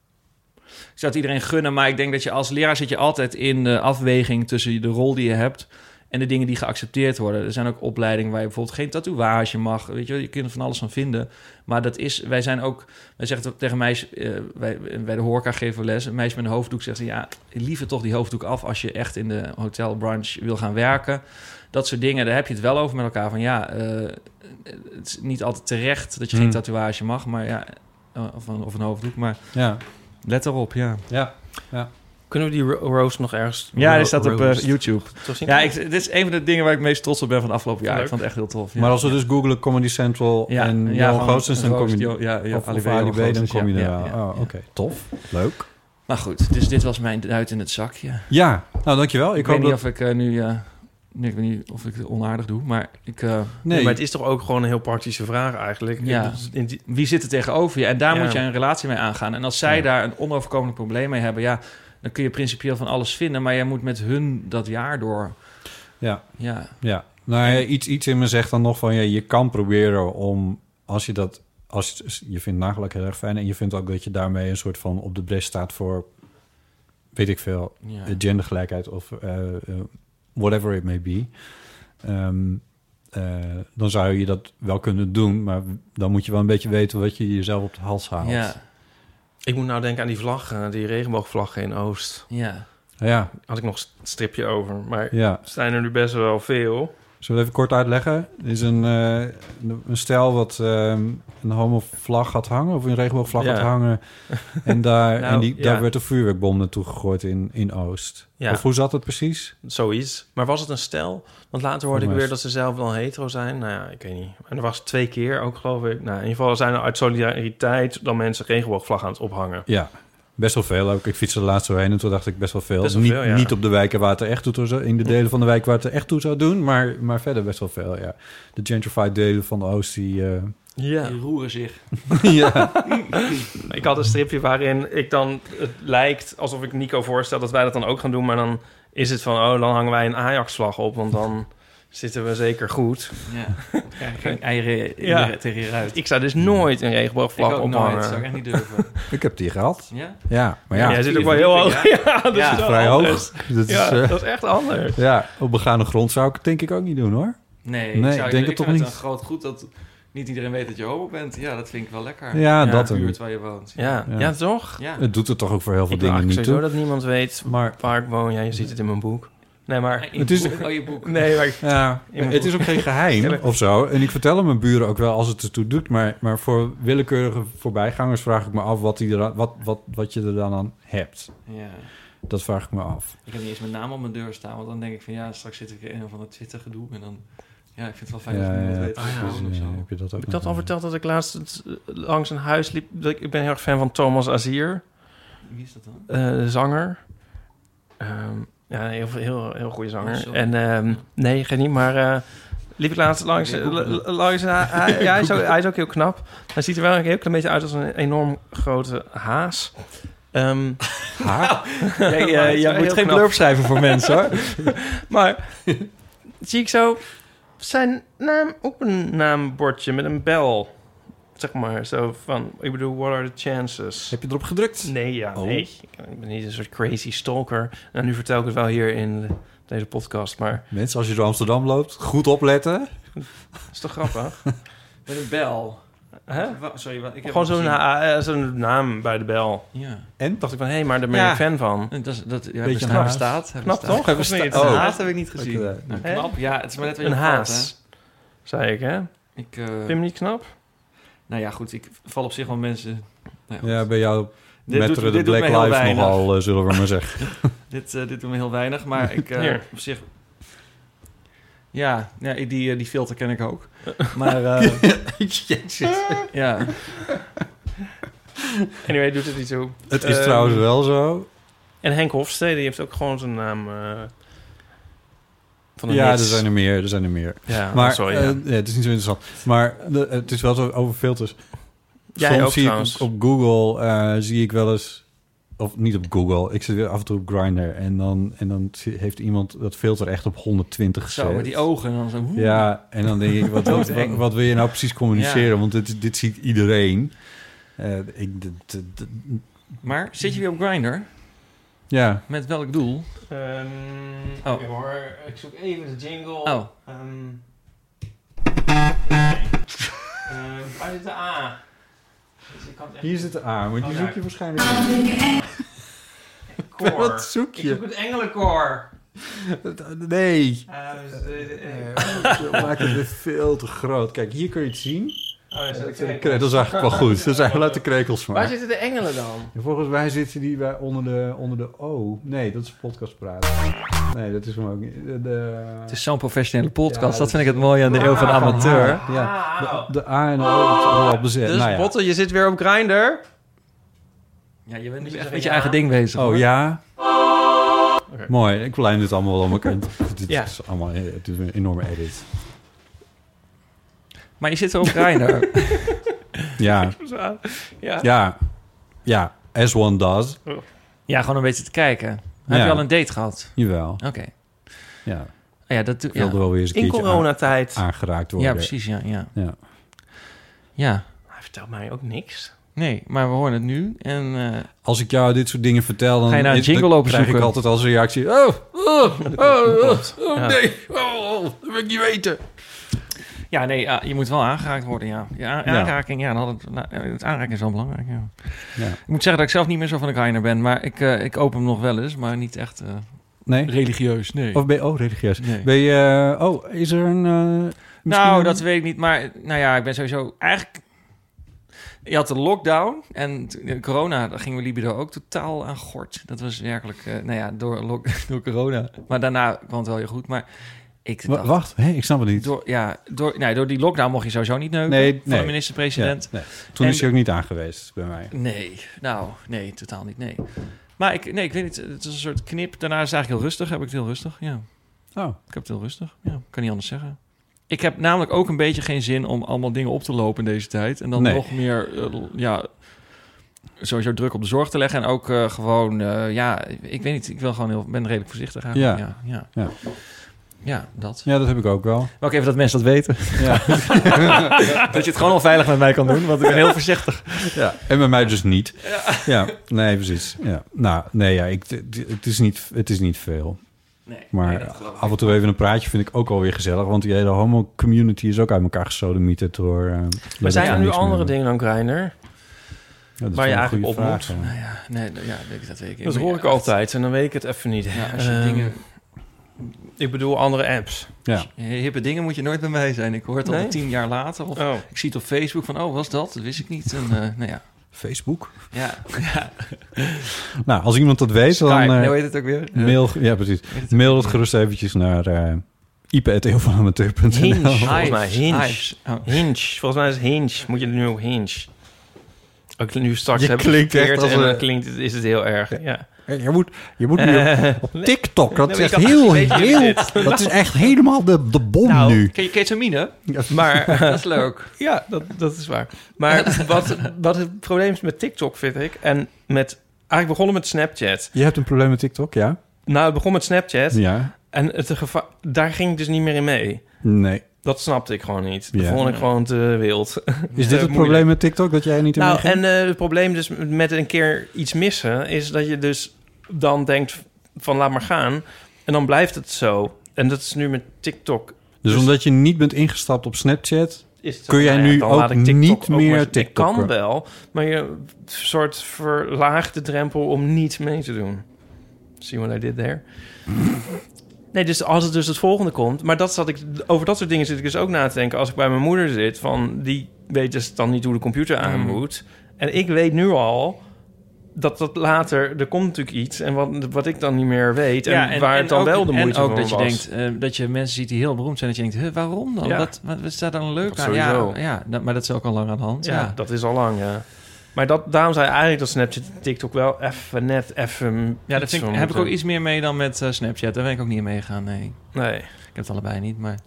Ik zou het iedereen gunnen, maar ik denk dat je als leraar zit je altijd in de afweging tussen de rol die je hebt en de dingen die geaccepteerd worden. Er zijn ook opleidingen waar je bijvoorbeeld geen tatoeage mag. Weet je, je kunt er van alles van vinden. Maar dat is, wij zijn ook, wij zeggen tegen meisjes, uh, wij, bij de horeca geven we les. Een meisje met een hoofddoek zegt, ja, liever toch die hoofddoek af als je echt in de hotelbranche wil gaan werken. Dat soort dingen, daar heb je het wel over met elkaar. Van ja, uh, het is niet altijd terecht dat je hmm. geen tatoeage mag, maar ja, of een, of een hoofddoek. Maar ja. let erop, ja. Ja, ja. Kunnen we die ro- roast nog ergens... Ja, die staat op uh, YouTube. Ja, ik, dit is een van de dingen waar ik meest trots op ben van het afgelopen jaar. Leuk. Ik vond het echt heel tof. Ja. Maar als we dus googlen Comedy Central ja, en ja, Johan Goossens, dan kom je... Jo, ja, ja, of, of Ali B, dan kom je er wel. Ja, ja, oh, Oké, okay. Tof. Leuk. Maar goed, dus dit was mijn duit in het zakje. Ja, nou dankjewel. Ik, ik hoop weet niet dat... of ik uh, nu... Uh, nee, ik weet niet of ik het onaardig doe, maar ik... Uh, nee. nee, maar het is toch ook gewoon een heel praktische vraag eigenlijk. Ja. In die... Wie zit er tegenover je? En daar ja. moet je een relatie mee aangaan. En als zij ja. daar een onoverkomelijk probleem mee hebben... ja. Dan kun je principieel van alles vinden, maar jij moet met hun dat jaar door. Ja, ja. ja. Nou, ja, iets, iets in me zegt dan nog van, ja, je kan proberen om, als je dat, als je, je vindt nagelak heel erg fijn en je vindt ook dat je daarmee een soort van op de bres staat voor, weet ik veel, ja. gendergelijkheid of uh, uh, whatever it may be. Um, uh, dan zou je dat wel kunnen doen, maar dan moet je wel een beetje weten wat je jezelf op de hals haalt. Ja. Ik moet nou denken aan die vlag, die regenboogvlaggen in Oost. Ja. Ja. Had ik nog een stripje over. Maar ja. er zijn er nu best wel veel. Zullen we even kort uitleggen? Er is een, uh, een stel wat uh, een homo-vlag had hangen... of een regenboogvlag ja. had hangen. En, daar, nou, en die, ja. daar werd een vuurwerkbom naartoe gegooid in, in Oost. Ja. Of hoe zat het precies? Zoiets. Maar was het een stel? Want later hoorde ik weer dat ze zelf wel hetero zijn. Nou ja, ik weet niet. En er was twee keer ook, geloof ik. Nou, in ieder geval zijn er uit solidariteit... dan mensen regenboogvlag aan het ophangen. Ja. Best wel veel ook. Ik fietste er laatst zo heen en toen dacht ik best wel veel. Best wel niet, veel, ja. niet op de wijken waar het er echt toe zou... in de delen van de wijk waar het er echt toe zou doen... maar, maar verder best wel veel, ja. De gentrified delen van de Oost, die... Uh... Ja. Die roeren zich. ja. Ik had een stripje waarin ik dan... Het lijkt alsof ik Nico voorstel dat wij dat dan ook gaan doen... maar dan is het van... oh, dan hangen wij een Ajax-vlag op, want dan... zitten we zeker goed. Ja, ja geen eieren ja. tegen je ruit. Ik zou dus nooit een regenboogvlag ophangen. Dat zou ik echt niet durven. Ik heb die gehad. Ja? Ja, maar ja. ja jij zit ook wel heel hoog. Ja, ja, dat ja, is vrij anders. hoog. Dat is, ja, uh, dat is echt anders. Ja, op begane grond zou ik het denk ik ook niet doen, hoor. Nee, nee ik, zou, ik denk ik het toch vind niet. Het een groot goed dat niet iedereen weet dat je homo bent. Ja, dat vind ik wel lekker. Ja, ja dat de buurt waar je woont. Ja, ja. ja toch? Ja. Het doet er toch ook voor heel veel ik dingen niet toe. Ik dat niemand weet maar, waar ik woon. Ja, je ziet het in mijn boek. Nee, maar... Het is, oh, je boek. Nee, maar... Ja, het boek. Is ook geen geheim of zo. En ik vertel aan mijn buren ook wel als het ertoe doet. Maar, maar voor willekeurige voorbijgangers vraag ik me af... wat, die er, wat, wat, wat je er dan aan hebt. Ja. Dat vraag ik me af. Ik heb niet eens mijn naam op mijn deur staan. Want dan denk ik van ja, straks zit ik in een van het Twitter gedoe. En dan... Ja, ik vind het wel fijn ja, dat niemand ja, weet. Oh, ja, ja, ja, heb je dat ook heb ik dat al verteld dat ik laatst langs een huis liep? Dat ik, ik ben heel erg fan van Thomas Azier. Wie is dat dan? Uh, de zanger. Um, ja, een heel, heel, heel goede zanger. Oh, en um, nee, geen niet, maar uh, liep ik laatst langs... Uh, langs uh, hij, ja, hij, is ook, hij is ook heel knap. Hij ziet er wel een heel klein beetje uit als een enorm grote haas. Um, ha? Nee, uh, je moet geen blurb schrijven voor mensen, hoor. Maar zie ik zo zijn naam op een naambordje met een bel. Zeg maar, zo van... Ik bedoel, what are the chances? Heb je erop gedrukt? Nee, ja, oh. nee. Ik ben niet een soort crazy stalker. En nu vertel ik het wel hier in deze podcast, maar... Mensen, als je door Amsterdam loopt, goed opletten. Dat is toch grappig? Met een bel. Huh? Sorry, wat, ik heb gewoon zo'n, na- zo'n naam bij de bel. Ja. En? Dacht ik van, hé, hey, maar daar ben ja. ik fan van. Dat, is, dat ja, beetje bestaat. een bestaat. Knap toch? Hij bestaat. Oh. Een haas heb ik niet gezien. Okay. Nou, knap. Ja, het is maar net wat je een valt, haas, hè? zei ik, hè? Ik, uh, Vind je hem niet knap? Nou ja, goed. Ik val op zich wel mensen... Nou ja, ja, bij jou dit met doet, de dit Black doet me Lives weinig. nogal, uh, zullen we maar zeggen. dit, uh, dit doet me heel weinig, maar ik uh, op zich... Ja, ja die, die filter ken ik ook. Maar... Uh, Jezus. Ja. Anyway, doet het niet zo. Het is uh, trouwens wel zo. En Henk Hofstede, die heeft ook gewoon zijn naam... Uh, van ja, hits. er zijn er meer, er zijn er meer. Ja, maar sorry, uh, ja. ja, het is niet zo interessant. Maar de, het is wel zo over filters. Jij Soms ook zie trouwens. ik op, op Google uh, zie ik wel eens... Of niet op Google. Ik zit weer af en toe op Grindr. En dan, en dan heeft iemand dat filter echt op honderdtwintig gezet. Zo, met die ogen. En dan zo, ja, en dan denk ik, wat, wat, wat, wat wil je nou precies communiceren? Ja. Want dit, dit ziet iedereen. Uh, ik, d, d, d, maar zit je weer op Grindr? Ja. Met welk doel? Um, oh. Ik hoor, ik zoek even de jingle. Oh. Um, okay. uh, waar zit de A? Dus echt... Hier zit de A, maar die oh, zoek je waarschijnlijk niet. Wat zoek je? Ik zoek het engelenkoor. Nee. Uh, dus de, uh, maak het weer veel te groot. Kijk, hier kun je het zien. Oh, is dat, de dat is eigenlijk wel goed. Dat zijn laat de krekels maar. Waar zitten de engelen dan? En volgens mij zitten die bij onder de, onder de O. Nee, dat is podcastpraat. Nee, dat is hem ook niet. De, de... Het is zo'n professionele podcast. Ja, dat vind ik het mooie aan de eeuw van de amateur. Ah, ja, de, de A en de O is al bezet. Dus nou ja. Botte, je zit weer op Grindr. Ja, je bent nu echt met je eigen ding bezig. Oh hoor. Ja. Okay. Mooi, ik lijm dit allemaal wel om elkaar. Dit ja. is allemaal het is een enorme edit. Maar je zit er op Grindr. ja. ja. Ja. Ja. As one does. Ja, gewoon een beetje te kijken. Heb ja. je al een date gehad? Jawel. Oké. Okay. Ja. Ja, dat ik wilde ja. wel weer eens een in keertje coronatijd aan, aangeraakt worden. Ja, precies. Ja, ja. Ja. ja. Hij vertelt mij ook niks. Nee, maar we horen het nu. En, uh, als ik jou dit soort dingen vertel, dan, ga je naar een jingle dan open krijg zoeken. ik altijd als reactie... Oh, oh, oh, oh, oh, oh nee, oh, oh, dat wil ik niet weten. Ja, nee, uh, je moet wel aangeraakt worden, ja. ja aanraking, ja, dan had het, nou, het aanraking is wel belangrijk, ja. ja. Ik moet zeggen dat ik zelf niet meer zo van de Grindr ben, maar ik, uh, ik open hem nog wel eens, maar niet echt uh, Nee? Religieus, nee. Of ben je... Oh, religieus. Nee. Ben je... Uh, oh, is er een... Uh, nou, een... dat weet ik niet. Maar nou ja, ik ben sowieso... Eigenlijk... Je had de lockdown en de corona, daar gingen we libido ook totaal aan gort. Dat was werkelijk, uh, nou ja, door, lock, door corona. Maar daarna kwam het wel heel goed. Maar ik dacht, W- Wacht, hè? Ik snap het niet. Door, ja, door, nee, door die lockdown mocht je sowieso niet neuken nee, van nee. de minister-president. Ja, nee. Toen en, is hij ook niet aangeweest bij mij. Nee, nou, nee, totaal niet, nee. Maar ik, nee, ik weet niet, het is een soort knip. Daarna is het eigenlijk heel rustig, heb ik het heel rustig, ja. Oh. Ik heb het heel rustig, ja, kan niet anders zeggen. Ik heb namelijk ook een beetje geen zin om allemaal dingen op te lopen in deze tijd. En dan nee. nog meer, uh, ja, sowieso druk op de zorg te leggen. En ook uh, gewoon, uh, ja, ik weet niet, ik wil gewoon heel, ben redelijk voorzichtig eigenlijk. Ja. Ja, ja. ja. Ja, dat. Ja, dat heb ik ook wel. Maar ook even dat mensen dat weten. Ja. Dat je het gewoon al veilig met mij kan doen, want ik ben heel voorzichtig. Ja, en met mij dus niet. Ja, ja nee, precies. Ja. Nou, nee, ja, ik, het, is niet, het is niet veel. Nee, maar nee, af en toe even een praatje vind ik ook alweer gezellig. Want die hele homo-community is ook uit elkaar gesodemieter door... Uh, maar zijn er nu andere dingen dan Grindr? Ja, waar je eigenlijk op vraag, moet? Ja. Nou ja, nee, ja, dat weet ik. Dat hoor ik ja, altijd en dan weet ik het even niet. Ja, als je uh, dingen... Ik bedoel andere apps. Ja. Hippe dingen moet je nooit bij mij zijn. Ik hoor het al nee? tien jaar later. Of oh. Ik zie het op Facebook van, oh, was dat? Dat wist ik niet. En, uh, nou ja. Facebook? Ja. ja. Nou, als iemand dat weet, Skype, dan... Uh, nee, weet het ook weer? Mail, ja, precies. Het mail het gerust eventjes naar uh, ipe at eeuwvanamateur punt n l. Hinge, volgens mij. Hinge. Oh. Hinge. Volgens mij is Hinge. Moet je nu op Hinge. Ook nu straks je heb klinkt ik echt als en dan een... klinkt het, is het heel erg. Ja. ja. Je moet, je moet nu uh, op, op TikTok. Dat nee, is echt heel, heel... dit. Dat is echt helemaal de, de bom nou, nu. Ken je ketamine? Ja. Maar, dat is leuk. Ja, dat, dat is waar. Maar wat, wat het probleem is met TikTok, vind ik... en met... Eigenlijk begonnen met Snapchat. Je hebt een probleem met TikTok, ja? Nou, het begon met Snapchat. Ja. En het geva- daar ging ik dus niet meer in mee. Nee. Dat snapte ik gewoon niet. Dat ja. vond ik gewoon te wild. Is dit het probleem met TikTok, dat jij niet in Nou, mee en uh, het probleem dus met een keer iets missen... is dat je dus dan denkt van laat maar gaan. En dan blijft het zo. En dat is nu met TikTok. Dus, dus omdat je niet bent ingestapt op Snapchat... Is kun jij nou ja, nu ook niet ook meer TikTok? Ik kan wel, maar je soort verlaagt de drempel om niet mee te doen. See what I did there? Nee, dus als het dus het volgende komt... Maar dat zat ik, over dat soort dingen zit ik dus ook na te denken... als ik bij mijn moeder zit, van die weet dus dan niet hoe de computer aan moet. En ik weet nu al... dat dat later... Er komt natuurlijk iets en wat, wat ik dan niet meer weet... en, ja, en waar en het dan ook, wel de moeite en ook van dat je was. denkt, uh, dat je mensen ziet die heel beroemd zijn... dat je denkt, huh, waarom dan? Ja. Wat, wat is daar dan leuk dat aan? sowieso. Ja, ja dat, maar dat is ook al lang aan de hand. Ja, ja. dat is al lang, ja. Maar dat, daarom zei eigenlijk dat Snapchat en TikTok wel even net even... Ja, dat vind ik, heb ik ook iets meer mee dan met uh, Snapchat. Daar ben ik ook niet in meegegaan, nee. Nee. Ik heb het allebei niet, maar...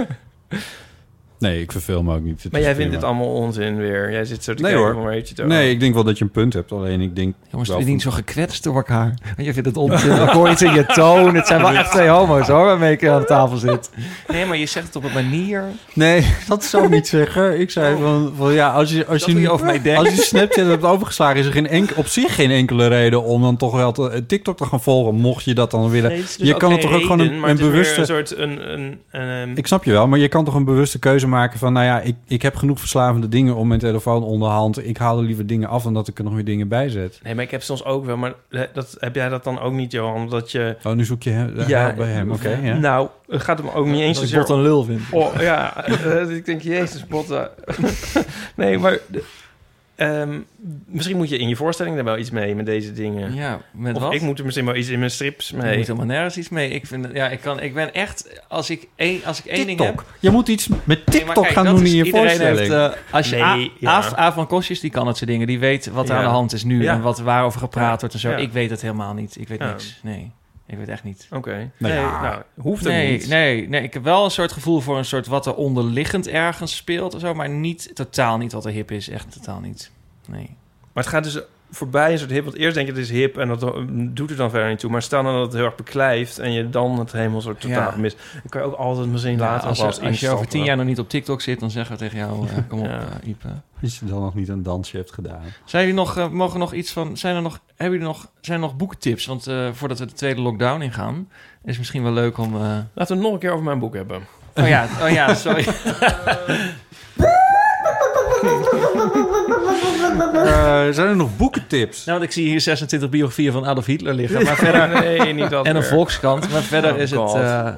Nee, ik verveel me ook niet. Het maar jij vindt dit allemaal onzin weer. Jij zit zo te nee, kijken hoor. van waar je het over. Nee, ik denk wel dat je een punt hebt. Alleen ik denk... Jongens, we zijn niet zo gekwetst door elkaar. Je vindt het onzin. Ik hoor iets in je toon. Het zijn wel echt twee homo's, hoor, waarmee ik aan de tafel zit. Nee, maar je zegt het op een manier... Nee, dat zou ik niet zeggen. Ik zei oh. van, van ja, als je, als je, je over mij denkt. Als je Snapchat hebt overgeslagen... is er geen enk, op zich geen enkele reden om dan toch wel te, TikTok te gaan volgen... mocht je dat dan willen. Nee, dus je kan het toch ook gewoon een, een bewuste... Een soort een, een, een, ik snap je wel, maar je kan toch een bewuste keuze maken van... nou ja, ik, ik heb genoeg verslavende dingen om mijn telefoon onderhand. Ik haal er liever dingen af dan dat ik er nog weer dingen bij zet. Nee, maar ik heb soms ook wel. Maar dat, heb jij dat dan ook niet, Johan? Dat je... Oh, nu zoek je hem, ja, bij hem, oké. Okay, ja. Nou, het gaat hem ook niet eens zozeer... Dat je Bot een lul vindt. Oh, ja, uh, ik denk, jezus, Botte. Nee, maar... Um, misschien moet je in je voorstelling er wel iets mee met deze dingen. Ja, met of wat? ik moet er misschien wel iets in mijn strips mee. Ik moet helemaal nergens iets mee. Ik vind, ja, ik kan, ik ben echt, als ik één, als ik één ding heb. Je moet iets met TikTok nee, kijk, gaan doen in je voorstelling. Heeft, uh, als je nee, A, ja. A, A van Kostjes, die kan het soort dingen. Die weet wat er ja. aan de hand is nu ja. en wat waarover gepraat ja. wordt en zo. Ja. Ik weet het helemaal niet. Ik weet ja. niks. Nee. Ik weet echt niet. Oké. Okay. Nee, nee nou, hoeft er nee, niet. Nee, nee, ik heb wel een soort gevoel voor een soort wat er onderliggend ergens speelt of zo, maar niet totaal niet wat er hip is. Echt totaal niet. Nee. Maar het gaat dus voorbij een soort hip. Want eerst denk je het is hip en dat doet er dan verder niet toe. Maar stel nou dat het heel erg beklijft en je dan het helemaal soort totaal ja. mist. Dan kan je ook altijd misschien ja, later als, als, je, als je over tien jaar nog niet op TikTok zit, dan zeggen we tegen jou, uh, kom op, ja. uh, Ipe. Als je dan nog niet een dansje hebt gedaan. Zijn jullie nog, uh, mogen nog iets van, zijn er nog, hebben jullie nog, zijn er nog boekentips? Want uh, voordat we de tweede lockdown ingaan, is het misschien wel leuk om... Uh... Laten we het nog een keer over mijn boek hebben. Oh ja, oh ja, sorry. uh, zijn er nog boekentips? Nou, want ik zie hier zesentwintig biografieën van Adolf Hitler liggen. Maar verder, nee, niet dat en een weer. Volkskrant. Maar verder Oh, is God. het... Uh,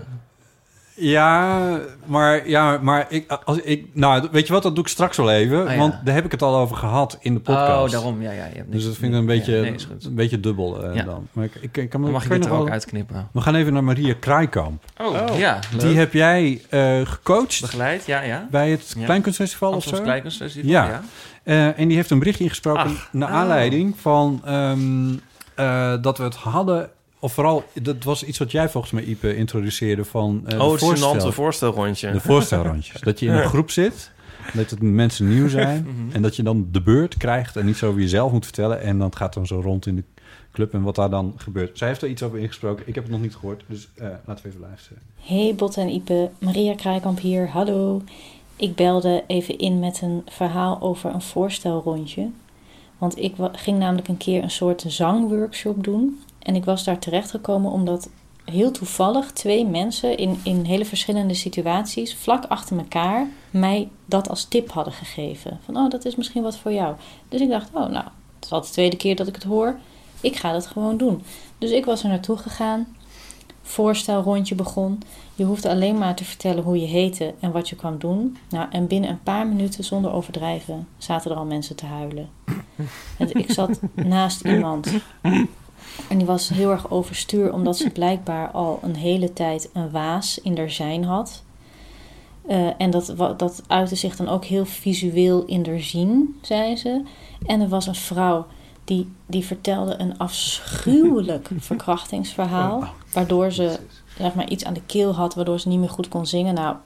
Ja, maar, ja, maar ik, als ik... Nou, weet je wat? Dat doe ik straks wel even. Ah, ja. Want daar heb ik het al over gehad in de podcast. Oh, daarom. Ja, ja. Je hebt Dus dat niks- vind ik een beetje, ja, nee, is goed. een beetje dubbel uh, Ja. dan. Maar ik, ik, ik kan me Dan mag je kan dit er nog ook wel- uitknippen. We gaan even naar Maria Kraaikamp. Oh, oh. ja. Die Leuk. heb jij uh, gecoacht. Begeleid, ja, ja. Bij het Ja. Kleinkunstfestival of Amsterdamse zo? Kleinkunstfestival, Ja. ja. Uh, en die heeft een berichtje ingesproken Ach. naar Oh. aanleiding van um, uh, dat we het hadden... Of vooral, dat was iets wat jij volgens mij, Ipe, introduceerde van uh, Oh, de het voorstel, gênante voorstelrondje. de voorstelrondjes. Dat je in een groep zit, dat het mensen nieuw zijn... Mhm. en dat je dan de beurt krijgt en niet zo wie je zelf moet vertellen... en dan gaat dan zo rond in de club en wat daar dan gebeurt. Zij heeft er iets over ingesproken. Ik heb het nog niet gehoord, dus uh, laten we even luisteren. Hey Botte en Ipe, Maria Kraaikamp hier, hallo. Ik belde even in met een verhaal over een voorstelrondje. Want ik wa- ging namelijk een keer een soort zangworkshop doen. En ik was daar terechtgekomen omdat heel toevallig twee mensen in, in hele verschillende situaties... vlak achter elkaar mij dat als tip hadden gegeven. Van, oh, dat is misschien wat voor jou. Dus ik dacht, oh, nou, het is al de tweede keer dat ik het hoor. Ik ga dat gewoon doen. Dus ik was er naartoe gegaan. Voorstelrondje begon. Je hoefde alleen maar te vertellen hoe je heette en wat je kwam doen. Nou, en binnen een paar minuten, zonder overdrijven, zaten er al mensen te huilen. En ik zat naast iemand en die was heel erg overstuur, omdat ze blijkbaar al een hele tijd een waas in haar zijn had. Uh, en dat, dat uitte zich dan ook heel visueel in haar zien, zei ze. En er was een vrouw die, die vertelde een afschuwelijk verkrachtingsverhaal, waardoor ze zeg maar, iets aan de keel had, waardoor ze niet meer goed kon zingen. Nou,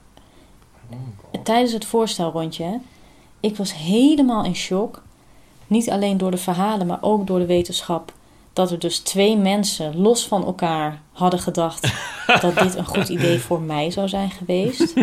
tijdens het voorstelrondje, hè, ik was helemaal in shock. Niet alleen door de verhalen, maar ook door de wetenschap. Dat er dus twee mensen los van elkaar hadden gedacht dat dit een goed idee voor mij zou zijn geweest.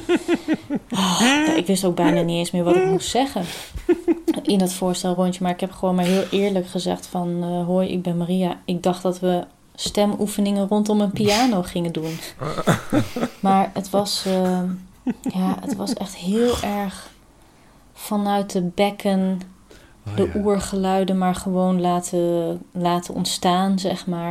Oh, ik wist ook bijna niet eens meer wat ik moest zeggen in dat voorstelrondje. Maar ik heb gewoon maar heel eerlijk gezegd van... Uh, hoi, ik ben Maria. Ik dacht dat we stemoefeningen rondom een piano gingen doen. Maar het was, uh, ja, het was echt heel erg vanuit de bekken... de oh, ja. oergeluiden maar gewoon laten, laten ontstaan, zeg maar.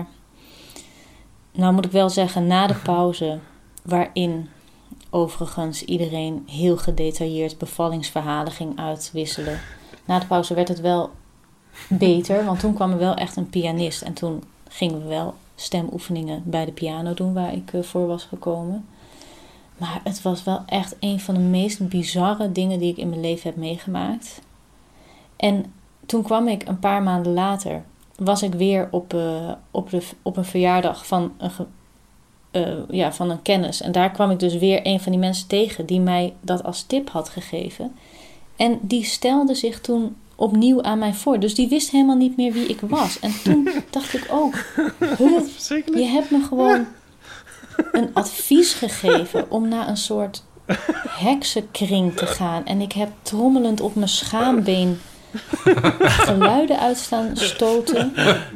Nou moet ik wel zeggen, na de pauze... waarin overigens iedereen heel gedetailleerd bevallingsverhalen ging uitwisselen... na de pauze werd het wel beter, want toen kwam er wel echt een pianist... en toen gingen we wel stemoefeningen bij de piano doen... waar ik uh, voor was gekomen. Maar het was wel echt een van de meest bizarre dingen... die ik in mijn leven heb meegemaakt... En toen kwam ik een paar maanden later, was ik weer op, uh, op, de, op een verjaardag van een, uh, ja, van een kennis. En daar kwam ik dus weer een van die mensen tegen die mij dat als tip had gegeven. En die stelde zich toen opnieuw aan mij voor. Dus die wist helemaal niet meer wie ik was. En toen dacht ik ook, huh, je hebt me gewoon een advies gegeven om naar een soort heksenkring te gaan. En ik heb trommelend op mijn schaambeen geluiden uitstaan stoten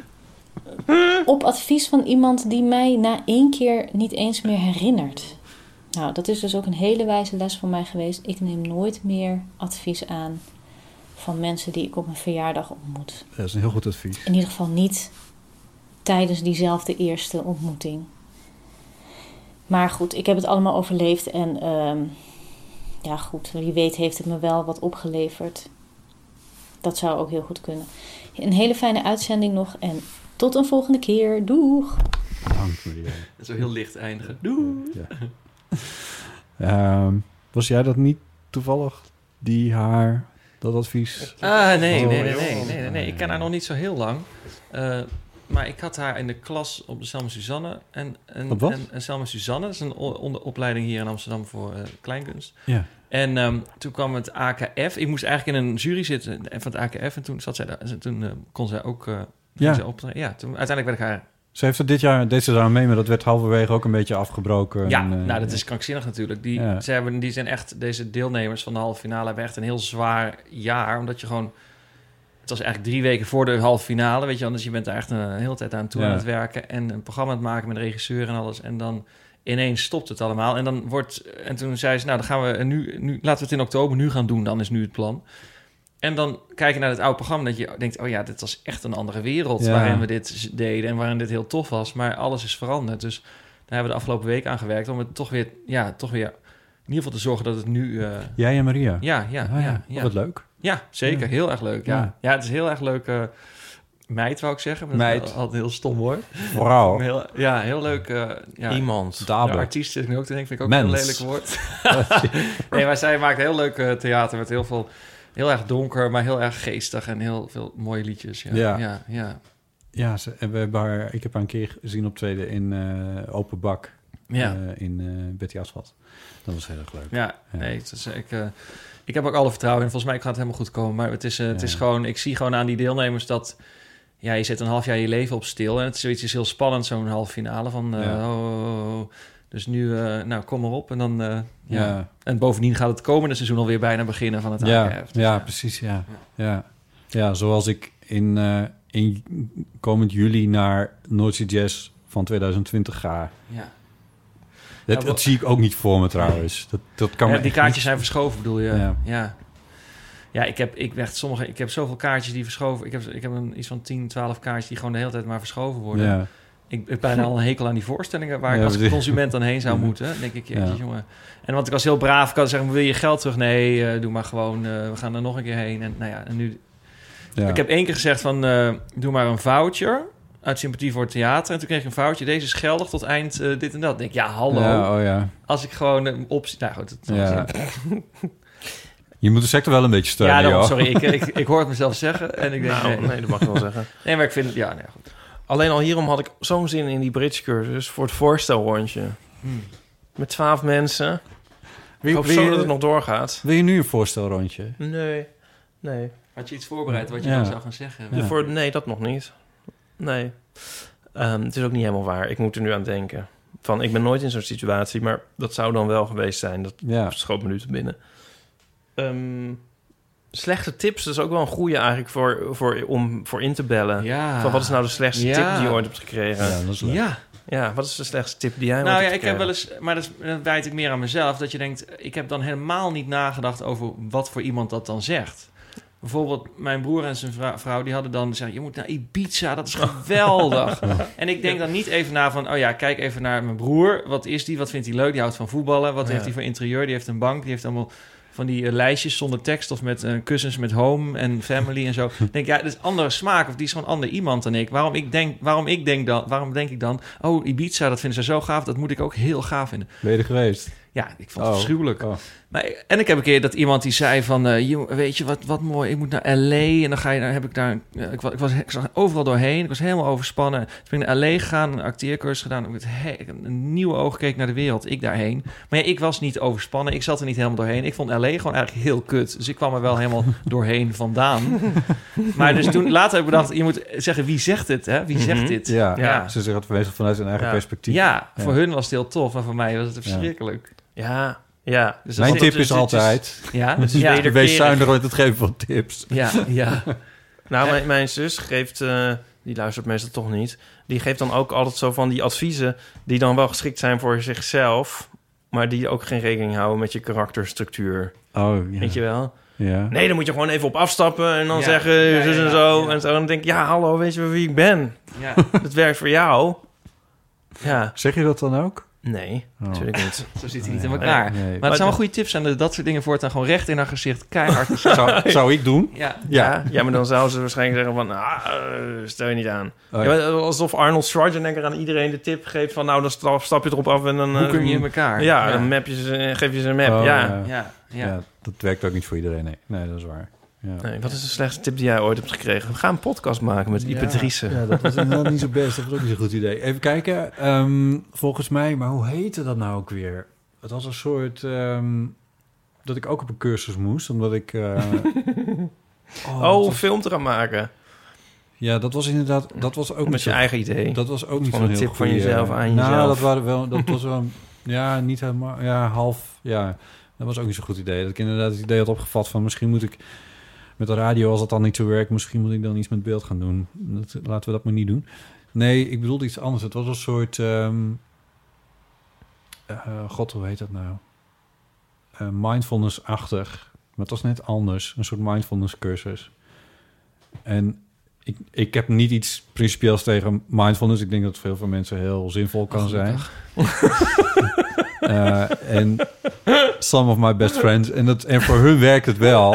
op advies van iemand die mij na één keer niet eens meer herinnert. Nou, dat is dus ook een hele wijze les voor mij geweest. Ik neem nooit meer advies aan van mensen die ik op mijn verjaardag ontmoet. Dat is een heel goed advies. In ieder geval niet tijdens diezelfde eerste ontmoeting. Maar goed, ik heb het allemaal overleefd en uh, ja goed, wie weet heeft het me wel wat opgeleverd. Dat zou ook heel goed kunnen. Een hele fijne uitzending nog. En tot een volgende keer. Doeg! Bedankt, Maria. Zo heel licht eindigen. Doeg! Ja. um, was jij dat niet toevallig? Die haar, dat advies? Ah, nee, nee, oh, nee, nee, nee, nee, nee. Ik ken haar nog niet zo heel lang. Uh, maar ik had haar in de klas op de Selma Suzanne. En, en, op wat? En, en Selma Suzanne, dat is een o- opleiding hier in Amsterdam voor uh, kleinkunst. Ja. En um, toen kwam het A K F. Ik moest eigenlijk in een jury zitten van het A K F. En toen zat zij daar. En toen uh, kon zij ook uh, ja. zij optreden. Ja, toen uiteindelijk werd ik haar... Ze heeft er dit jaar, deed ze daar mee, maar dat werd halverwege ook een beetje afgebroken. Ja, en, uh, nou dat ja. is krankzinnig natuurlijk. Die, ja. ze hebben, die zijn echt, deze deelnemers van de halve finale hebben echt een heel zwaar jaar. Omdat je gewoon... Het was eigenlijk drie weken voor de halve finale, weet je. Anders je bent daar echt een hele tijd aan toe ja. aan het werken. En een programma aan het maken met een regisseur en alles. En dan... Ineens stopt het allemaal. En dan wordt. En toen zei ze, nou, dan gaan we nu, nu laten we het in oktober nu gaan doen. Dan is nu het plan. En dan kijk je naar het oude programma... dat je denkt, oh ja, dit was echt een andere wereld... Ja. waarin we dit deden en waarin dit heel tof was. Maar alles is veranderd. Dus daar hebben we de afgelopen week aan gewerkt... om het toch weer, ja, toch weer in ieder geval te zorgen dat het nu... Uh... Jij en Maria? Ja, ja, ah, ja. ja, ja. Oh, wat leuk. Ja, zeker. Ja. Heel erg leuk. Ja. Ja. ja, het is heel erg leuk... Uh, meid, wou ik zeggen. Maar meid. Dat is altijd heel stom hoor. Vrouw. Heel, ja, heel leuk. Uh, ja. Iemand. De artiest zit ik nu ook te denken, vind ik ook Mens. een heel lelijk woord. Nee, maar zij maakt heel leuk uh, theater met heel veel... Heel erg donker, maar heel erg geestig en heel veel mooie liedjes. Ja, ja. ja, ja. ja ze, we hebben haar, ik heb haar een keer gezien optreden in uh, Open Bak. Ja. Uh, in uh, Betty Asphalt. Dat was heel erg leuk. Ja, ja. nee, het is, ik, uh, ik heb ook alle vertrouwen in. Volgens mij gaat het helemaal goed komen. Maar het is, uh, het ja. is gewoon, ik zie gewoon aan die deelnemers dat... Ja, je zet een half jaar je leven op stil. En het is zoiets is heel spannend, zo'n halve finale van... Uh, ja. oh, oh, oh. Dus nu, uh, nou, kom maar op. En dan, uh, ja. ja. En bovendien gaat het komende seizoen alweer bijna beginnen van het ja. A K F. Dus ja, ja, precies, ja. Ja, ja. ja zoals ik in, uh, in komend juli naar Noordzee Jazz van twintig twintig ga. Ja. Dat, ja, dat zie ik ook niet voor me trouwens. Dat, dat kan ja, me die kaartjes niet... zijn verschoven, bedoel je? Ja. Ja, ja ik, heb, ik, echt sommige, ik heb zoveel kaartjes die verschoven... Ik heb, ik heb een, iets van tien, twaalf kaartjes die gewoon de hele tijd maar verschoven worden. Ja. Ik heb bijna al een hekel aan die voorstellingen... waar ja, ik als die... consument dan heen zou moeten. Dan denk ik, jeetje, ja. jongen. En want ik was heel braaf, ik kan zeggen... wil je geld terug? Nee, uh, doe maar gewoon... Uh, we gaan er nog een keer heen. En nou ja, en nu... Ja. Ik heb één keer gezegd van... Uh, doe maar een voucher... uit sympathie voor het theater. En toen kreeg ik een foutje. Deze is geldig tot eind uh, dit en dat. Ik denk, ja, hallo. Ja, oh ja. Als ik gewoon uh, op... Nou goed. Het ja. Je moet de sector wel een beetje steunen. Ja, dan, joh. sorry. Ik, ik, ik hoor het mezelf zeggen. En ik denk, nou, nee. nee, dat mag ik wel zeggen. Nee, maar ik vind het... Ja, nee, goed. Alleen al hierom had ik zo'n zin in die bridgecursus... voor het voorstelrondje. Hmm. Met twaalf mensen. Wie, ik hoop zo je, dat het nog doorgaat. Wil je nu een voorstelrondje? Nee, nee. Had je iets voorbereid wat je ja. dan zou gaan zeggen? Ja. Voor, nee, dat nog niet. Nee. Um, het is ook niet helemaal waar. Ik moet er nu aan denken. Van, ik ben nooit in zo'n situatie, maar dat zou dan wel geweest zijn. Dat ja. schoot me nu te binnen. Um, slechte tips, dat is ook wel een goede eigenlijk voor, voor, om voor in te bellen. Ja. Van, wat is nou de slechtste ja. tip die je ooit hebt gekregen? Ja, dat is leuk. Ja. Ja, wat is de slechtste tip die jij nou, ooit ja, hebt ik heb wel gekregen? eens, maar dat, is, dat wijt ik meer aan mezelf, dat je denkt, ik heb dan helemaal niet nagedacht over wat voor iemand dat dan zegt. Bijvoorbeeld mijn broer en zijn vrouw, vrouw die hadden dan gezegd... je moet naar Ibiza, dat is geweldig. En ik denk dan niet even na van... oh ja, kijk even naar mijn broer. Wat is die? Wat vindt hij leuk? Die houdt van voetballen. Wat ja. heeft hij voor interieur? Die heeft een bank. Die heeft allemaal van die uh, lijstjes zonder tekst... of met uh, kussens met home en family en zo. Ik denk, ja, dat is andere smaak. Of die is gewoon ander iemand dan ik. Waarom ik denk, waarom ik denk dan... waarom denk ik dan... oh, Ibiza, dat vinden ze zo gaaf. Dat moet ik ook heel gaaf vinden. Ben je er geweest? Ja, ik vond het oh. afschuwelijk. Oh. Maar, en ik heb een keer dat iemand die zei van... Uh, weet je, wat, wat mooi, ik moet naar L A... en dan ga je, dan heb ik daar... Uh, ik, was, ik, was, ik was overal doorheen, ik was helemaal overspannen. Toen ben ik naar L A gegaan, een acteercursus gedaan... ik heb een nieuwe oog gekeken naar de wereld, ik daarheen. Maar ja, ik was niet overspannen, ik zat er niet helemaal doorheen. Ik vond L A gewoon eigenlijk heel kut. Dus ik kwam er wel helemaal doorheen vandaan. Maar dus toen, later heb ik bedacht... je moet zeggen, wie zegt het, hè? Wie zegt dit? Ja, ja. ja. Ze zeggen het verwezen vanuit hun eigen ja. perspectief. Ja, ja, voor hun was het heel tof, maar voor mij was het verschrikkelijk. Ja, ja. Dus mijn tip is, is altijd... Is, ja, dus ja. Wees zuinig met het geven van tips. Ja, ja. Nou, mijn, mijn zus geeft... Uh, die luistert meestal toch niet. Die geeft dan ook altijd zo van die adviezen... die dan wel geschikt zijn voor zichzelf... maar die ook geen rekening houden met je karakterstructuur. Oh, ja. Weet je wel? Ja. Nee, dan moet je gewoon even op afstappen... en dan ja. zeggen ja, zus ja, en zo. ja, ja. En zo. Dan denk ik, ja, hallo, weet je wie ik ben? Ja. Dat werkt voor jou. Ja. Zeg je dat dan ook? Nee, oh. natuurlijk niet. Zo zit hij niet in elkaar. Nee, nee. Maar het maar zijn wel goede tips en dat soort dingen voortaan gewoon recht in haar gezicht keihard. zou, zou ik doen? Ja. Ja. ja, maar dan zou ze waarschijnlijk zeggen van, ah, stel je niet aan. Oh, ja. Ja, alsof Arnold Schwarzenegger aan iedereen de tip geeft van, nou, dan stap, stap je erop af en dan... Hoe kun je in elkaar? Ja, ja. dan map je ze, geef je ze een map, oh, ja. Ja. Ja, ja. ja. Dat werkt ook niet voor iedereen, nee. Nee, dat is waar. Ja. Nee, wat is de slechtste tip die jij ooit hebt gekregen? We gaan een podcast maken met Ipe Driessen. Ja, dat was inderdaad niet zo best. Dat was ook niet zo'n goed idee. Even kijken. Um, volgens mij, maar hoe heette dat nou ook weer? Het was een soort... Um, dat ik ook op een cursus moest, omdat ik... Uh, oh, oh een film te gaan maken. Ja, dat was inderdaad... Dat was ook met niet je zo, eigen idee. Dat was ook niet zo'n heel tip goeie, van jezelf aan nou, jezelf. dat, waren wel, dat was wel... Ja, niet helemaal... Ja, half... Ja, dat was ook niet zo'n goed idee. Dat ik inderdaad het idee had opgevat van... Misschien moet ik... Met de radio, als dat dan niet zo werkt... misschien moet ik dan iets met beeld gaan doen. Dat, laten we dat maar niet doen. Nee, ik bedoelde iets anders. Het was een soort... Um, uh, God, hoe heet dat nou? Uh, mindfulness-achtig. het was net anders. Een soort mindfulness cursus. En ik, ik heb niet iets principieels tegen mindfulness. Ik denk dat het voor heel veel mensen heel zinvol kan zijn. uh, en some of my best friends. En, dat, en voor hun werkt het wel.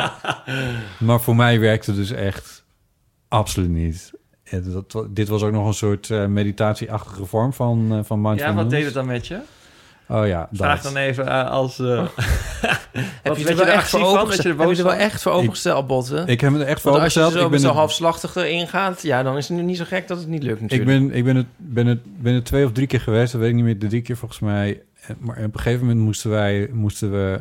Maar voor mij werkt het dus echt absoluut niet. En dat, dit was ook nog een soort uh, meditatieachtige vorm van, uh, van mindfulness. Ja, wat deed het dan met je? Oh ja, vraag dat. dan even uh, als... Uh, heb je er wel echt voor opengesteld? Heb je er wel echt voor opengesteld, Botten? Ik heb het echt voor opengesteld. Als je zo, ik ben zo het... halfslachtig erin gaat, ja, dan is het nu niet zo gek dat het niet lukt natuurlijk. Ik ben, ik ben, het, ben, het, ben het twee of drie keer geweest, dat weet ik niet meer, de drie keer volgens mij. Maar op een gegeven moment moesten wij, moesten we,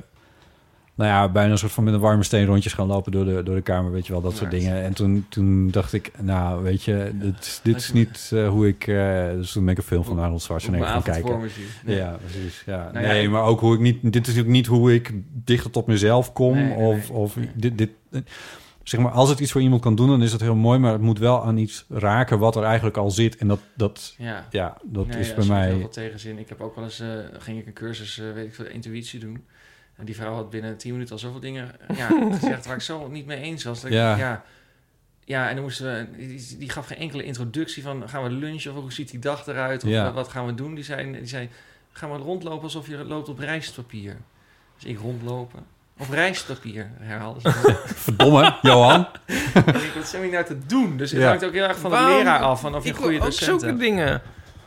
nou ja, bijna een soort van met een warme steen rondjes gaan lopen door de, door de kamer, weet je wel, dat ja, soort dingen. En toen, toen dacht ik, nou, weet je, dit, dit is niet uh, hoe ik... Uh, dus toen ben ik een film van Arnold Schwarzenegger gaan kijken. Nee. Ja, precies. Ja. Nou, nee, ja, maar ook hoe ik niet... Dit is ook niet hoe ik dichter tot mezelf kom. Nee, nee, of of nee. dit, dit... Zeg maar, als het iets voor iemand kan doen, dan is dat heel mooi. Maar het moet wel aan iets raken wat er eigenlijk al zit. En dat, dat, ja. Ja, dat nee, is ja, bij mij... heel veel tegenzin. Ik heb ook wel eens... Uh, ging ik een cursus, uh, weet ik veel, intuïtie doen. En die vrouw had binnen tien minuten al zoveel dingen ja, gezegd waar ik zo niet mee eens was. Dat ja. Ik, ja, ja, en dan moesten we... Die, die gaf geen enkele introductie van... Gaan we lunchen of hoe ziet die dag eruit? Of ja. wat gaan we doen? Die zei, die zei... Gaan we rondlopen alsof je loopt op rijstpapier. Dus ik rondlopen. Op rijstpapier, herhaalde ze. Verdomme, Johan. En ik wat zijn we nou te doen? Dus het ja. hangt ook heel erg van Waarom? de leraar af. Van of je een goede docent hebt. Zulke dingen.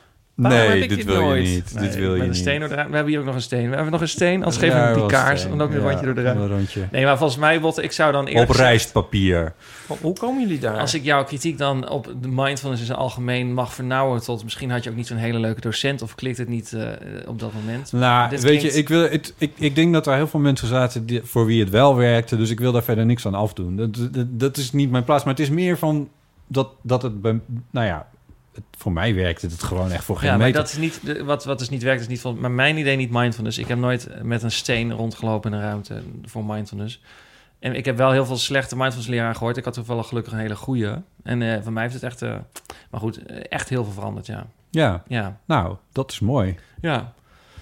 Nee, dit, dit wil nooit? je niet. Nee, dit wil je een niet. Steen door de, we hebben hier ook nog een steen. We hebben nog een steen. Anders geven we hem die kaars. En ook een ja, rondje door de ruimte. Een rondje. Nee, maar volgens mij, Botte, ik zou dan eerlijk op rijstpapier. Hoe komen jullie daar? Als ik jouw kritiek dan op de mindfulness in zijn algemeen mag vernauwen tot... Misschien had je ook niet zo'n hele leuke docent... of klikt het niet uh, op dat moment. Nou, Dit weet klinkt... je, ik, wil, het, ik, ik denk dat er heel veel mensen zaten... Die, voor wie het wel werkte. Dus ik wil daar verder niks aan afdoen. Dat, dat, dat is niet mijn plaats. Maar het is meer van dat, dat het... Bij, nou ja... Voor mij werkt het gewoon echt voor geen ja, maar meter. Dat is niet, wat, wat dus niet werkt, is niet van... Maar mijn idee niet mindfulness. Ik heb nooit met een steen rondgelopen in een ruimte voor mindfulness. En ik heb wel heel veel slechte mindfulness leraren gehoord. Ik had toevallig gelukkig een hele goede. En uh, van mij heeft het echt... Uh, maar goed, echt heel veel veranderd, ja. Ja, ja. Nou, dat is mooi. Ja.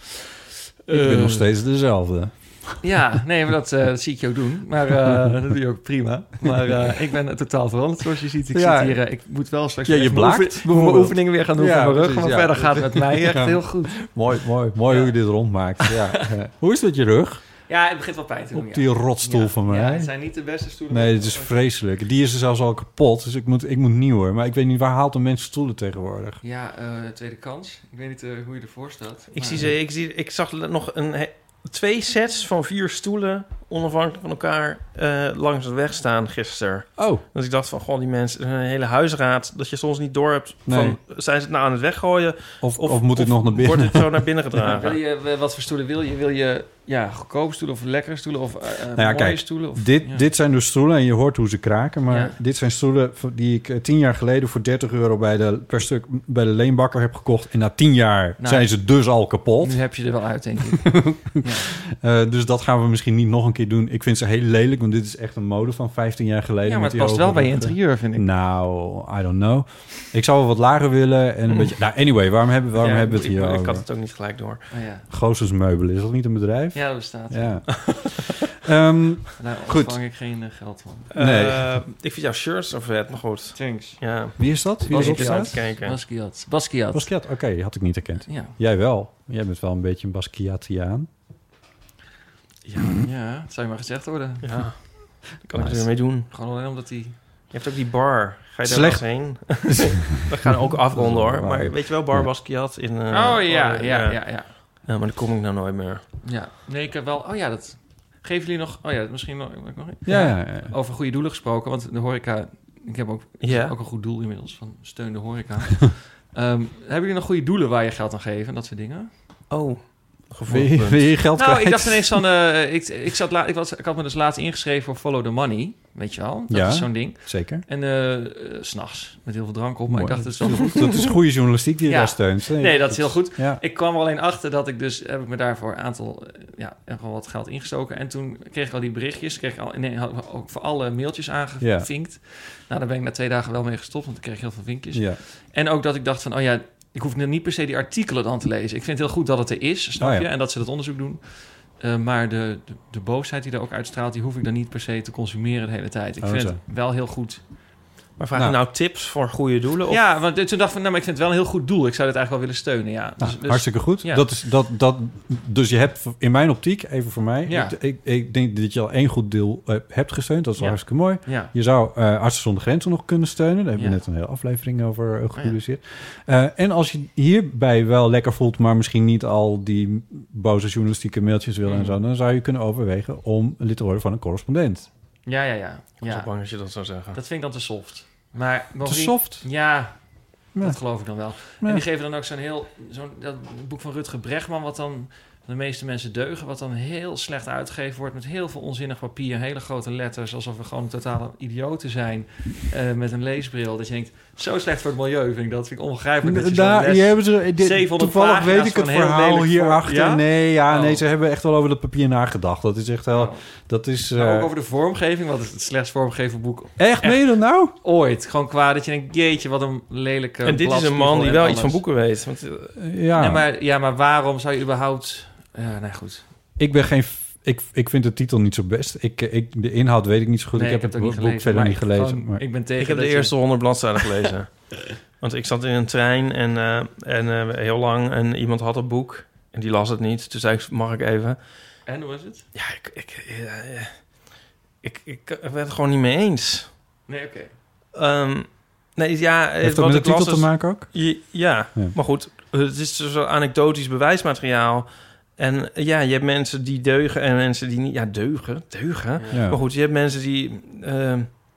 Ik uh, ben nog steeds dezelfde. Ja, nee, maar dat, uh, dat zie ik je ook doen. Maar uh, dat doe je ook prima. Maar uh, ik ben totaal veranderd, zoals je ziet. Ik ja, zit hier, uh, ik moet wel straks... Ja, je blaakt. Mijn oefen, oefeningen weer gaan doen ja, voor mijn rug. Maar ja. verder gaat het met mij echt ja. heel goed. Mooi, mooi. Mooi ja. hoe je dit rondmaakt. Ja. Ja. Hoe is het met je rug? Ja, het begint wel pijn te doen. Op die ja. rotstoel ja. van mij. Ja, het zijn niet de beste stoelen. Nee, het is vreselijk. Die is er zelfs al kapot. Dus ik moet, ik moet nieuwer. Maar ik weet niet, waar haalt een mens stoelen tegenwoordig? Ja, uh, tweede kans. Ik weet niet uh, hoe je ervoor staat. Ik, zie ze, ik, zie, ik zag nog een... He- Twee sets van vier stoelen onafhankelijk van elkaar uh, langs de weg staan gisteren. Oh. Dus ik dacht van, goh, die mensen, een hele huisraad, dat je soms niet door hebt van, nee. zijn ze het nou aan het weggooien? Of, of, of moet het nog naar binnen? Wordt het zo naar binnen gedragen? Wil je, wat voor stoelen wil je? Wil je ja, goedkope stoelen of lekkere stoelen of uh, nou ja, mooie kijk, stoelen? Of, dit, ja. dit zijn dus stoelen en je hoort hoe ze kraken. Maar ja. dit zijn stoelen die ik uh, tien jaar geleden voor dertig euro bij de, per stuk bij de leenbakker heb gekocht. En na tien jaar nou, zijn ze dus al kapot. Nu heb je er wel uit, denk ik. ja. uh, dus dat gaan we misschien niet nog een keer doen. Ik vind ze heel lelijk, want dit is echt een mode van vijftien jaar geleden. Ja, maar het past wel bij je interieur, vind ik. Nou, I don't know. Ik zou wel wat lager willen en een mm. beetje... Nou, anyway, waarom hebben, waarom ja, hebben we het hier ik, over? Ik had het ook niet gelijk door. Oh, ja. Goossens Meubelen, is dat niet een bedrijf? Ja, dat bestaat. Ja. um, Daar goed. ontvang ik geen uh, geld van. Nee. Uh, ik vind jouw shirts zo vet, maar goed. Thanks. Ja. Wie is dat? Wie is op staat? Kijken. Basquiat. Basquiat. Basquiat, oké, okay, had ik niet herkend. Ja. Jij wel. Jij bent wel een beetje een Basquiatiaan. Ja, ja, het zou je maar gezegd worden. Ja. Daar kan nice. ik er mee doen. Gewoon alleen omdat die... Je hebt ook die bar. Ga je daar Slecht. wel eens heen? We gaan ook afronden hoor. Maar weet je wel, bar Basquiat in... Uh, oh ja, oh, ja, ja, ja, ja. Ja, maar dan kom ik nou nooit meer. Ja, nee, ik heb wel... Oh ja, dat... Geven jullie nog... Oh ja, misschien nog... nog ja, ja, ja. Over goede doelen gesproken, want de horeca... Ik heb ook, ja. ook een goed doel inmiddels van steun de horeca. um, hebben jullie nog goede doelen waar je geld aan geeft en dat soort dingen? Oh, wil je, wil je geld Nou, kwijt? ik dacht ineens van... Uh, ik, ik, zat la, ik, was, ik had me dus laatst ingeschreven voor Follow the Money. Weet je wel? Dat ja, is zo'n ding. Zeker. En uh, uh, 's nachts met heel veel drank op. Maar Mooi. ik dacht, dat is wel goed. Dat is goede journalistiek die je ja. daar steunt. Nee, nee dat is heel goed. Ja. Ik kwam er alleen achter dat ik dus... Heb ik me daarvoor een aantal... Uh, ja, gewoon wat geld ingestoken. En toen kreeg ik al die berichtjes. Kreeg ik al, nee, had ik ook voor alle mailtjes aangevinkt. Ja. Nou, daar ben ik na twee dagen wel mee gestopt. Want ik kreeg heel veel vinkjes. Ja. En ook dat ik dacht van... Oh ja, ik hoef niet per se die artikelen dan te lezen. Ik vind het heel goed dat het er is, snap oh ja. je? En dat ze dat onderzoek doen. Uh, maar de, de, de boosheid die er ook uitstraalt... die hoef ik dan niet per se te consumeren de hele tijd. Ik oh, vind zo. het wel heel goed... Maar vraag je nou. nou tips voor goede doelen? Of? Ja, want toen dacht ik, nou, maar ik vind het wel een heel goed doel. Ik zou het eigenlijk wel willen steunen, ja. Nou, dus, dus, hartstikke goed. Ja. Dat is, dat, dat, dus je hebt in mijn optiek, even voor mij... Ja. Ik, ik, ik denk dat je al één goed deel uh, hebt gesteund. Dat is wel ja. hartstikke mooi. Ja. Je zou uh, Artsen zonder Grenzen nog kunnen steunen. Daar hebben ja. we net een hele aflevering over uh, gepubliceerd. Ja. Uh, en als je hierbij wel lekker voelt... maar misschien niet al die boze journalistieke mailtjes wil mm. en zo... dan zou je kunnen overwegen om lid te worden van een correspondent. Ja, ja, ja. Ik ben ja. zo bang dat je dat zou zeggen. Dat vind ik dan te soft. Maar te soft? Ja, ja, dat geloof ik dan wel. Ja. En die geven dan ook zo'n heel... zo'n dat boek van Rutger Bregman... wat dan de meeste mensen deugen... wat dan heel slecht uitgegeven wordt... met heel veel onzinnig papier... hele grote letters... alsof we gewoon totale idioten zijn... Uh, met een leesbril. Dat je denkt... zo slecht voor het milieu vind ik dat. Vind ik onbegrijpelijk. Dat je Daar, je hebben ze, dit, toevallig weet ik het verhaal hierachter. Ja? Nee, ja, oh. nee, ze hebben echt wel over dat papier nagedacht. Dat is echt wel... Oh. Dat is, uh... ook over de vormgeving. Wat is het slechtst vormgegeven boek? Echt? Meen je dat nou? Ooit. Gewoon qua dat je denkt... jeetje, wat een lelijke... En dit is een man die wel alles. iets van boeken weet. Want, uh, ja. Nee, maar, ja, maar waarom zou je überhaupt... Ja, nee, goed. Ik ben geen... Ik, ik vind de titel niet zo best. Ik, ik, de inhoud weet ik niet zo goed. Nee, ik heb ik het, het boek verder niet gelezen. Gewoon, maar... Ik, ben tegen ik heb de eerste je... honderd bladzijden gelezen. Want ik zat in een trein en, uh, en uh, heel lang... en iemand had een boek en die las het niet. Dus zei ik, mag ik even? En hoe was het? Ja, ik... ik, uh, ik, ik, ik werd het gewoon niet mee eens. Nee, oké. Okay. Um, nee, ja... Heeft dat met de titel te maken ook? Ja, ja, ja, maar goed. Het is zo anekdotisch bewijsmateriaal... En ja, je hebt mensen die deugen en mensen die niet... Ja, deugen, deugen. Ja. Maar goed, je hebt mensen die... Uh,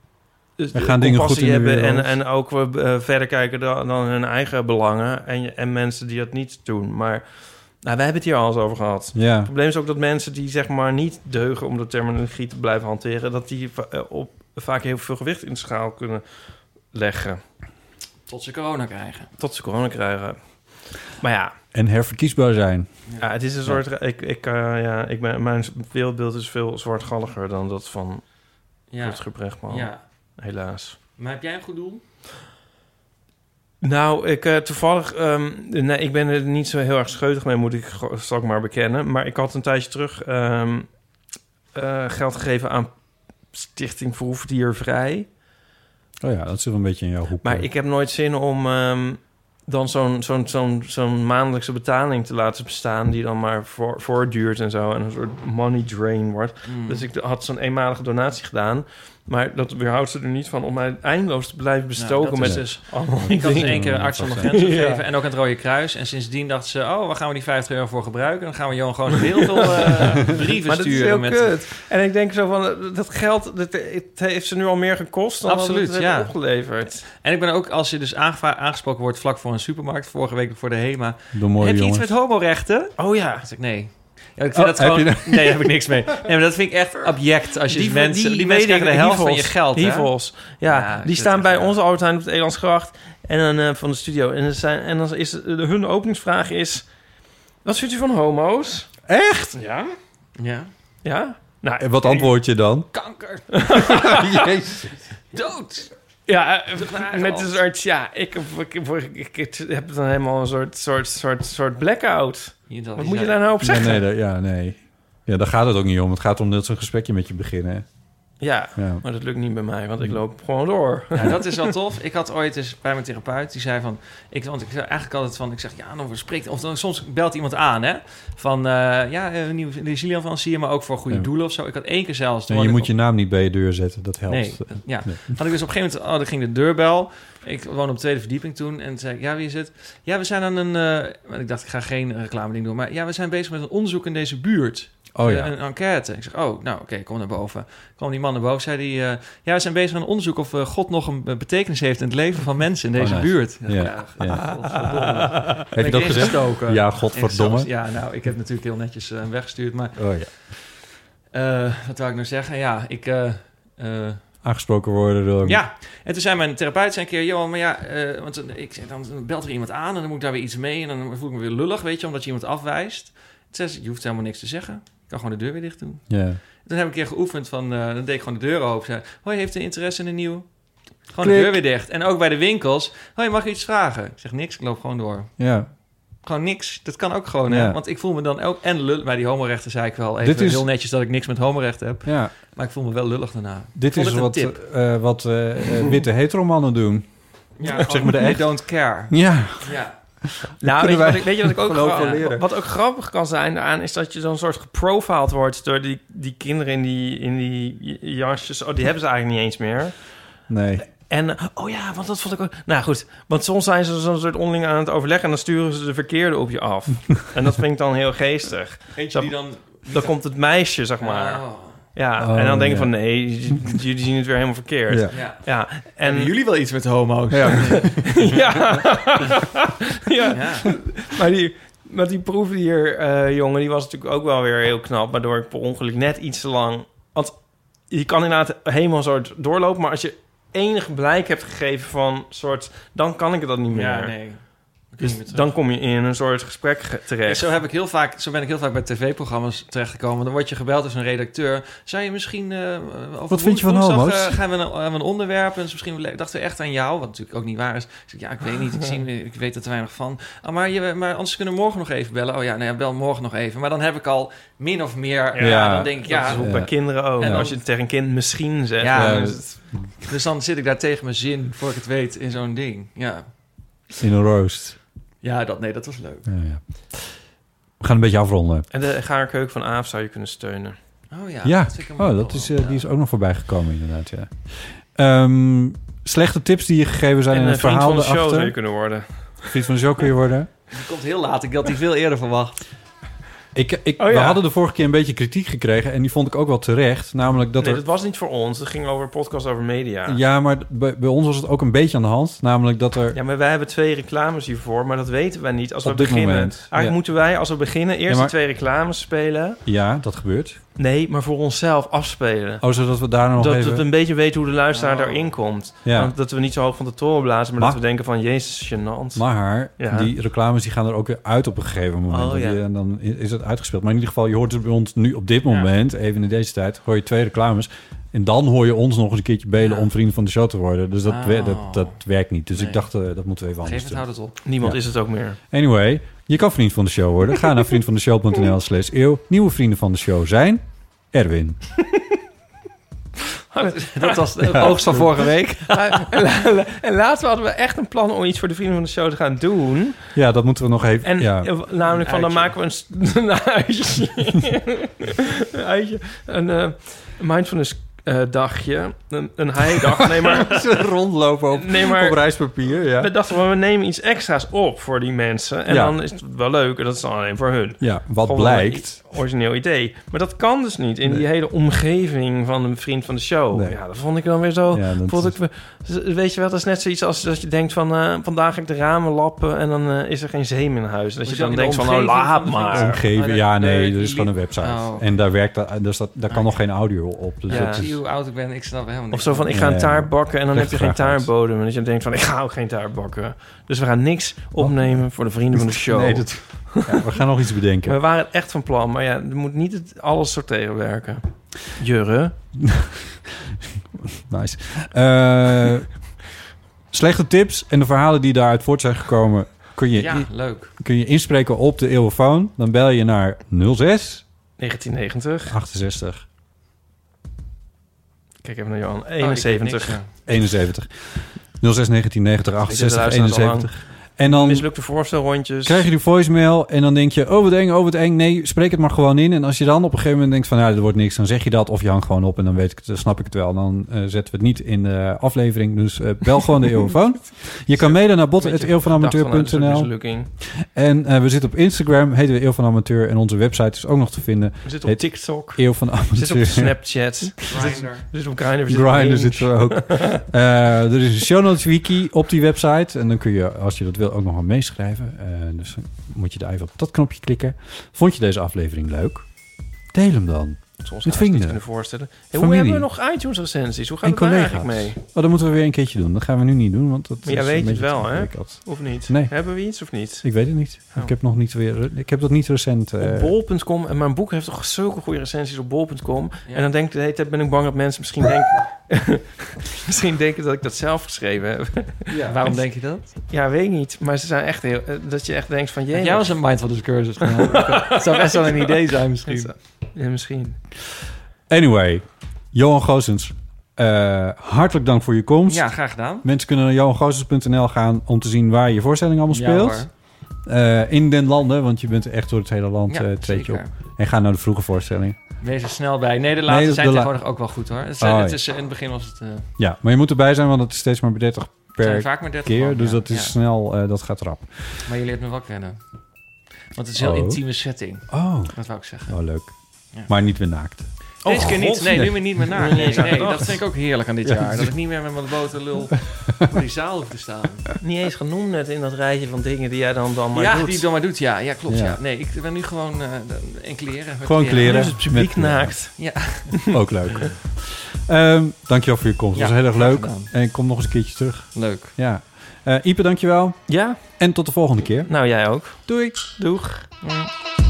er gaan dingen goed in hebben en, en ook uh, verder kijken dan, dan hun eigen belangen. En, en mensen die dat niet doen. Maar nou, wij hebben het hier al eens over gehad. Ja. Het probleem is ook dat mensen die zeg maar niet deugen... om de terminologie te blijven hanteren... dat die uh, op, vaak heel veel gewicht in de schaal kunnen leggen. Tot ze corona krijgen. Tot ze corona krijgen. Maar ja... En herverkiesbaar zijn. Ja, het is een soort... Ja. Ik, ik, uh, ja, ik ben, mijn wereldbeeld is veel zwartgalliger dan dat van ja. Rutger Bregman. Ja. Helaas. Maar heb jij een goed doel? Nou, ik uh, toevallig... Um, nee, ik ben er niet zo heel erg scheutig mee, moet ik straks maar bekennen. Maar ik had een tijdje terug um, uh, geld gegeven aan Stichting Proefdiervrij. Oh ja, dat zit een beetje in jouw hoek. Maar ik heb nooit zin om... Um, dan zo'n, zo'n, zo'n, zo'n maandelijkse betaling te laten bestaan... die dan maar voor, voortduurt en zo... en een soort money drain wordt. Mm. Dus ik had zo'n eenmalige donatie gedaan... maar dat weerhoudt ze er niet van... om mij eindeloos te blijven bestoken nou, met... Dus, ik had één keer Artsen zonder Grenzen gegeven... ja. en ook aan het Rode Kruis. En sindsdien dachten ze... oh, waar gaan we die vijftig euro voor gebruiken? Dan gaan we Johan gewoon heel veel uh, brieven maar sturen. Maar dat is heel met... kut. En ik denk zo van... dat geld, dat, het heeft ze nu al meer gekost... dan Absoluut, het ja. opgeleverd. En ik ben ook, als je dus aangesproken wordt... vlak voor een supermarkt... vorige week voor de HEMA... De mooie heb je jongens. iets met homorechten? Oh ja. Dus ik, nee... Ja, ik vind oh, dat gewoon... Heb nee, daar heb ik niks mee. Nee, maar dat vind ik echt abject. Als je die, mensen... Die, die mensen krijgen de helft van je geld, hè? Hivels. Ja, ja, die staan bij onze Albert Heijn op het Elandsgracht... en dan uh, van de studio. En, zijn, en dan is de, hun openingsvraag is... wat vindt u van homo's? Echt? Ja. Ja. Ja? Nou, en wat antwoord je dan? Kanker. Jezus. Dood. Ja, uh, met een soort... Ja, ik, ik, ik, ik, ik heb dan helemaal een soort, soort, soort, soort blackout. Wat moet je daar nou op zeggen? Nee, nee, ja, nee. Ja, daar gaat het ook niet om. Het gaat om dat ze een gesprekje met je beginnen. Ja, ja, maar dat lukt niet bij mij, want ik loop gewoon door. Ja, dat is wel tof. Ik had ooit eens bij mijn therapeut, die zei van... Ik, want ik zei eigenlijk altijd van... Ik zeg, ja, dan spreekt... Of dan soms belt iemand aan, hè? Van, uh, ja, een nieuw Lisilien van zie je, maar ook voor goede ja. doelen of zo. Ik had één keer zelfs... En je moet op... je naam niet bij je deur zetten, dat helpt. Nee, ja. Nee. Had ik dus op een gegeven moment... Oh, dan ging de deurbel. Ik woonde op de tweede verdieping toen. En toen zei ik, ja, wie is het? Ja, we zijn aan een... Uh, ik dacht, ik ga geen reclame ding doen. Maar ja, we zijn bezig met een onderzoek in deze buurt... Oh, ja. Een enquête. Ik zeg, oh, nou, oké, okay, kom naar boven. Kwam die man naar boven, zei hij... Uh, ja, we zijn bezig met een onderzoek of uh, God nog een betekenis heeft... in het leven van mensen in deze oh, nice. buurt. Ja, ja. ja. Heb je dat gezegd? Gestoken. Ja, godverdomme. Ja, nou, ik heb natuurlijk heel netjes uh, weggestuurd, maar... Oh ja. Uh, wat wou ik nou zeggen? Ja, ik... Uh, uh, aangesproken worden door... Ja, en toen zei mijn therapeut een keer... Johan, maar ja, uh, want ik zeg, dan belt er iemand aan... en dan moet ik daar weer iets mee... en dan voel ik me weer lullig, weet je... omdat je iemand afwijst. Toen zei ze, je hoeft helemaal niks te zeggen... Ik kan gewoon de deur weer dicht doen. Ja. Toen heb ik een keer geoefend van... Uh, dan deed ik gewoon de deur open. Zei, hoi, heeft u interesse in een nieuw? Gewoon Klik. De deur weer dicht. En ook bij de winkels. Hoi, mag je iets vragen? Ik zeg niks, ik loop gewoon door. Ja. gewoon niks. Dat kan ook gewoon, Ja. hè? Want ik voel me dan ook... En lullig, bij die homorechten zei ik wel even Dit is- heel netjes dat ik niks met homorechten heb. Ja. Maar ik voel me wel lullig daarna. Dit Vond is het een wat, tip. uh, wat uh, uh, witte heteromannen doen. Ja, zeg maar de they echt. don't care. Ja. Ja. Nou, weet je, wij wat ik, weet je wat ik ook geloof gra- wel leren. wat ook grappig kan zijn daaraan is dat je zo'n soort geprofiled wordt door die, die kinderen in die, in die jasjes. Oh, die hebben ze eigenlijk niet eens meer. Nee. En, oh ja, want dat vond ik ook... Nou goed, want soms zijn ze zo'n soort onderling aan het overleggen... en dan sturen ze de verkeerde op je af. En dat vind ik dan heel geestig. Eentje die dan... Dan komt het meisje, zeg maar. Oh. Ja, Oh, en dan denk je ja. van... nee, j- jullie zien het weer helemaal verkeerd. Ja. Ja. Ja, en... Hebben jullie wel iets met homo's? Ja. ja. ja. Ja. Maar die, maar die proefdier eh jongen, die was natuurlijk ook wel weer heel knap... waardoor ik per ongeluk net iets te lang... Want je kan inderdaad helemaal zo doorlopen... maar als je enig blijk hebt gegeven van soort... dan kan ik dat niet meer. Ja, nee. Dus dan kom je in een soort gesprek ge- terecht. Ja, zo, heb ik heel vaak, zo ben ik heel vaak bij tv-programma's terechtgekomen. Dan word je gebeld door een redacteur. Zou je misschien... Uh, over Wat vind je van woensdag, homo's? Uh, gaan we een, uh, een onderwerp en dus misschien dachten we echt aan jou, wat natuurlijk ook niet waar is. Dus ik, ja, ik weet niet, ik, zie, ik weet er te weinig van. Oh, maar, je, maar anders kunnen we morgen nog even bellen. Oh ja, nou ja, bel morgen nog even. Maar dan heb ik al min of meer... Ja, Ja, dan denk ik, Dat ja... is ook Ja. bij kinderen ook. En En dan- als je tegen een kind misschien zegt... Ja, dan dus, is het- dus dan zit ik daar tegen mijn zin, voor ik het weet, in zo'n ding. Ja, In een roost. ja dat, nee, dat was leuk. Ja, ja. We gaan een beetje afronden. En de gaarkeuken van Aaf zou je kunnen steunen. Oh ja, Ja, dat vind ik hem oh, ook dat wel- is, uh, ja. die is ook nog voorbij gekomen inderdaad, ja. Ehm, slechte tips die je gegeven zijn En in een het vriend verhaal van de show erachter. zou je kunnen worden. Vriend van de show kun je worden. Die komt heel laat. Ik had die veel eerder verwacht. Ik, ik, Oh, We ja. hadden de vorige keer een beetje kritiek gekregen... en die vond ik ook wel terecht. Namelijk dat nee, er... dat was niet voor ons. Het ging over een podcast over media. Ja, maar bij, bij ons was het ook een beetje aan de hand. Namelijk dat er... Ja, maar wij hebben twee reclames hiervoor, maar dat weten wij niet als Op we dit beginnen. moment, Eigenlijk ja. moeten wij, als we beginnen, eerst Ja, maar- de twee reclames spelen. Ja, dat gebeurt. Nee, maar voor onszelf afspelen. Oh, zodat we daar nog dat, even... dat we een beetje weten hoe de luisteraar Oh. daarin komt. Ja. Want dat we niet zo hoog van de toren blazen, maar Maar- dat we denken van, jezus, gênant. Maar Ja. die reclames die gaan er ook weer uit op een gegeven moment. Oh, Dat ja. je- en dan is het uitgespeeld. Maar in ieder geval, je hoort het bij ons nu op dit moment, even in deze tijd, hoor je twee reclames. En dan hoor je ons nog eens een keertje belen Ja. om vriend van de show te worden. Dus dat, Oh. we- dat, dat werkt niet. Dus Nee. ik dacht, uh, dat moeten we even anders Geef het, doen. houd het op. Niemand Ja. is het ook meer. Anyway, je kan vriend van de show worden. Ga naar vriendvandeshow.nl slash eeuw. Nieuwe vrienden van de show zijn... Erwin. Dat was de Ja. oogst van vorige week. En later hadden we echt een plan om iets voor de vrienden van de show te gaan doen. Ja, dat moeten we nog even... En ja. eh, namelijk van, dan uitje. maken we een, st- een uitje. een uitje. Een eh, mindfulness eh, dagje. Een, een heidag. Nee, maar... rondlopen op, Nee, maar- op reispapier. Ja, We dachten, we nemen iets extra's op voor die mensen. En Ja. dan is het wel leuk. En dat is dan alleen voor hun. ja wat Gewoon blijkt... een origineel idee. Maar dat kan dus niet in Nee. die hele omgeving van een vriend van de show. Nee. Ja, dat vond ik dan weer zo... Ja, dat Vond is- ik, we- weet je wel, dat is net zoiets als dat je denkt van... eh, vandaag ga ik de ramen lappen en dan eh, is er geen zeem in huis. Dat Moet je je dan dan in denkt de van, oh, omgeving laat van de maar. vriend- Omgeving, Oh, ja, de- nee, de- er is gewoon een die- website. Oh. En daar werkt dat, dus dat, daar kan nog geen audio op. Dus Ja. dat Ik zie is, hoe oud ik ben. Ik snap helemaal niet. Of zo van, ik ga een Nee. taart bakken en dan Leg heb je geen graag uit. taartbodem. En dat je denkt van, ik ga ook geen taart bakken. Dus we gaan niks opnemen voor de vrienden van de show. nee, dat, ja, we gaan nog iets bedenken. We waren het echt van plan. Maar ja, er moet niet het, alles zo tegenwerken. Jurre. Nice. Eh, slechte tips en de verhalen die daaruit voort zijn gekomen... kun je, Ja, leuk. kun je inspreken op de eeuwenfoon. Dan bel je naar nul zes negentien negentig. achtenzestig Kijk even naar Johan. Oh, ik weet eenenzeventig. niks, ja. eenenzeventig. nul zes negentien negentig achtenzestig luisteraars al lang. eenenzeventig. En dan Mislukte voorstelrondjes. krijg je die voicemail en dan denk je... oh, wat eng, oh, wat eng. Nee, spreek het maar gewoon in. En als je dan op een gegeven moment denkt van... ja, er wordt niks, dan zeg je dat of je hangt gewoon op... en dan weet ik het, dan snap ik het wel. Dan uh, zetten we het niet in de aflevering. Dus uh, bel gewoon de eeuwenfoon. Je kan mailen naar botten at eeuwvanamateur punt n l. En uh, we zitten op Instagram, heten we Eeuw van Amateur... en onze website is ook nog te vinden. We zitten op Heet TikTok. Eeuw van We zitten op Amateur. Snapchat. Grindr. We zitten op Grindr. We zitten op Grindr Hinge. zitten we ook. Uh, er is een show notes wiki op die website. En dan kun je, als je dat wil, ook nog wel meeschrijven. Uh, dus dan moet je daar even op dat knopje klikken. Vond je deze aflevering leuk? Deel hem dan. Soms Met zou je het niet vrienden. kunnen voorstellen. Hey, hoe Familie. hebben we nog iTunes recensies? Hoe gaat En het daar collega's. eigenlijk mee? Oh, dat moeten we weer een keertje doen. Dat gaan we nu niet doen. Want dat Maar jij is weet een het beetje wel, te hè? ingewikkeld. Of niet? Nee. Hebben we iets of niet? Ik weet het niet. Oh. Ik heb nog niet weer. Ik heb dat niet recent. Uh, Op bol punt com. En mijn boek heeft toch zulke goede recensies op bol punt com. Ja. En dan denk ik de hele tijd ben ik bang dat mensen misschien denken... Misschien denken dat ik dat zelf geschreven heb. Ja. Waarom denk je dat? Ja, weet ik niet. Maar ze zijn echt heel... Dat je echt denkt van... Jij was een Mindfulness cursus gedaan. Het zou best wel een idee zijn misschien. Ja, misschien. Anyway, Johan Goossens, uh, hartelijk dank voor je komst. Ja, graag gedaan. Mensen kunnen naar johan goossens punt n l gaan om te zien waar je voorstelling allemaal speelt. Ja, uh, in den landen, want je bent echt door het hele land ja, uh, treed je op. En ga naar de vroege voorstelling. Wees er snel bij. Nee, de laatste nee, zijn de tegenwoordig la- ook wel goed hoor. Het, oh, het is, in het begin was het... Uh... Ja, maar je moet erbij zijn, want het is steeds maar bij dertig per vaak maar dertig keer. man, dus ja. dat is ja. snel, uh, dat gaat rap. Maar je leert me wel kennen. Want het is een heel oh. intieme setting. Oh. Dat wou ik zeggen. Oh, leuk. Ja. Maar niet weer naakt. Deze oh, keer niet. Nee, nu weer niet meer naakt. Nee, nee, dat vind ik ook heerlijk aan dit ja, jaar. Dat ik niet meer met mijn boterlul voor die zaal hoef te staan. Niet eens genoemd net in dat rijtje van dingen die jij dan, dan maar ja, doet. Ja, die je dan maar doet. Ja, ja klopt. Ja. Ja. Nee, ik ben nu gewoon uh, in kleren. Gewoon kleren. Dus het publiek met, naakt. Ja. Ook leuk. um, dankjewel voor je komst. Ja, dat was heel erg leuk. Gedaan. En kom nog eens een keertje terug. Leuk. Ja. Uh, Ipe, dankjewel. Ja. En tot de volgende keer. Nou, jij ook. Doei. Doeg. Ja.